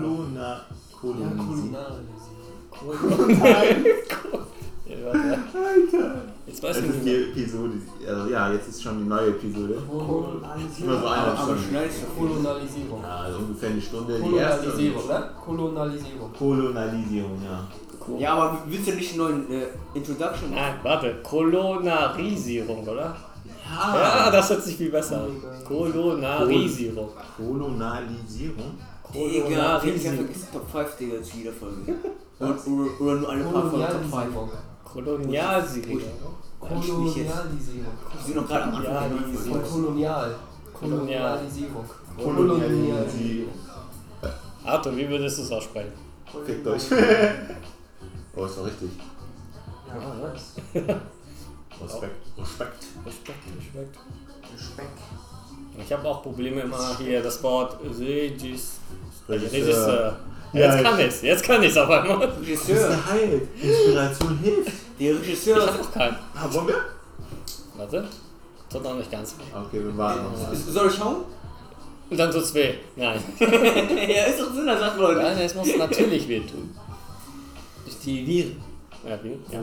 Alter! Jetzt weiß Das ich ist nicht die mehr. Episode, also ja, jetzt ist schon die neue Episode. Immer so Kolonisierung. eine Aber Stunde. schnell ist doch. Kolonisierung. Ja, also ungefähr eine Stunde. Die erste. Kolonisierung, ne? Kolonisierung. Kolonialisierung, ja. Ja, aber willst du nicht einen neuen Introduction machen? Nein, warte. Kolonarisierung, oder? Ja, Ja, das hört sich viel besser an. Kolonarisierung. Kolonialisierung? Digga, ich hab Kolonarisierung. vergessen Top 5, Digga, zu jeder Folge. Oder nur eine paar von Top 5. Kolonialisierung. Kolonialisierung. Kolonialisierung. Wir sind noch gerade am Anfang der neuen Von Folge. Kolonial. Kolonial. Kolonialisierung. Kolonialisierung. Arthur, wie würdest du es aussprechen? Fickt euch. Oh, ist doch richtig. Ja, was? Respekt. Respekt. Speck. Ich habe auch Probleme immer hier das Wort Regisseur. Regisseur. Jetzt kann ich's auf einmal. Das ist Regisseur. der Heil. Inspiration hilft. Der Ich Regisseur. hab noch keinen. Wollen wir? Warte. Tut noch nicht ganz. Okay, wir warten noch mal. Soll ich hauen? Und dann tut's weh. Nein. Ja, ist doch Sinn, das sagt man. Nein, es muss natürlich wehtun. Durch die Viren. Ja, wie? Ja.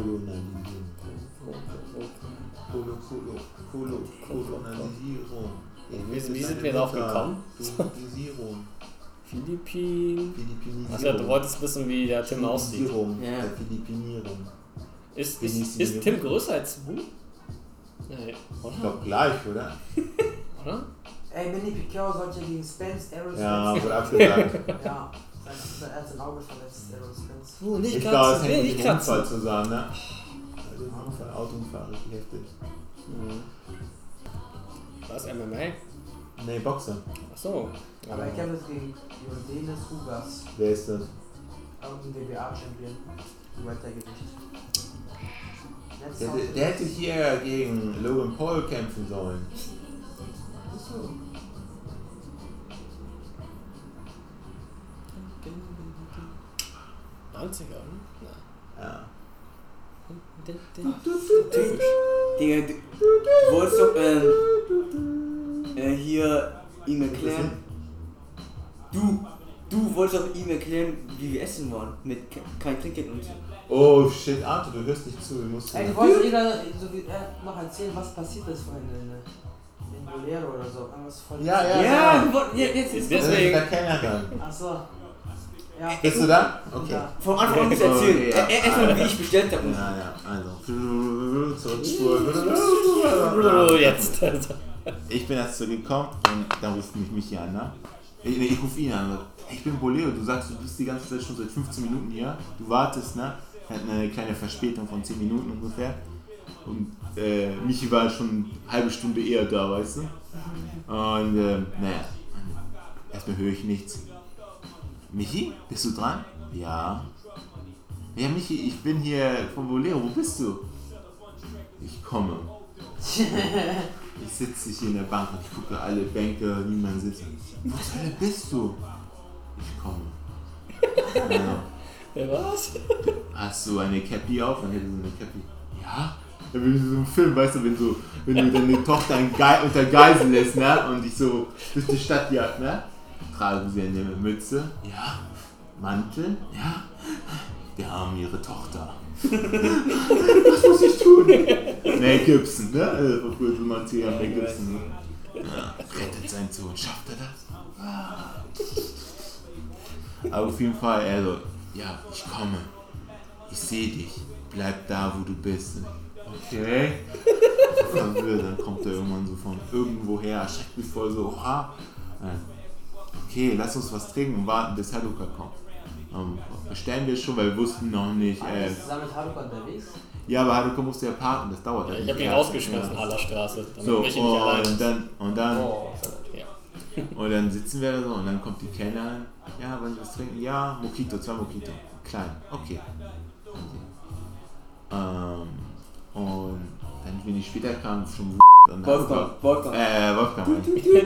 Kolonialisierung. Wie sind wir darauf gekommen? Kolonisierung. Philippinen. Philippinisierung. Achso, du wolltest wissen, wie der Tim aussieht. Philippinierung. Ja. Philippinierung. Ist Tim größer als du? Nein, Ich oder? glaube gleich, oder? Oder? Ey, Benny Picard sollte gegen Spence, Errol Ja, Spence. wurde abgesagt. Ja, er hat sein Auge verletzt, Errol Spence. Nicht Ich glaube, es kratzen, hängt nicht mit dem Unfall kratzen. zusammen, ne? Also Unfall, Autounfall, richtig heftig. Was, MMA? Nee, Boxer. Achso. Aber ich kämpfe gegen Jordanes Hugas, Wer ist das? irgendein WBA-Champion, Weltergewicht. Der hätte hier gegen Logan Paul kämpfen sollen. 90er, ne? Ja. Typisch. Digga, du wolltest doch hier ihm erklären. Du wolltest doch ihm erklären, wie wir essen waren. Mit kein Trinkgeld und so. Oh shit, Arthur, du hörst nicht zu. Du musst Ey, du wolltest jeder so wie noch erzählen, was passiert ist vorhin in Bolero oder so. Irgendwas voll. Ja, jetzt ist deswegen. Der Kellner dann. Achso. Ja. Bist du da? Okay. Ja. Vom Anfang an muss erzählen. Ja. Erstmal, wie ich bestellt habe. Ja, also. Zurückspulen. Jetzt. Ich bin erst zurückgekommen und dann ruft mich Michi an, ne? Ich rufe ihn an. Ich bin Bolero, du sagst, du bist die ganze Zeit schon seit 15 Minuten hier. Du wartest, ne? Er hat eine kleine Verspätung von 10 Minuten ungefähr. Und Michi war schon eine halbe Stunde eher da, weißt du? Und naja, erstmal höre ich nichts. Michi, bist du dran? Ja. Ja, Michi, ich bin hier von Bolero, wo bist du? Ich komme. Ich sitze hier in der Bank und ich gucke alle Bänke, niemand sitzt. Wo zur Hölle bist du? Ich komme. Was? Hast du eine Cappy auf? Dann hätte sie eine Cappy. Ja? Ja, wie so ein Film, weißt du, wenn du deine Tochter unter Geisel lässt, ne? Und dich so durch die Stadt jagt, ne? Tragen sie eine Mütze? Ja. Mantel? Ja. Wir haben ihre Tochter. Was muss ich tun? Mel Gibson, ne? Vor kurzem mal zu Mel Gibson. Ne? Ja, rettet seinen Sohn. Schafft er das? Aber auf jeden Fall, also, ja, ich komme. Ich sehe dich. Bleib da, wo du bist. Okay. Dann kommt er irgendwann so von irgendwo her, erschreckt mich voll so, oha. Okay, lass uns was trinken und warten, bis Haruka kommt. Bestellen wir schon, weil wir wussten noch nicht. Bist du zusammen mit Haruka unterwegs? Ja, aber Haruka musste ja parken, das dauert. Ja, ich habe ihn rausgeschmissen, aller Straße. So, ich nicht allein. und dann Oh, ja. und dann sitzen wir da so und dann kommt die Kellnerin. Ja, wollen Sie was trinken? Ja, Mojito, 2 Mojito. Klein, okay. Und dann, wenn ich später kam, schon Wolfgang. Wolfgang.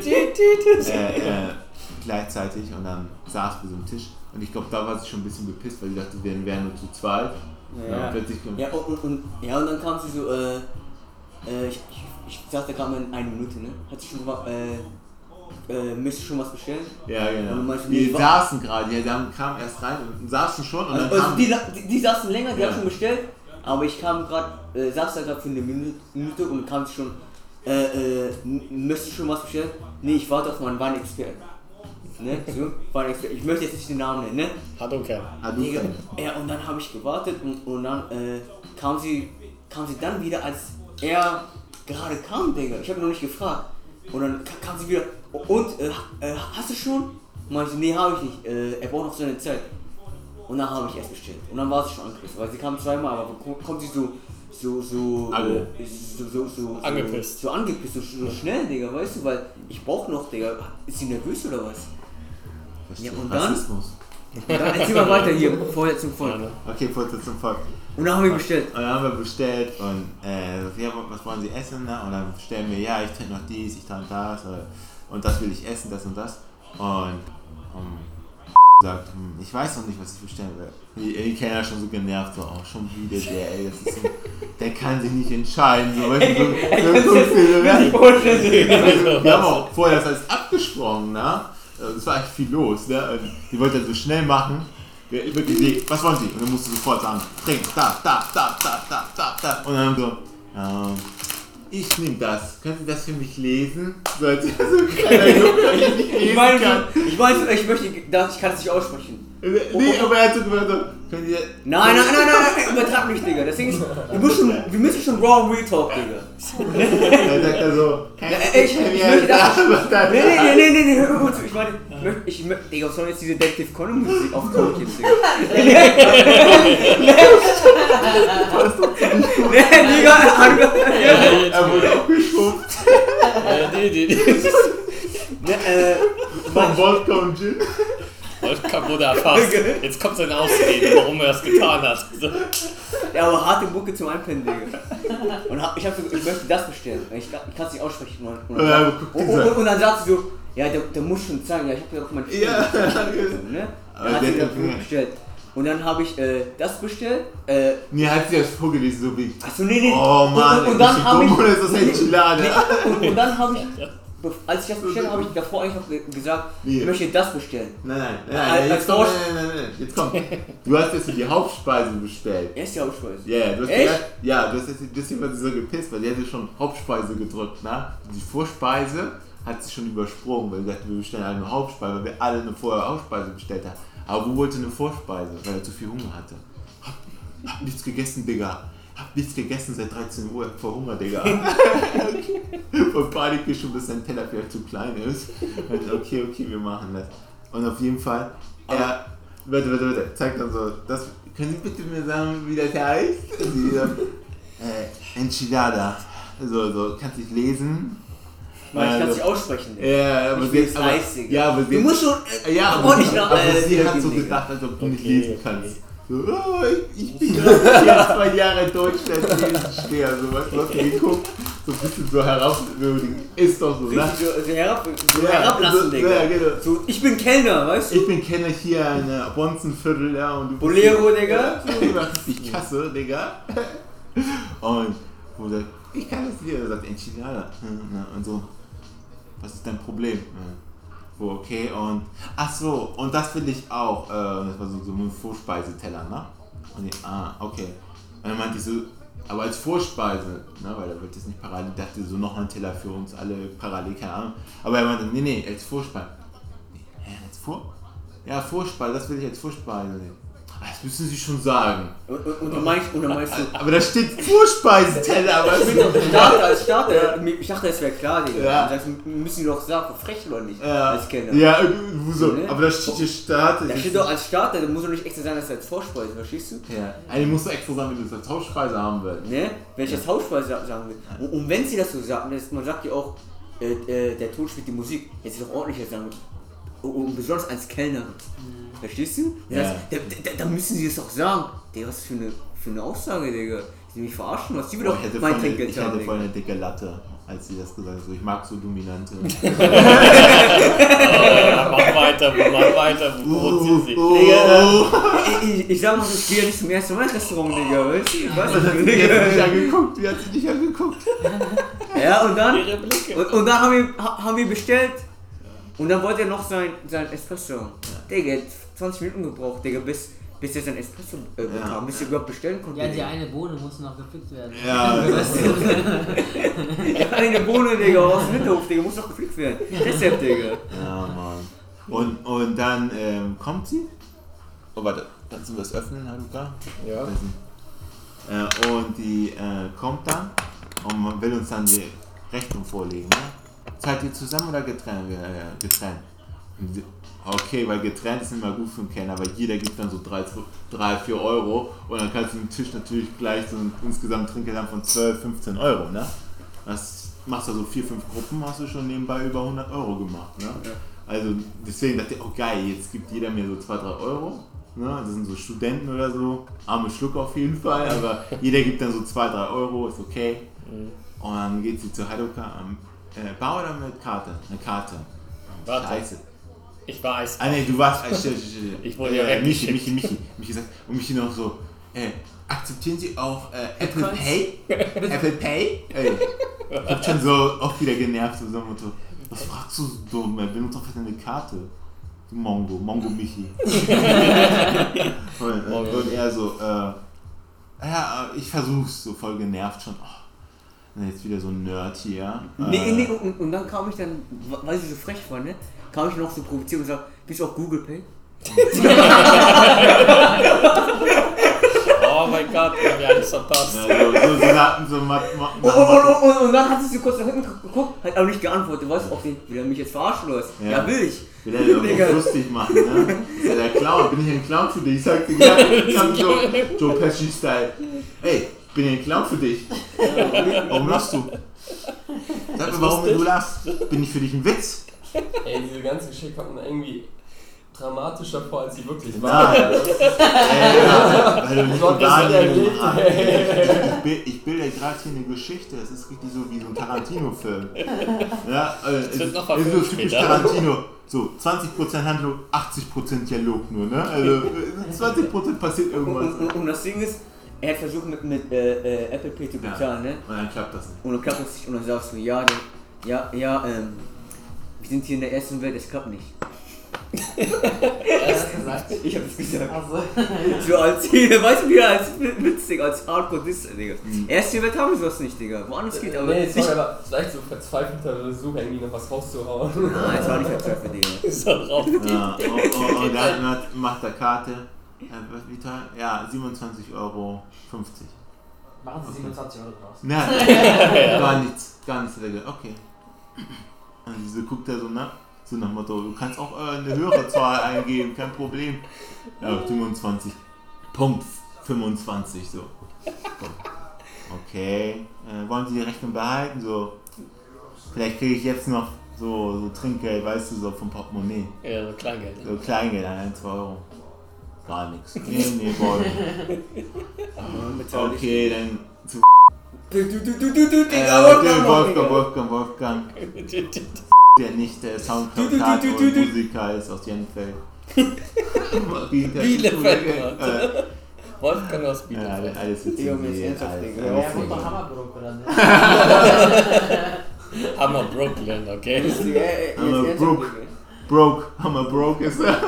Gleichzeitig und dann saß wir so am Tisch und ich glaube, da war sie schon ein bisschen bepisst, weil sie dachte, wir wären nur zu zweit. Ja. Und plötzlich Und dann kam sie so, ich sagte gerade mal in 1 Minute, ne? Hat sie schon gesagt, müsst ihr schon was bestellen? Ja, genau. Und manche, Die saßen gerade, die kamen erst rein und saßen schon und dann kamen die saßen länger, die Ja. haben schon bestellt, aber ich kam gerade, saß da gerade für eine Minute und kam schon, müsst ihr schon was bestellen? Nee, ich warte auf meinen Weinexperten. Ne? So, Weinexperten. Ich möchte jetzt nicht den Namen nennen, ne? Hadouken. Digga, ja, und dann habe ich gewartet und dann kam sie dann wieder, als er gerade kam, Digga. Ich habe ihn noch nicht gefragt. Und dann kam sie wieder, und hast du schon? Meinte sie, nee, habe ich nicht. Er braucht noch so eine Zeit. Und dann habe ich erst bestellt. Und dann war sie schon angegriffen, weil sie kam zweimal, aber kommt sie Angepisst. So angepisst, so schnell, Digga, weißt du, weil ich brauch noch, Digga. Ist sie nervös oder was? Ja, und dann? Rassismus. Dann erzähl mal weiter hier, vorher zum Volk. Okay, Vorher zum Volk. Und dann haben wir bestellt. Und dann haben wir bestellt und ja, was wollen Sie essen? Ne? Und dann bestellen wir, ja, ich trinke noch dies, ich trinke das und das will ich essen, das und das. Und sagt, ich weiß noch nicht, was ich bestellen will. Die Kellner schon so genervt, so, oh, schon wieder der, ey, das ist so, der kann sich nicht entscheiden, so, weißt du, wir haben auch vorher das alles abgesprochen, ne? Es war echt viel los, ne? Und die wollte dann so schnell machen. Wirklich, was wollen Sie? Und dann musst du sofort sagen, trink, da. Und dann so, ich nehme das. Können Sie das für mich lesen? So als so ein kleiner Junge, der nicht lesen kann. Ich möchte, ich kann es nicht aussprechen. Nee, aber er hat so gesagt, so, können Sie... Nein, übertrag mich, Digga. Das Ding ist, wir müssen schon Raw Real Talk, Digga. Dann sagt er so, Ich möchte das. Nee, hör mal zu. Ich möchte, Digga, was soll jetzt diese Detective Conan Musik aufkommen jetzt, Digga? Digga, er wurde auch geschwuppt. Von Wodka und Gin. Wolfgang wurde erfasst. Jetzt kommt sein Ausreden, warum er es getan hat. Ja, aber harte Mucke zum Einpennen, Digga. Und ich möchte das bestellen. Ich kann es nicht aussprechen. Und dann sagt sie so, ja, der muss schon sagen, ja, ich hab ja auch mein Ja. Ne? Aber Dann hat sie der das bestellt. Und dann habe ich das bestellt. Nee, hat sie das vorgelesen, so wie. Achso, nee. Oh Mann, und dann habe ich. Oder ist das Enchilada? Und dann habe ich. Als ich das bestellt habe, ich davor eigentlich noch gesagt, ich möchte das bestellen. Nein, Als jetzt kommt. Du hast jetzt die Hauptspeise bestellt. Erst die Hauptspeise. Yeah, du hast Echt? du hast jetzt deswegen so gepisst, weil die hat ja schon Hauptspeise gedrückt, ne? Die Vorspeise hat sie schon übersprungen, weil sie sagte, wir bestellen alle eine Hauptspeise, weil wir alle eine vorher Hauptspeise bestellt haben. Aber wo wollte eine Vorspeise? Weil er zu viel Hunger hatte. Hab nichts gegessen, Digga. Hab nichts gegessen seit 13 Uhr vor Hunger, Digga. Von Panik geschoben, dass sein Teller vielleicht zu klein ist. Und okay, wir machen das. Und auf jeden Fall, warte, zeigt dann so, das, können Sie bitte mir sagen, wie das heißt? Enchilada. So, kannst du nicht lesen? Ich kann es nicht aussprechen. Ja, aber sie hat du musst schon aber sie hat so gedacht, als ob du nicht lesen kannst. So, ich bin gerade 2 Jahre in Deutschland, lesen schwer. So, weißt du, was du geguckt? So ein bisschen so herabwürdigen. Ist doch so, ne? So herablassen, Digga. Ja, genau. So, ich bin Kellner, weißt du? Ich bin Kellner hier in Bonzenviertel, ja, und du Bolero, Digga. Ich mach richtig Kasse, Digga. Und wo sagt, ich kann das hier, er sagt Enchilada. Und so, was ist dein Problem? So, okay, und ach so, und das will ich auch. Das war so ein Vorspeiseteller, ne? Und ich, okay. Und dann meinte ich so, aber als Vorspeise, ne, weil er wird jetzt nicht parallel, ich dachte so noch ein Teller für uns alle parallel, keine Ahnung. Aber er meinte, nee, als Vorspeise. Als Vorspeise, das will ich als Vorspeise. Das müssen Sie schon sagen. Und dann meinst du. Aber da steht Vorspeiseteller, aber als Starter, ich dachte, das wäre klar, Digga. Ja. Das müssen die doch sagen, frech oder nicht, ja. als Kellner. Ja, so. Ne? Aber da steht hier Starter. Da steht doch als Starter, da muss doch nicht extra sein, dass als Vorspeise, verstehst du? Ja, eigentlich musst du extra sagen, wenn du es als Hauptspeise haben willst. Ne? Wenn ich als Hauptspeise sagen will. Und wenn sie das so sagen, man sagt ja auch, der Ton spielt die Musik, jetzt ist doch ordentlich sagen. Und besonders als Kellner. Verstehst du? Das heißt, da müssen sie es auch sagen. Digga, was für eine Aussage, Digga. Die mich verarschen, was die wieder mein Trinkgeld Ich haben. hatte vorhin eine dicke Latte, als sie das gesagt hat. So, ich mag so dominante. Mach weiter, provozieren sie. Digga, ich sag mal, ich gehe ja nicht zum ersten Mal ins Restaurant, Digga. Weißt du? Was hat sie nicht angeguckt? Wie hat sie dich angeguckt? Ja, und dann, Ihre Blicke. und dann haben wir bestellt. Und dann wollte er noch sein Espresso. Digga, 20 Minuten gebraucht, Digga, bis er sein Espresso bekam, bis er überhaupt bestellen konnte. Ja, die eine Bohne muss noch gepflückt werden. Ja, eine Bohne, Digga, aus dem Hinterhof, Digga, muss noch gepflückt werden. Deshalb, Digga. ja, Mann. Und dann kommt sie. Oh, warte, kannst du das öffnen, Haruka? Ja. Und die kommt dann und man will uns dann die Rechnung vorlegen. Ne? Zahlt ihr zusammen oder getrennt? Getrennt. Okay, weil getrennt ist nicht mal gut für einen Kellner, aber jeder gibt dann so 3-4 Euro und dann kannst du den Tisch natürlich gleich so insgesamt Trinkgeld haben von 12-15 Euro, ne? Das machst du so 4-5 Gruppen, hast du schon nebenbei über 100 Euro gemacht, ne? Ja. Also deswegen dachte ich, oh geil, jetzt gibt jeder mir so 2-3 Euro, ne? Das sind so Studenten oder so, arme Schluck auf jeden Fall, aber jeder gibt dann so 2-3 Euro, ist okay. Und dann geht sie zu Haruka am Bar oder mit Karte? Eine Karte. Warte. Scheiße. Ich war Eis. Nee, du warst. Ich wurde ja weggeschickt. Michi sagt, und Michi noch so, akzeptieren Sie auch Apple Pay? Apple Pay? Ich hab schon so oft wieder genervt, so nach dem Motto, was fragst du so dumm, benutzt doch eine Karte. Du Mongo Michi. und er so, ja, ich versuch's, so voll genervt schon. Jetzt wieder so ein Nerd hier. Nee, und dann kam ich dann, weil sie so frech war, ne? Kam ich noch so provozieren und sag, bist du auch Google Pay? Oh mein Gott, wir haben alles verpasst. Ja, und dann hat sie so kurz nach hinten geguckt, hat auch nicht geantwortet, weißt du, will er mich jetzt verarschen oder was? Ja, will ich. Will er das lustig machen, ne? Ist ja der Clown, bin ich ein Clown für dich? Ich sag dir, ja, ich hab Joe Pesci-Style. Ey, bin ich ein Clown für dich? Warum lachst du? Sag mir, warum du lachst. Bin ich für dich ein Witz? Ey, diese ganze Geschichte kommt mir irgendwie dramatischer vor, als sie wirklich Nein. war. Ja, weil du nicht Gott, das Wahrnehmung erlebt. hast. Ich bilde gerade hier eine Geschichte, es ist richtig so wie so ein Tarantino-Film. Ja, es wird noch ist verfilmt so typisch später. Tarantino. So, 20% Handlung, 80% Dialog nur, ne? Also 20% passiert irgendwas. Und das Ding ist, er hat versucht mit Apple Pay zu bezahlen, ne? Und dann klappt das nicht. Und dann klappt es nicht und dann sagst du, wir sind hier in der ersten Welt, es klappt nicht. Ich hab das gesagt. Also, So als, weißt du wie, als witzig, als Hardcore-Diss, Digga. Erste Welt haben wir sowas nicht, Digga. Woanders geht, aber Nee, es nicht. war aber vielleicht so verzweifelter Versuch, irgendwie noch was rauszuhauen. Nein, es war nicht verzweifelt, Digga. Ist doch drauf. Ja, und dann macht der Karte, wie teuer? Ja, 27,50 Euro. machen Sie 27 Euro draus. Nein, gar nichts, Digga. Okay. Und diese guckt er so nach dem Motto, du kannst auch eine höhere Zahl eingeben, kein Problem. Ja, 27,25 so. Okay, wollen Sie die Rechnung behalten? So, vielleicht kriege ich jetzt noch so Trinkgeld, weißt du, so vom Portemonnaie. Ja, so Kleingeld. So Kleingeld, 1, 2 Euro. Gar nichts. Nee, wollen. Okay, dann zu Wolfgang. Der nicht der Soundcloud und Musiker ist aus Jenfeld. Bielefeld. Wolfgang aus Ja, Bielefeld. alles wird Junge, ist zensiert, ernsthaft, alles- Digga. alles Ja, wohnt doch zensiert. Hammerbrook, oder nicht? Hammer Brooklyn, okay? Hammer broke ist er.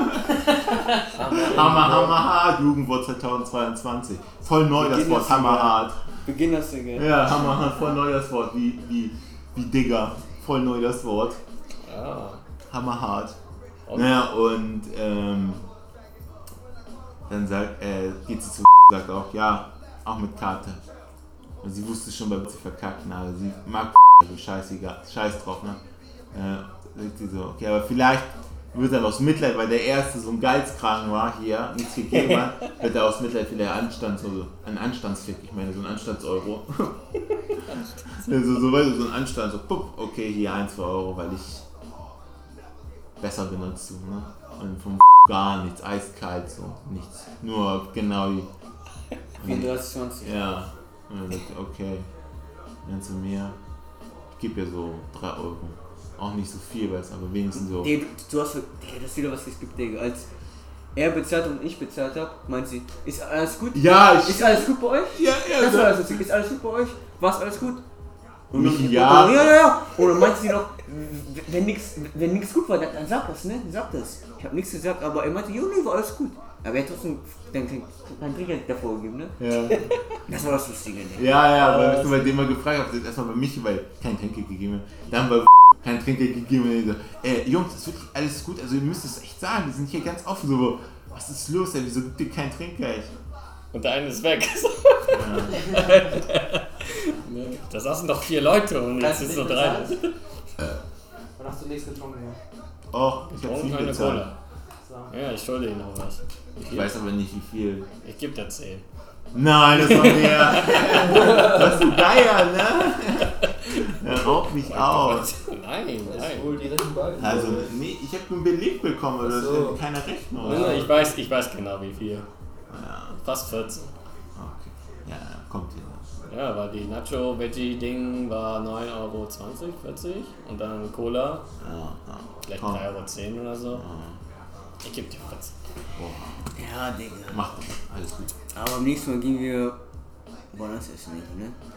Hammer, Jugendwort 2022. Voll neu das Wort, hammerhart. Beginners, Digga. Ja, hammerhart, voll neu das Wort, wie Digger. Voll neu das Wort. Ah. Hammerhart. Und? Naja, und dann geht sie zu sagt auch, ja, auch mit Karte. Und sie wusste schon, weil sie verkacken, aber sie mag also scheiß drauf, ne? Sagt sie so, okay, aber vielleicht wird er aus Mitleid, weil der erste so ein Geizkragen war hier, nichts gegeben hat, wird er aus Mitleid vielleicht ein Anstandsfick, ich meine so ein Anstandseuro. so ein Anstand, so pup, okay, hier 1, 2 Euro, weil ich besser benutzt, so, ne? Und vom gar nichts, eiskalt, so, nichts. Nur genau wie. 34,20. Ja. Und dann sagt er, okay. Dann zu mir, ich gebe ihr so 3 Euro. Auch nicht so viel, weil es aber wenigstens so. Digga, du hast, Digga, das ist wieder was es gibt, Digga. Als er bezahlt und ich bezahlt habe, meint sie, ist alles gut? Ja, Ist alles gut bei euch? Ja, Das war alles gut. Ist alles gut bei euch? War's alles gut? Und Michi, dann, ja. Ja. Und dann meinte sie noch, wenn nichts gut war, dann sag das, ne? Sag das. Ich habe nichts gesagt, aber er meinte, jo, nee, war alles gut. Aber er hat trotzdem kein Trinkgeld davor gegeben, ne? Ja. Das war das Lustige, ne? Ja, weil wir bei dem mal gefragt haben, erstmal bei Michi, weil kein Trinkgeld gegeben hat. Dann bei kein Trinkgeld gegeben und er so, Jungs, ist wirklich alles gut, also ihr müsst es echt sagen, wir sind hier ganz offen, so, was ist los, wieso gibt ihr kein Trinkgeld? Und der eine ist weg. Ja. Da saßen doch 4 Leute und jetzt sind es nur 3. Wann hast du nichts getrunken? Och, ich hab Und viel keine bezahlt. Cola. So. Ja, ich schulde Ihnen noch was. Ich weiß aber nicht, wie viel. Ich gebe dir 10. Nein, das war mehr. Das ist ein Geier, ne? Ja, raubt mich aus. Nein. Hol die Rechnung bei. Also, nee, ich habe nur einen Beleg bekommen, aber das Ach so. ist keine Rechnung. Also ich weiß genau wie viel. Ja, Fast 14. okay. Ja, kommt hier. Ja, weil die Nacho-Veggie-Ding war 9,20 Euro, 40 und dann Cola, Ja, vielleicht komm. 3,10 Euro oder so. Ja. Ich gebe dir 14. Boah, Ja, Digga. mach das, alles gut. Aber am nächsten Mal gehen wir woanders essen, ne?